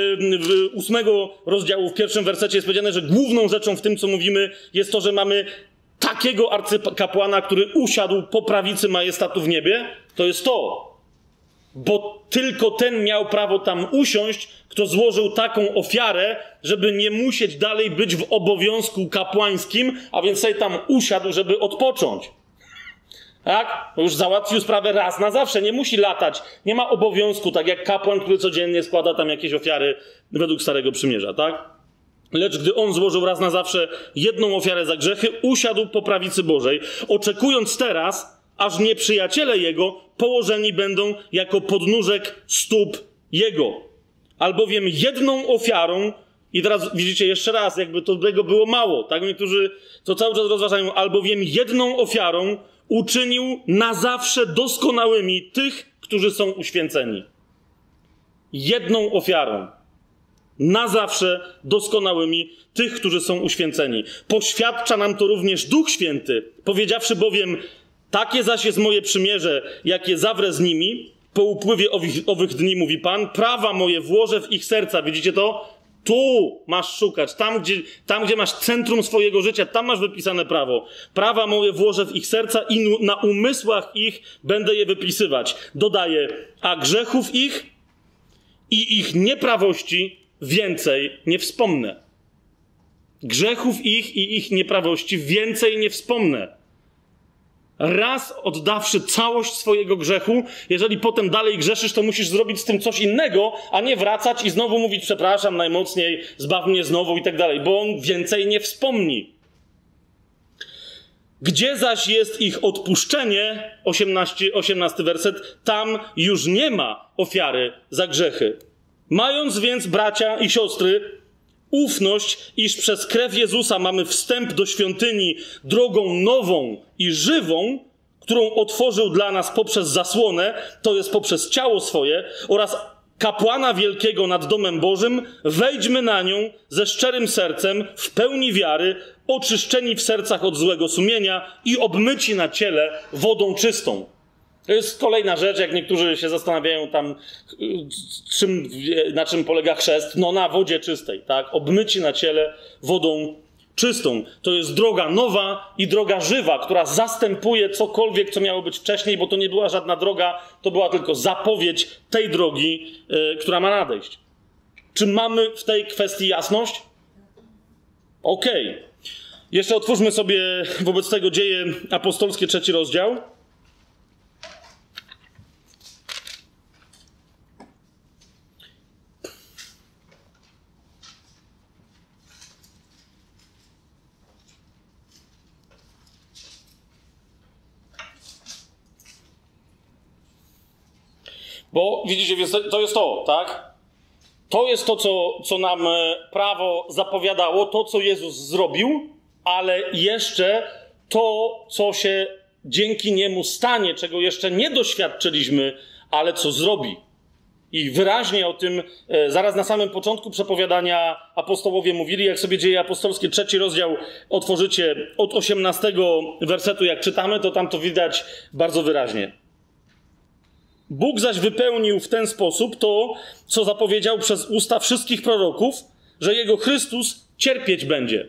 8 rozdziału w pierwszym wersecie jest powiedziane, że główną rzeczą w tym, co mówimy, jest to, że mamy takiego arcykapłana, który usiadł po prawicy majestatu w niebie, to jest to. Bo tylko ten miał prawo tam usiąść, kto złożył taką ofiarę, żeby nie musieć dalej być w obowiązku kapłańskim, a więc sobie tam usiadł, żeby odpocząć. Tak? Bo już załatwił sprawę raz na zawsze, nie musi latać, nie ma obowiązku, tak jak kapłan, który codziennie składa tam jakieś ofiary według Starego Przymierza, tak? Lecz gdy On złożył raz na zawsze jedną ofiarę za grzechy, usiadł po prawicy Bożej, oczekując teraz, aż nieprzyjaciele Jego położeni będą jako podnóżek stóp Jego. Albowiem jedną ofiarą, i teraz widzicie jeszcze raz, jakby to tego było mało, tak? Niektórzy to cały czas rozważają, albowiem jedną ofiarą uczynił na zawsze doskonałymi tych, którzy są uświęceni. Jedną ofiarą. Na zawsze doskonałymi tych, którzy są uświęceni. Poświadcza nam to również Duch Święty, powiedziawszy bowiem, takie zaś jest moje przymierze, jakie zawrę z nimi, po upływie owych dni, mówi Pan, prawa moje włożę w ich serca. Widzicie to? Tu masz szukać, tam, gdzie masz centrum swojego życia, tam masz wypisane prawo. Prawa moje włożę w ich serca i na umysłach ich będę je wypisywać. Dodaję, a grzechów ich i ich nieprawości więcej nie wspomnę. Grzechów ich i ich nieprawości więcej nie wspomnę. Raz oddawszy całość swojego grzechu, jeżeli potem dalej grzeszysz, to musisz zrobić z tym coś innego, a nie wracać i znowu mówić przepraszam najmocniej, zbaw mnie znowu i tak dalej, bo On więcej nie wspomni. Gdzie zaś jest ich odpuszczenie, 18 werset, tam już nie ma ofiary za grzechy. Mając więc, bracia i siostry, ufność, iż przez krew Jezusa mamy wstęp do świątyni drogą nową i żywą, którą otworzył dla nas poprzez zasłonę, to jest poprzez ciało swoje, oraz kapłana wielkiego nad domem Bożym, wejdźmy na nią ze szczerym sercem, w pełni wiary, oczyszczeni w sercach od złego sumienia i obmyci na ciele wodą czystą. To jest kolejna rzecz, jak niektórzy się zastanawiają tam, na czym polega chrzest. No na wodzie czystej, tak? Obmycie na ciele wodą czystą. To jest droga nowa i droga żywa, która zastępuje cokolwiek, co miało być wcześniej, bo to nie była żadna droga, to była tylko zapowiedź tej drogi, która ma nadejść. Czy mamy w tej kwestii jasność? Okej. Jeszcze otwórzmy sobie wobec tego Dzieje apostolskie, 3 rozdział. Bo widzicie, to jest to, tak? To jest to, co nam prawo zapowiadało, to, co Jezus zrobił, ale jeszcze to, co się dzięki Niemu stanie, czego jeszcze nie doświadczyliśmy, ale co zrobi. I wyraźnie o tym zaraz na samym początku przepowiadania apostołowie mówili, jak sobie Dzieje apostolskie, 3 rozdział otworzycie od 18 wersetu, jak czytamy, to tam to widać bardzo wyraźnie. Bóg zaś wypełnił w ten sposób to, co zapowiedział przez usta wszystkich proroków, że Jego Chrystus cierpieć będzie.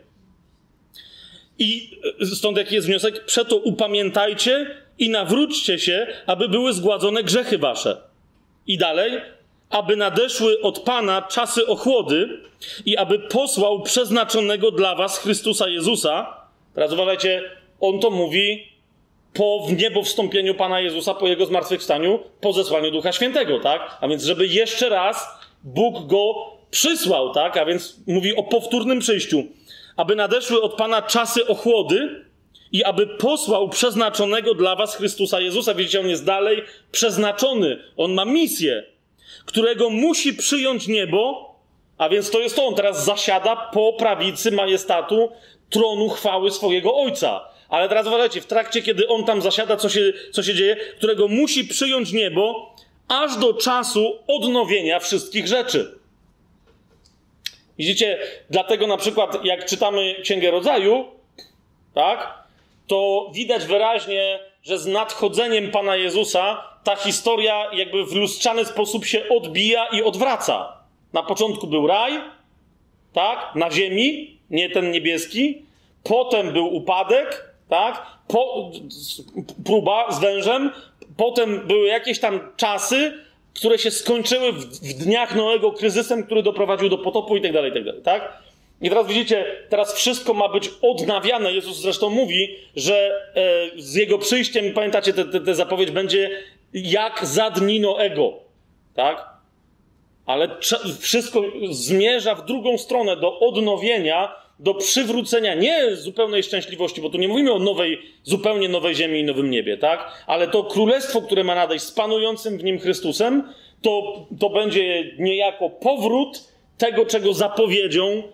I stąd jaki jest wniosek? Przeto upamiętajcie i nawróćcie się, aby były zgładzone grzechy wasze. I dalej, aby nadeszły od Pana czasy ochłody i aby posłał przeznaczonego dla was Chrystusa Jezusa. Teraz uważajcie, on to mówi po wniebowstąpieniu Pana Jezusa, po Jego zmartwychwstaniu, po zesłaniu Ducha Świętego, tak? A więc żeby jeszcze raz Bóg Go przysłał, tak? A więc mówi o powtórnym przyjściu. Aby nadeszły od Pana czasy ochłody i aby posłał przeznaczonego dla was Chrystusa Jezusa. Widzicie, on jest dalej przeznaczony. On ma misję, którego musi przyjąć niebo, a więc to jest to. On teraz zasiada po prawicy majestatu tronu chwały swojego Ojca. Ale teraz uważajcie, w trakcie, kiedy on tam zasiada, co się dzieje? Którego musi przyjąć niebo aż do czasu odnowienia wszystkich rzeczy. Widzicie, dlatego na przykład jak czytamy Księgę Rodzaju, tak, to widać wyraźnie, że z nadchodzeniem Pana Jezusa ta historia jakby w lustrzany sposób się odbija i odwraca. Na początku był raj, tak, na ziemi, nie ten niebieski, potem był upadek, tak, próba z wężem, potem były jakieś tam czasy, które się skończyły w dniach Noego kryzysem, który doprowadził do potopu i tak dalej, tak? I teraz widzicie, teraz wszystko ma być odnawiane. Jezus zresztą mówi, że z Jego przyjściem, pamiętacie, tę zapowiedź będzie jak za dni Noego, tak? Ale wszystko zmierza w drugą stronę, do odnowienia, do przywrócenia nie zupełnej szczęśliwości, bo tu nie mówimy o zupełnie nowej ziemi i nowym niebie, tak? Ale to królestwo, które ma nadejść z panującym w nim Chrystusem, to będzie niejako powrót tego, czego zapowiedzią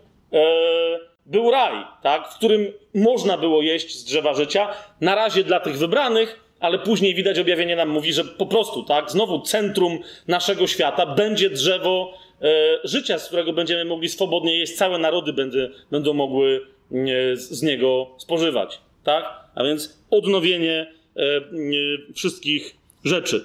był raj, tak? W którym można było jeść z drzewa życia. Na razie dla tych wybranych, ale później widać, objawienie nam mówi, że po prostu, tak? Znowu centrum naszego świata będzie drzewo życia, z którego będziemy mogli swobodnie jeść. Całe narody będą mogły z niego spożywać. Tak? A więc odnowienie wszystkich rzeczy.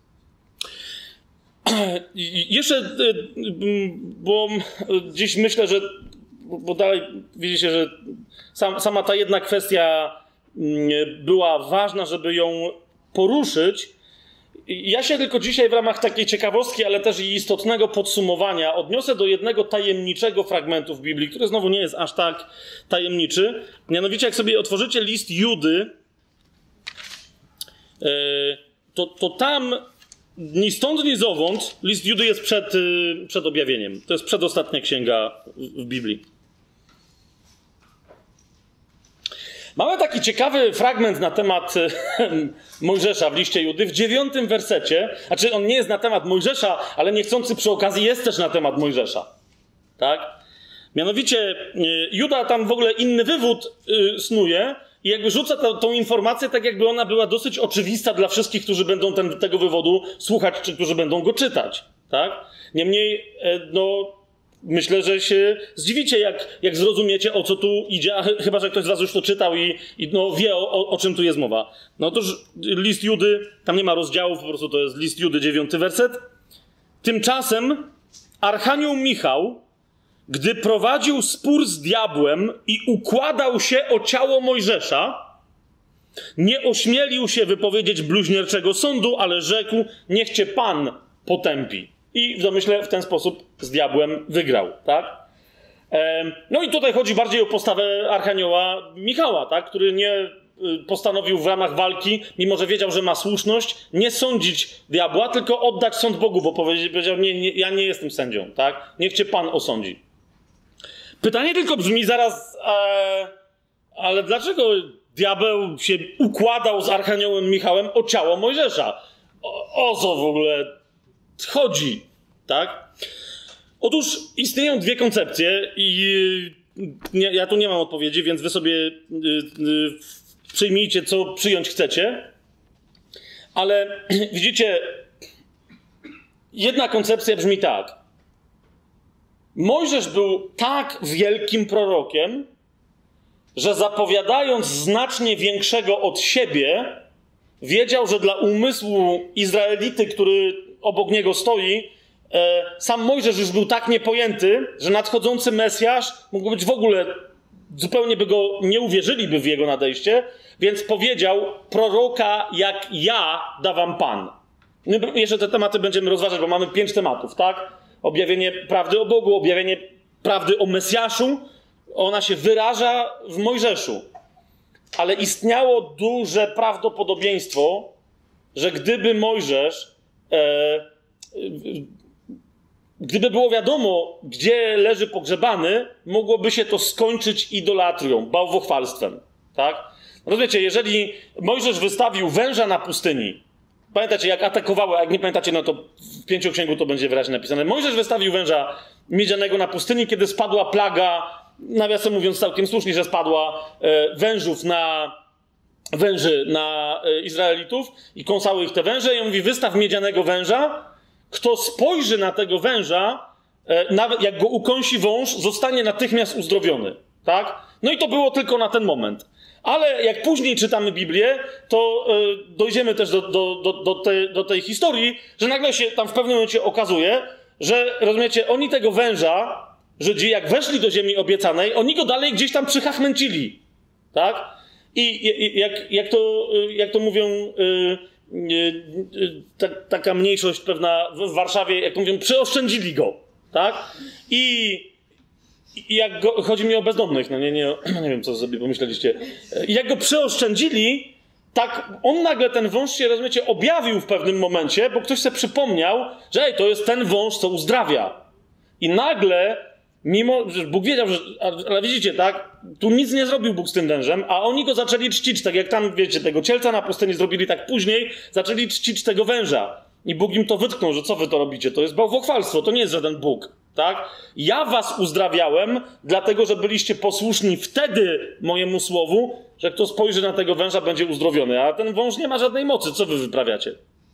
Jeszcze, bo dziś myślę, że bo dalej widzicie, że sama ta jedna kwestia była ważna, żeby ją poruszyć. Ja się tylko dzisiaj w ramach takiej ciekawostki, ale też i istotnego podsumowania odniosę do jednego tajemniczego fragmentu w Biblii, który znowu nie jest aż tak tajemniczy. Mianowicie, jak sobie otworzycie list Judy, to tam ni stąd, ni zowąd list Judy jest przed objawieniem. To jest przedostatnia księga w Biblii. Mamy taki ciekawy fragment na temat Mojżesza w liście Judy w 9 wersecie. Znaczy, on nie jest na temat Mojżesza, ale niechcący przy okazji jest też na temat Mojżesza. Tak? Mianowicie Juda tam w ogóle inny wywód snuje i jakby rzuca tą informację tak, jakby ona była dosyć oczywista dla wszystkich, którzy będą tego wywodu słuchać, czy którzy będą go czytać. Tak? Niemniej, myślę, że się zdziwicie, jak zrozumiecie, o co tu idzie, chyba że ktoś z was już to czytał i no, wie, o czym tu jest mowa. No otóż list Judy, tam nie ma rozdziałów, po prostu to jest list Judy, 9 werset. Tymczasem archanioł Michał, gdy prowadził spór z diabłem i układał się o ciało Mojżesza, nie ośmielił się wypowiedzieć bluźnierczego sądu, ale rzekł, niech cię Pan potępi. I w domyśle w ten sposób z diabłem wygrał, tak? No i tutaj chodzi bardziej o postawę archanioła Michała, tak? Który nie postanowił w ramach walki, mimo że wiedział, że ma słuszność, nie sądzić diabła, tylko oddać sąd Bogu, bo powiedział, ja nie jestem sędzią, tak? Niech cię Pan osądzi. Pytanie tylko brzmi zaraz, ale dlaczego diabeł się układał z archaniołem Michałem o ciało Mojżesza? O co w ogóle chodzi, tak? Otóż istnieją dwie koncepcje i ja tu nie mam odpowiedzi, więc wy sobie przyjmijcie, co przyjąć chcecie. Ale widzicie, jedna koncepcja brzmi tak. Mojżesz był tak wielkim prorokiem, że zapowiadając znacznie większego od siebie, wiedział, że dla umysłu Izraelity, który obok niego stoi, sam Mojżesz już był tak niepojęty, że nadchodzący Mesjasz mógł być w ogóle, zupełnie by go nie uwierzyliby w jego nadejście, więc powiedział, proroka jak ja da wam Pan. My jeszcze te tematy będziemy rozważać, bo mamy 5 tematów, tak? Objawienie prawdy o Bogu, objawienie prawdy o Mesjaszu. Ona się wyraża w Mojżeszu. Ale istniało duże prawdopodobieństwo, że gdyby Mojżesz, gdyby było wiadomo, gdzie leży pogrzebany, mogłoby się to skończyć idolatrią, bałwochwalstwem. Tak? Rozumiecie, jeżeli Mojżesz wystawił węża na pustyni, pamiętacie, jak atakowały, a jak nie pamiętacie, no to w 5 księgu to będzie wyraźnie napisane. Mojżesz wystawił węża miedzianego na pustyni, kiedy spadła plaga, nawiasem mówiąc całkiem słusznie, że spadła węży na Izraelitów i kąsały ich te węże i on mówi, wystaw miedzianego węża, kto spojrzy na tego węża, nawet jak go ukąsi wąż, zostanie natychmiast uzdrowiony. Tak? No i to było tylko na ten moment. Ale jak później czytamy Biblię, to dojdziemy też do tej historii, że nagle się tam w pewnym momencie okazuje, że, rozumiecie, oni tego węża, Żydzi, jak weszli do ziemi obiecanej, oni go dalej gdzieś tam przychachmęcili. Tak? I jak to mówią taka mniejszość pewna w Warszawie, jak to mówią, przyoszczędzili go. Tak? I jak go, chodzi mi o bezdomnych, no nie wiem, co sobie pomyśleliście. I jak go przyoszczędzili, tak on nagle, ten wąż się, rozumiecie, objawił w pewnym momencie, bo ktoś sobie przypomniał, że to jest ten wąż, co uzdrawia. I nagle, mimo że Bóg wiedział, że, ale widzicie, tak, tu nic nie zrobił Bóg z tym wężem, a oni go zaczęli czcić, tak jak tam, wiecie, tego cielca na pustyni zrobili, tak później zaczęli czcić tego węża. I Bóg im to wytknął, że co wy to robicie? To jest bałwochwalstwo, to nie jest żaden Bóg. Tak? Ja was uzdrawiałem, dlatego że byliście posłuszni wtedy mojemu słowu, że kto spojrzy na tego węża, będzie uzdrowiony. A ten wąż nie ma żadnej mocy. Co wy wyprawiacie?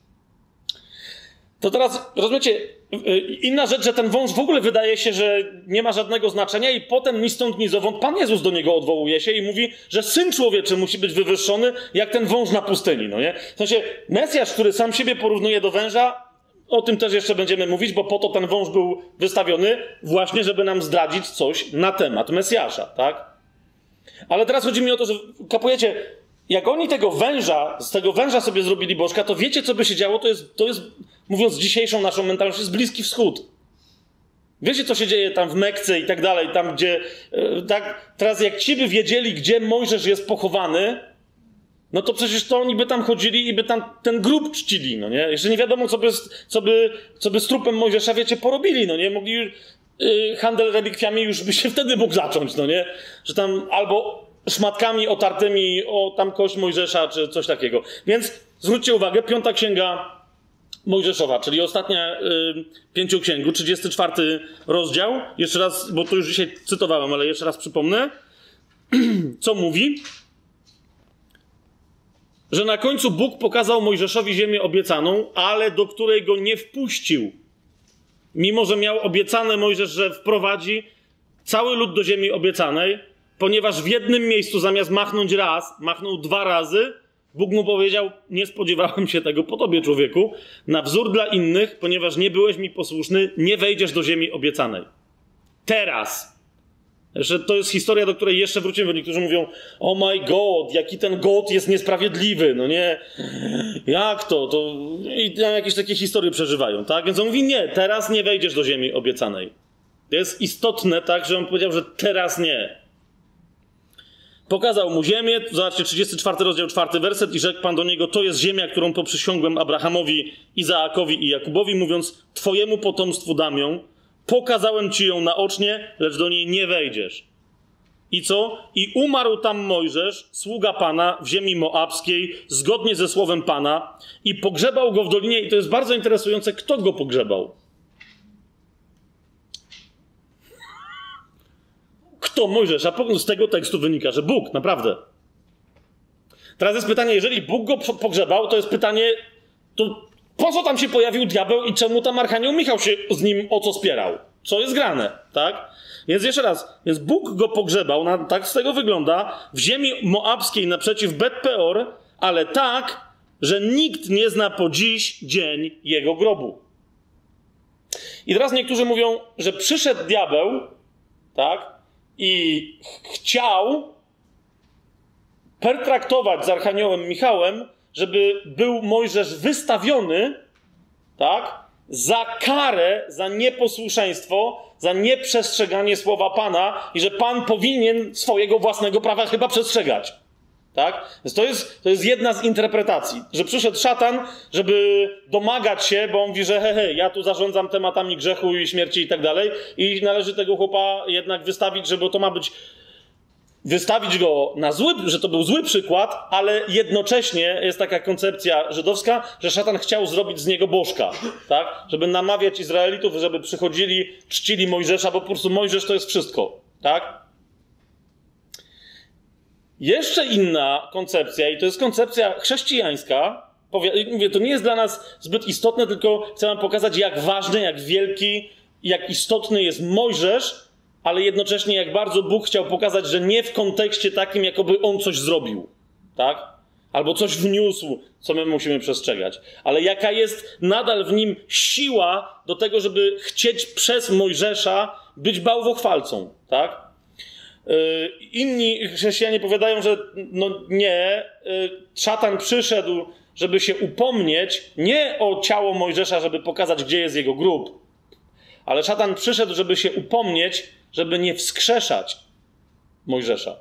To teraz, rozumiecie, inna rzecz, że ten wąż w ogóle wydaje się, że nie ma żadnego znaczenia i potem ni stąd, ni zowąd Pan Jezus do niego odwołuje się i mówi, że Syn Człowieczy musi być wywyższony jak ten wąż na pustyni. No nie? W sensie, Mesjasz, który sam siebie porównuje do węża, o tym też jeszcze będziemy mówić, bo po to ten wąż był wystawiony właśnie, żeby nam zdradzić coś na temat Mesjasza, tak? Ale teraz chodzi mi o to, że kapujecie, jak oni z tego węża sobie zrobili bożka, to wiecie, co by się działo? To jest mówiąc dzisiejszą naszą mentalność, jest Bliski Wschód. Wiecie, co się dzieje tam w Mekce i tak dalej, tam gdzie, tak, teraz jak ci by wiedzieli, gdzie Mojżesz jest pochowany, no to przecież to oni by tam chodzili i by tam ten grób czcili, no nie? Jeszcze nie wiadomo, co by z trupem Mojżesza, wiecie, porobili, no nie? Mogli, handel relikwiami już by się wtedy mógł zacząć, no nie? Że tam albo szmatkami otartymi o tam kość Mojżesza, czy coś takiego. Więc zwróćcie uwagę, 5 księga Mojżeszowa, czyli ostatnia 5 księgu, 34 rozdział. Jeszcze raz, bo to już dzisiaj cytowałem, ale jeszcze raz przypomnę. Co mówi? Że na końcu Bóg pokazał Mojżeszowi ziemię obiecaną, ale do której go nie wpuścił. mimo że miał obiecane Mojżesz, że wprowadzi cały lud do ziemi obiecanej, ponieważ w jednym miejscu zamiast machnąć raz, machnął 2 razy, Bóg mu powiedział: nie spodziewałem się tego po tobie, człowieku, na wzór dla innych, ponieważ nie byłeś mi posłuszny, nie wejdziesz do ziemi obiecanej. Teraz. Że to jest historia, do której jeszcze wrócimy, bo niektórzy mówią: oh my God, jaki ten God jest niesprawiedliwy, no nie, jak to? I tam jakieś takie historie przeżywają, tak? Więc on mówi: nie, teraz nie wejdziesz do ziemi obiecanej. To jest istotne, tak, że on powiedział, że teraz nie. Pokazał mu ziemię, zobaczcie, 34 rozdział, 4 werset, i rzekł Pan do niego: to jest ziemia, którą poprzysiągłem Abrahamowi, Izaakowi i Jakubowi, mówiąc: twojemu potomstwu dam ją. Pokazałem ci ją naocznie, lecz do niej nie wejdziesz. I co? I umarł tam Mojżesz, sługa Pana, w ziemi moabskiej, zgodnie ze słowem Pana, i pogrzebał go w dolinie. I to jest bardzo interesujące, kto go pogrzebał. Kto Mojżesz? A z tego tekstu wynika, że Bóg, naprawdę. Teraz jest pytanie, jeżeli Bóg go pogrzebał, to jest pytanie, to po co tam się pojawił diabeł i czemu tam Archanioł Michał się z nim o co spierał? Co jest grane, tak? Więc jeszcze raz, więc Bóg go pogrzebał, tak z tego wygląda, w ziemi moabskiej naprzeciw Bet-peor, ale tak, że nikt nie zna po dziś dzień jego grobu. I teraz niektórzy mówią, że przyszedł diabeł, tak? I chciał pertraktować z Archaniołem Michałem, żeby był Mojżesz wystawiony, tak, za karę, za nieposłuszeństwo, za nieprzestrzeganie słowa Pana i że Pan powinien swojego własnego prawa chyba przestrzegać. Tak? Więc to jest jedna z interpretacji, że przyszedł szatan, żeby domagać się, bo on mówi, że ja tu zarządzam tematami grzechu i śmierci i tak dalej, i należy tego chłopa jednak wystawić, żeby to ma być, wystawić go na zły, że to był zły przykład, ale jednocześnie jest taka koncepcja żydowska, że szatan chciał zrobić z niego bożka, tak? Żeby namawiać Izraelitów, żeby przychodzili, czcili Mojżesza, bo po prostu Mojżesz to jest wszystko, tak? Jeszcze inna koncepcja, i to jest koncepcja chrześcijańska, mówię, to nie jest dla nas zbyt istotne, tylko chcę wam pokazać, jak ważny, jak wielki, jak istotny jest Mojżesz, ale jednocześnie jak bardzo Bóg chciał pokazać, że nie w kontekście takim, jakoby on coś zrobił, tak? Albo coś wniósł, co my musimy przestrzegać. Ale jaka jest nadal w nim siła do tego, żeby chcieć przez Mojżesza być bałwochwalcą, tak? Inni chrześcijanie powiadają, że no nie, szatan przyszedł, żeby się upomnieć nie o ciało Mojżesza, żeby pokazać, gdzie jest jego grób, ale szatan przyszedł, żeby się upomnieć, żeby nie wskrzeszać Mojżesza.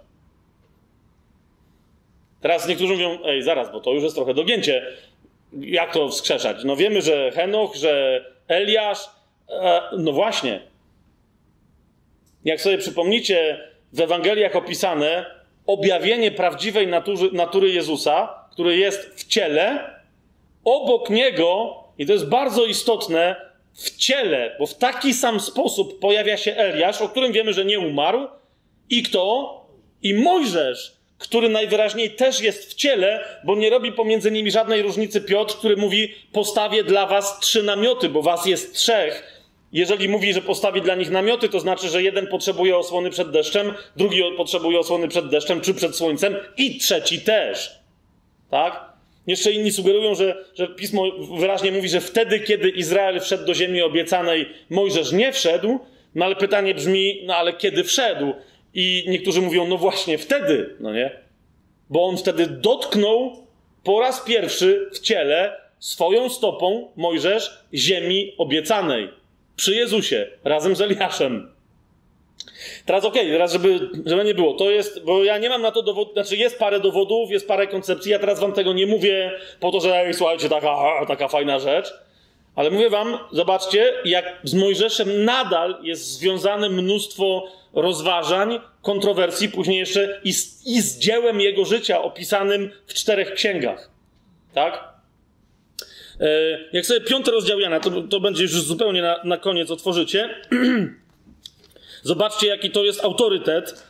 Teraz niektórzy mówią: ej, zaraz, bo to już jest trochę dogięcie. Jak to wskrzeszać? No wiemy, że Henoch, że Eliasz. No właśnie. Jak sobie przypomnicie w Ewangeliach opisane objawienie prawdziwej natury Jezusa, który jest w ciele, obok niego, i to jest bardzo istotne, w ciele, bo w taki sam sposób pojawia się Eliasz, o którym wiemy, że nie umarł, i kto? I Mojżesz, który najwyraźniej też jest w ciele, bo nie robi pomiędzy nimi żadnej różnicy Piotr, który mówi: postawię dla was 3 namioty, bo was jest 3. Jeżeli mówi, że postawi dla nich namioty, to znaczy, że jeden potrzebuje osłony przed deszczem, drugi potrzebuje osłony przed deszczem czy przed słońcem i trzeci też. Tak? Jeszcze inni sugerują, że Pismo wyraźnie mówi, że wtedy, kiedy Izrael wszedł do ziemi obiecanej, Mojżesz nie wszedł, no ale pytanie brzmi: no ale kiedy wszedł? I niektórzy mówią: no właśnie wtedy, no nie? Bo on wtedy dotknął po raz pierwszy w ciele swoją stopą, Mojżesz, ziemi obiecanej. Przy Jezusie, razem z Eliaszem. Teraz teraz żeby nie było, to jest, bo ja nie mam na to dowodu, znaczy jest parę dowodów, jest parę koncepcji, ja teraz wam tego nie mówię po to, że słuchajcie, taka fajna rzecz, ale mówię wam, zobaczcie, jak z Mojżeszem nadal jest związane mnóstwo rozważań, kontrowersji, później jeszcze i z dziełem jego życia opisanym w 4 księgach. Tak? Jak sobie 5 rozdział Jana, to będzie już zupełnie na koniec, otworzycie. Zobaczcie, jaki to jest autorytet,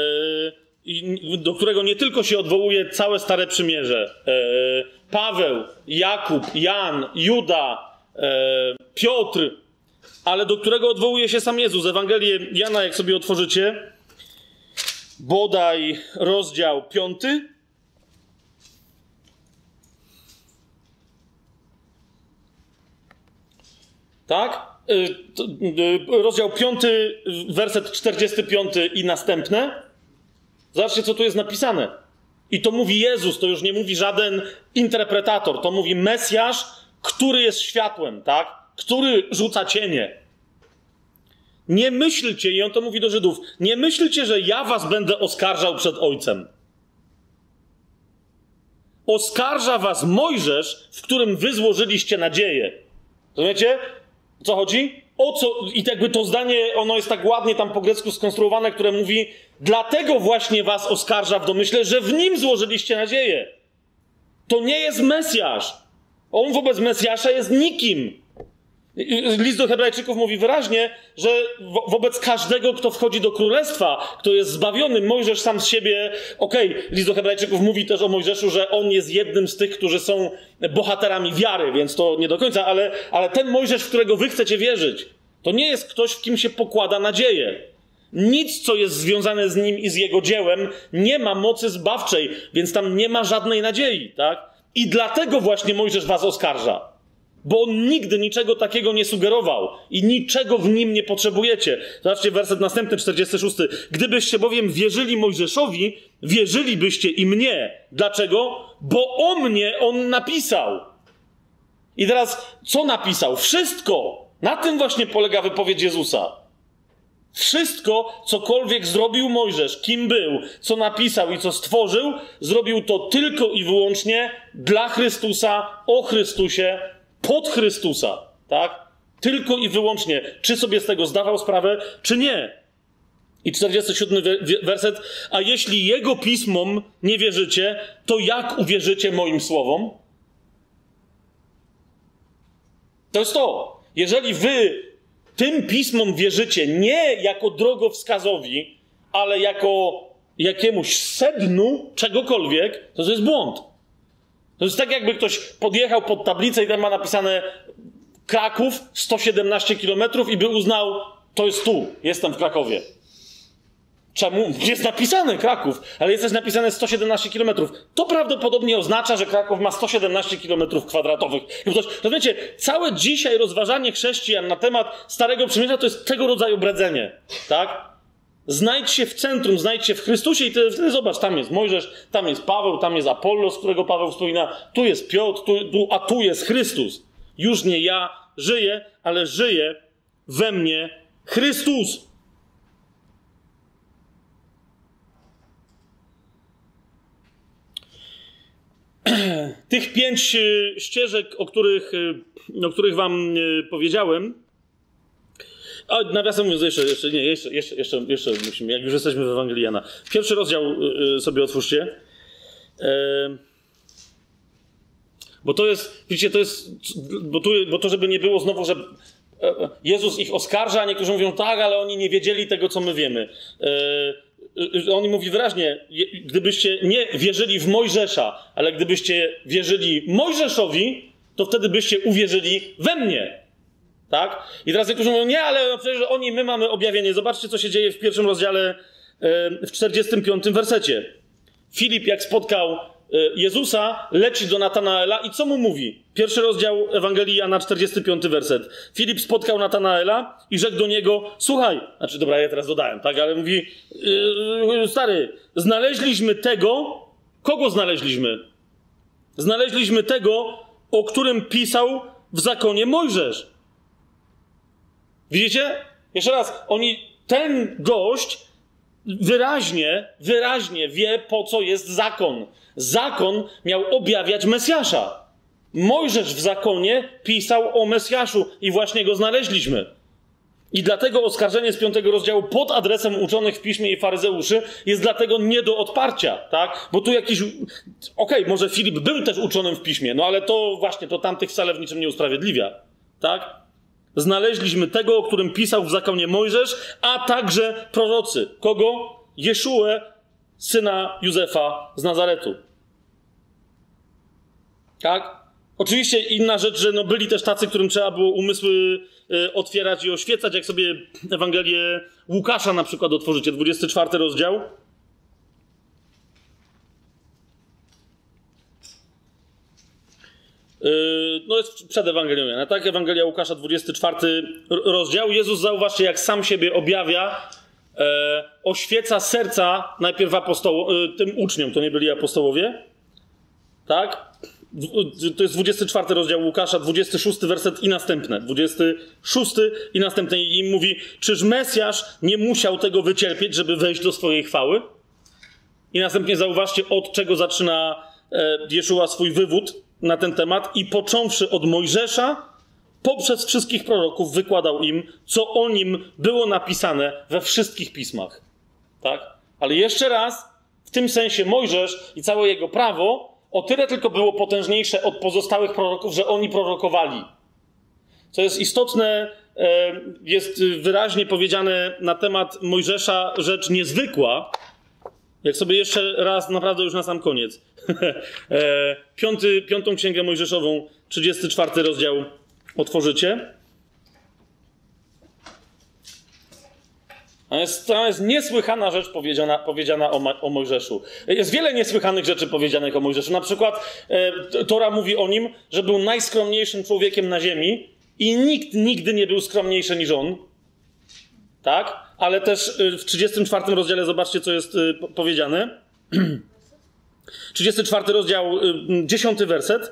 do którego nie tylko się odwołuje całe Stare Przymierze. Paweł, Jakub, Jan, Juda, Piotr, ale do którego odwołuje się sam Jezus. Ewangelię Jana, jak sobie otworzycie, bodaj rozdział 5. Tak? Rozdział 5, werset 45 i następne. Zobaczcie, co tu jest napisane. I to mówi Jezus, to już nie mówi żaden interpretator, to mówi Mesjasz, który jest światłem, tak? Który rzuca cienie. Nie myślcie, i on to mówi do Żydów, nie myślcie, że ja was będę oskarżał przed Ojcem. Oskarża was Mojżesz, w którym wy złożyliście nadzieję. Rozumiecie? O co chodzi? O co? I jakby to zdanie, ono jest tak ładnie tam po grecku skonstruowane, które mówi, dlatego właśnie was oskarża w domyśle, że w nim złożyliście nadzieję. To nie jest Mesjasz. On wobec Mesjasza jest nikim. List do Hebrajczyków mówi wyraźnie, że wobec każdego, kto wchodzi do królestwa, kto jest zbawiony, Mojżesz sam z siebie... List do Hebrajczyków mówi też o Mojżeszu, że on jest jednym z tych, którzy są bohaterami wiary, więc to nie do końca, ale ten Mojżesz, w którego wy chcecie wierzyć, to nie jest ktoś, w kim się pokłada nadzieję. Nic, co jest związane z nim i z jego dziełem, nie ma mocy zbawczej, więc tam nie ma żadnej nadziei, tak? I dlatego właśnie Mojżesz was oskarża. Bo on nigdy niczego takiego nie sugerował i niczego w nim nie potrzebujecie. Zobaczcie werset następny, 46. Gdybyście bowiem wierzyli Mojżeszowi, wierzylibyście i mnie. Dlaczego? Bo o mnie on napisał. I teraz, co napisał? Wszystko. Na tym właśnie polega wypowiedź Jezusa. Wszystko, cokolwiek zrobił Mojżesz, kim był, co napisał i co stworzył, zrobił to tylko i wyłącznie dla Chrystusa, o Chrystusie, pod Chrystusa, tak? Tylko i wyłącznie. Czy sobie z tego zdawał sprawę, czy nie? I 47 werset. A jeśli Jego pismom nie wierzycie, to jak uwierzycie moim słowom? To jest to. Jeżeli wy tym pismom wierzycie nie jako drogowskazowi, ale jako jakiemuś sednu czegokolwiek, to jest błąd. To jest tak, jakby ktoś podjechał pod tablicę i tam ma napisane Kraków, 117 km i by uznał, to jest tu, jestem w Krakowie. Czemu? Jest napisane Kraków, ale jest też napisane 117 km. To prawdopodobnie oznacza, że Kraków ma 117 km kwadratowych. Rozumiecie, całe dzisiaj rozważanie chrześcijan na temat Starego Przymierza to jest tego rodzaju bredzenie, tak? Znajdź się w centrum, znajdź się w Chrystusie i wtedy zobacz, tam jest Mojżesz, tam jest Paweł, tam jest Apollos, którego Paweł wspomina, tu jest Piotr, a tu jest Chrystus. Już nie ja żyję, ale żyje we mnie Chrystus. Tych 5 ścieżek, o których wam powiedziałem, a nawiasem mówiąc, jeszcze musimy, jak już jesteśmy w Ewangelii Jana. Pierwszy rozdział sobie otwórzcie. Bo to jest, widzicie, bo to żeby nie było znowu, że Jezus ich oskarża, a niektórzy mówią tak, ale oni nie wiedzieli tego, co my wiemy. On mówi wyraźnie, gdybyście nie wierzyli w Mojżesza, ale gdybyście wierzyli Mojżeszowi, to wtedy byście uwierzyli we mnie. Tak? I teraz niektórzy mówią, nie, ale przecież my mamy objawienie. Zobaczcie, co się dzieje w 1 rozdziale, w 45 wersecie. Filip, jak spotkał Jezusa, leci do Natanaela i co mu mówi? 1 rozdział Ewangelii Jana, 45 werset. Filip spotkał Natanaela i rzekł do niego, słuchaj, ja teraz dodałem, tak, ale mówi, stary, znaleźliśmy tego, kogo znaleźliśmy? Znaleźliśmy tego, o którym pisał w zakonie Mojżesz. Widzicie? Jeszcze raz, ten gość wyraźnie wie, po co jest zakon. Zakon miał objawiać Mesjasza. Mojżesz w zakonie pisał o Mesjaszu i właśnie go znaleźliśmy. I dlatego oskarżenie z 5 rozdziału pod adresem uczonych w piśmie i faryzeuszy jest dlatego nie do odparcia, tak? Bo tu jakiś... może Filip był też uczonym w piśmie, no ale to właśnie, to tamtych wcale w niczym nie usprawiedliwia, tak? Znaleźliśmy tego, o którym pisał w zakonie Mojżesz, a także prorocy. Kogo? Jeszuę, syna Józefa z Nazaretu. Tak? Oczywiście inna rzecz, że byli też tacy, którym trzeba było umysły otwierać i oświecać. Jak sobie Ewangelię Łukasza na przykład otworzycie, 24 rozdział. No jest przed Ewangelią Jana, tak? Ewangelia Łukasza, 24 rozdział. Jezus, zauważcie, jak sam siebie objawia, oświeca serca najpierw tym uczniom, to nie byli apostołowie, tak? To jest 24 rozdział Łukasza, 26 werset i następne. 26 i następne. I im mówi, czyż Mesjasz nie musiał tego wycierpieć, żeby wejść do swojej chwały? I następnie zauważcie, od czego zaczyna Jeszua swój wywód na ten temat. I począwszy od Mojżesza, poprzez wszystkich proroków wykładał im, co o nim było napisane we wszystkich pismach. Tak? Ale jeszcze raz, w tym sensie Mojżesz i całe jego prawo o tyle tylko było potężniejsze od pozostałych proroków, że oni prorokowali. Co jest istotne, jest wyraźnie powiedziane na temat Mojżesza rzecz niezwykła. Jak sobie jeszcze raz, naprawdę już na sam koniec. Piątą Księgę Mojżeszową, 34 rozdział otworzycie. To jest niesłychana rzecz powiedziana o Mojżeszu. Jest wiele niesłychanych rzeczy powiedzianych o Mojżeszu. Na przykład Tora mówi o nim, że był najskromniejszym człowiekiem na ziemi i nikt nigdy nie był skromniejszy niż on. Tak? Ale też w 34 rozdziale zobaczcie, co jest powiedziane. 34 rozdział, 10 werset.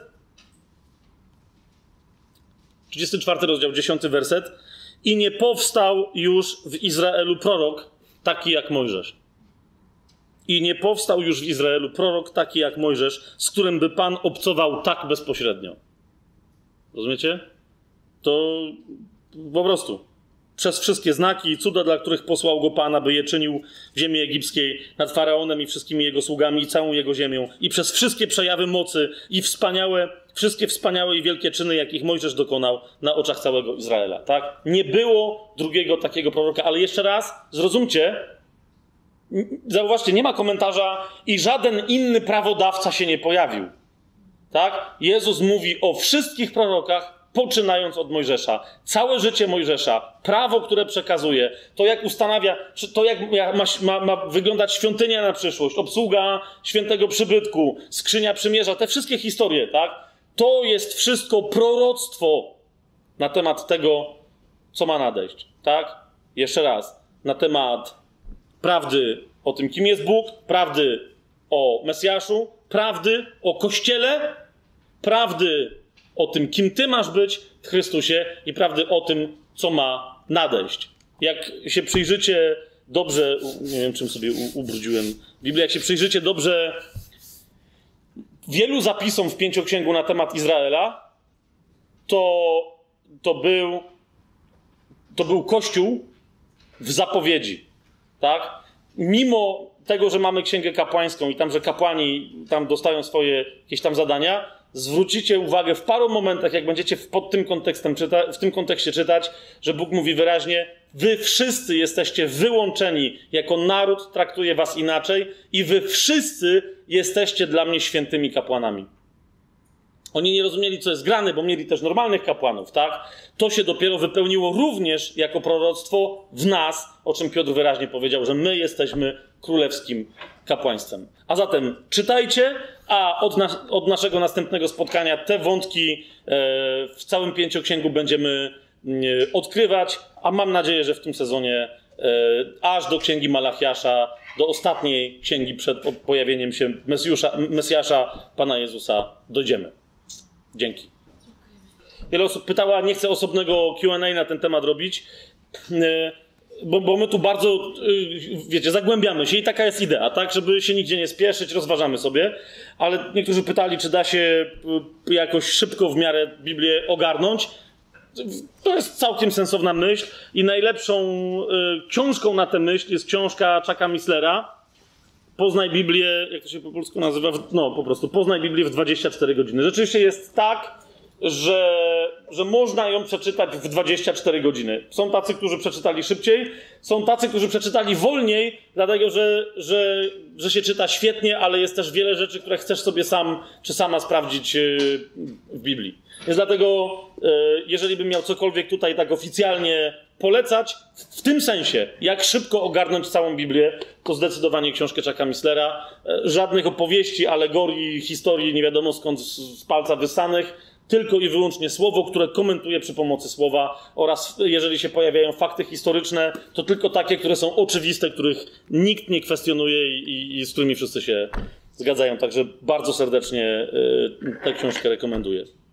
34 rozdział, 10 werset. I nie powstał już w Izraelu prorok taki jak Mojżesz. I nie powstał już w Izraelu prorok taki jak Mojżesz, z którym by Pan obcował tak bezpośrednio. Rozumiecie? To po prostu przez wszystkie znaki i cuda, dla których posłał go Pan, aby je czynił w ziemi egipskiej nad Faraonem i wszystkimi jego sługami i całą jego ziemią. I przez wszystkie przejawy mocy i wszystkie wspaniałe i wielkie czyny, jakich Mojżesz dokonał na oczach całego Izraela. Tak? Nie było drugiego takiego proroka. Ale jeszcze raz, zrozumcie, zauważcie, nie ma komentarza i żaden inny prawodawca się nie pojawił. Tak? Jezus mówi o wszystkich prorokach, poczynając od Mojżesza. Całe życie Mojżesza, prawo, które przekazuje, to jak ustanawia, to jak ma wyglądać świątynia na przyszłość, obsługa świętego przybytku, skrzynia przymierza, te wszystkie historie, tak? To jest wszystko proroctwo na temat tego, co ma nadejść, tak? Jeszcze raz, na temat prawdy o tym, kim jest Bóg, prawdy o Mesjaszu, prawdy o Kościele, prawdy o tym, kim ty masz być w Chrystusie i prawdy o tym, co ma nadejść. Jak się przyjrzycie dobrze, nie wiem, czym sobie ubrudziłem Biblię, jak się przyjrzycie dobrze wielu zapisom w Pięcioksięgu na temat Izraela, to był Kościół w zapowiedzi, tak? Mimo tego, że mamy Księgę Kapłańską i tam, że kapłani tam dostają swoje jakieś tam zadania, zwrócicie uwagę w paru momentach, jak będziecie w tym kontekście czytać, że Bóg mówi wyraźnie, wy wszyscy jesteście wyłączeni, jako naród traktuje was inaczej i wy wszyscy jesteście dla mnie świętymi kapłanami. Oni nie rozumieli, co jest grane, bo mieli też normalnych kapłanów, tak? To się dopiero wypełniło również jako proroctwo w nas, o czym Piotr wyraźnie powiedział, że my jesteśmy królewskim kapłaństwem. A zatem czytajcie, a od naszego następnego spotkania te wątki w całym Pięcioksięgu będziemy odkrywać, a mam nadzieję, że w tym sezonie aż do Księgi Malachiasza, do ostatniej księgi przed pojawieniem się Mesjasza, Pana Jezusa, dojdziemy. Dzięki. Wiele osób pytała, nie chcę osobnego Q&A na ten temat robić, bo my tu bardzo, wiecie, zagłębiamy się i taka jest idea, tak? Żeby się nigdzie nie spieszyć, rozważamy sobie, ale niektórzy pytali, czy da się jakoś szybko w miarę Biblię ogarnąć. To jest całkiem sensowna myśl i najlepszą książką na tę myśl jest książka Chucka Misslera Poznaj Biblię, jak to się po polsku nazywa? No, po prostu Poznaj Biblię w 24 godziny. Rzeczywiście jest tak że można ją przeczytać w 24 godziny. Są tacy, którzy przeczytali szybciej, są tacy, którzy przeczytali wolniej, dlatego że się czyta świetnie, ale jest też wiele rzeczy, które chcesz sobie sam czy sama sprawdzić w Biblii. Więc dlatego, jeżeli bym miał cokolwiek tutaj tak oficjalnie polecać, w tym sensie, jak szybko ogarnąć całą Biblię, to zdecydowanie książkę Chucka Misslera. Żadnych opowieści, alegorii, historii nie wiadomo skąd z palca wyssanych, tylko i wyłącznie słowo, które komentuje przy pomocy słowa, oraz jeżeli się pojawiają fakty historyczne, to tylko takie, które są oczywiste, których nikt nie kwestionuje i z którymi wszyscy się zgadzają. Także bardzo serdecznie tę książkę rekomenduję.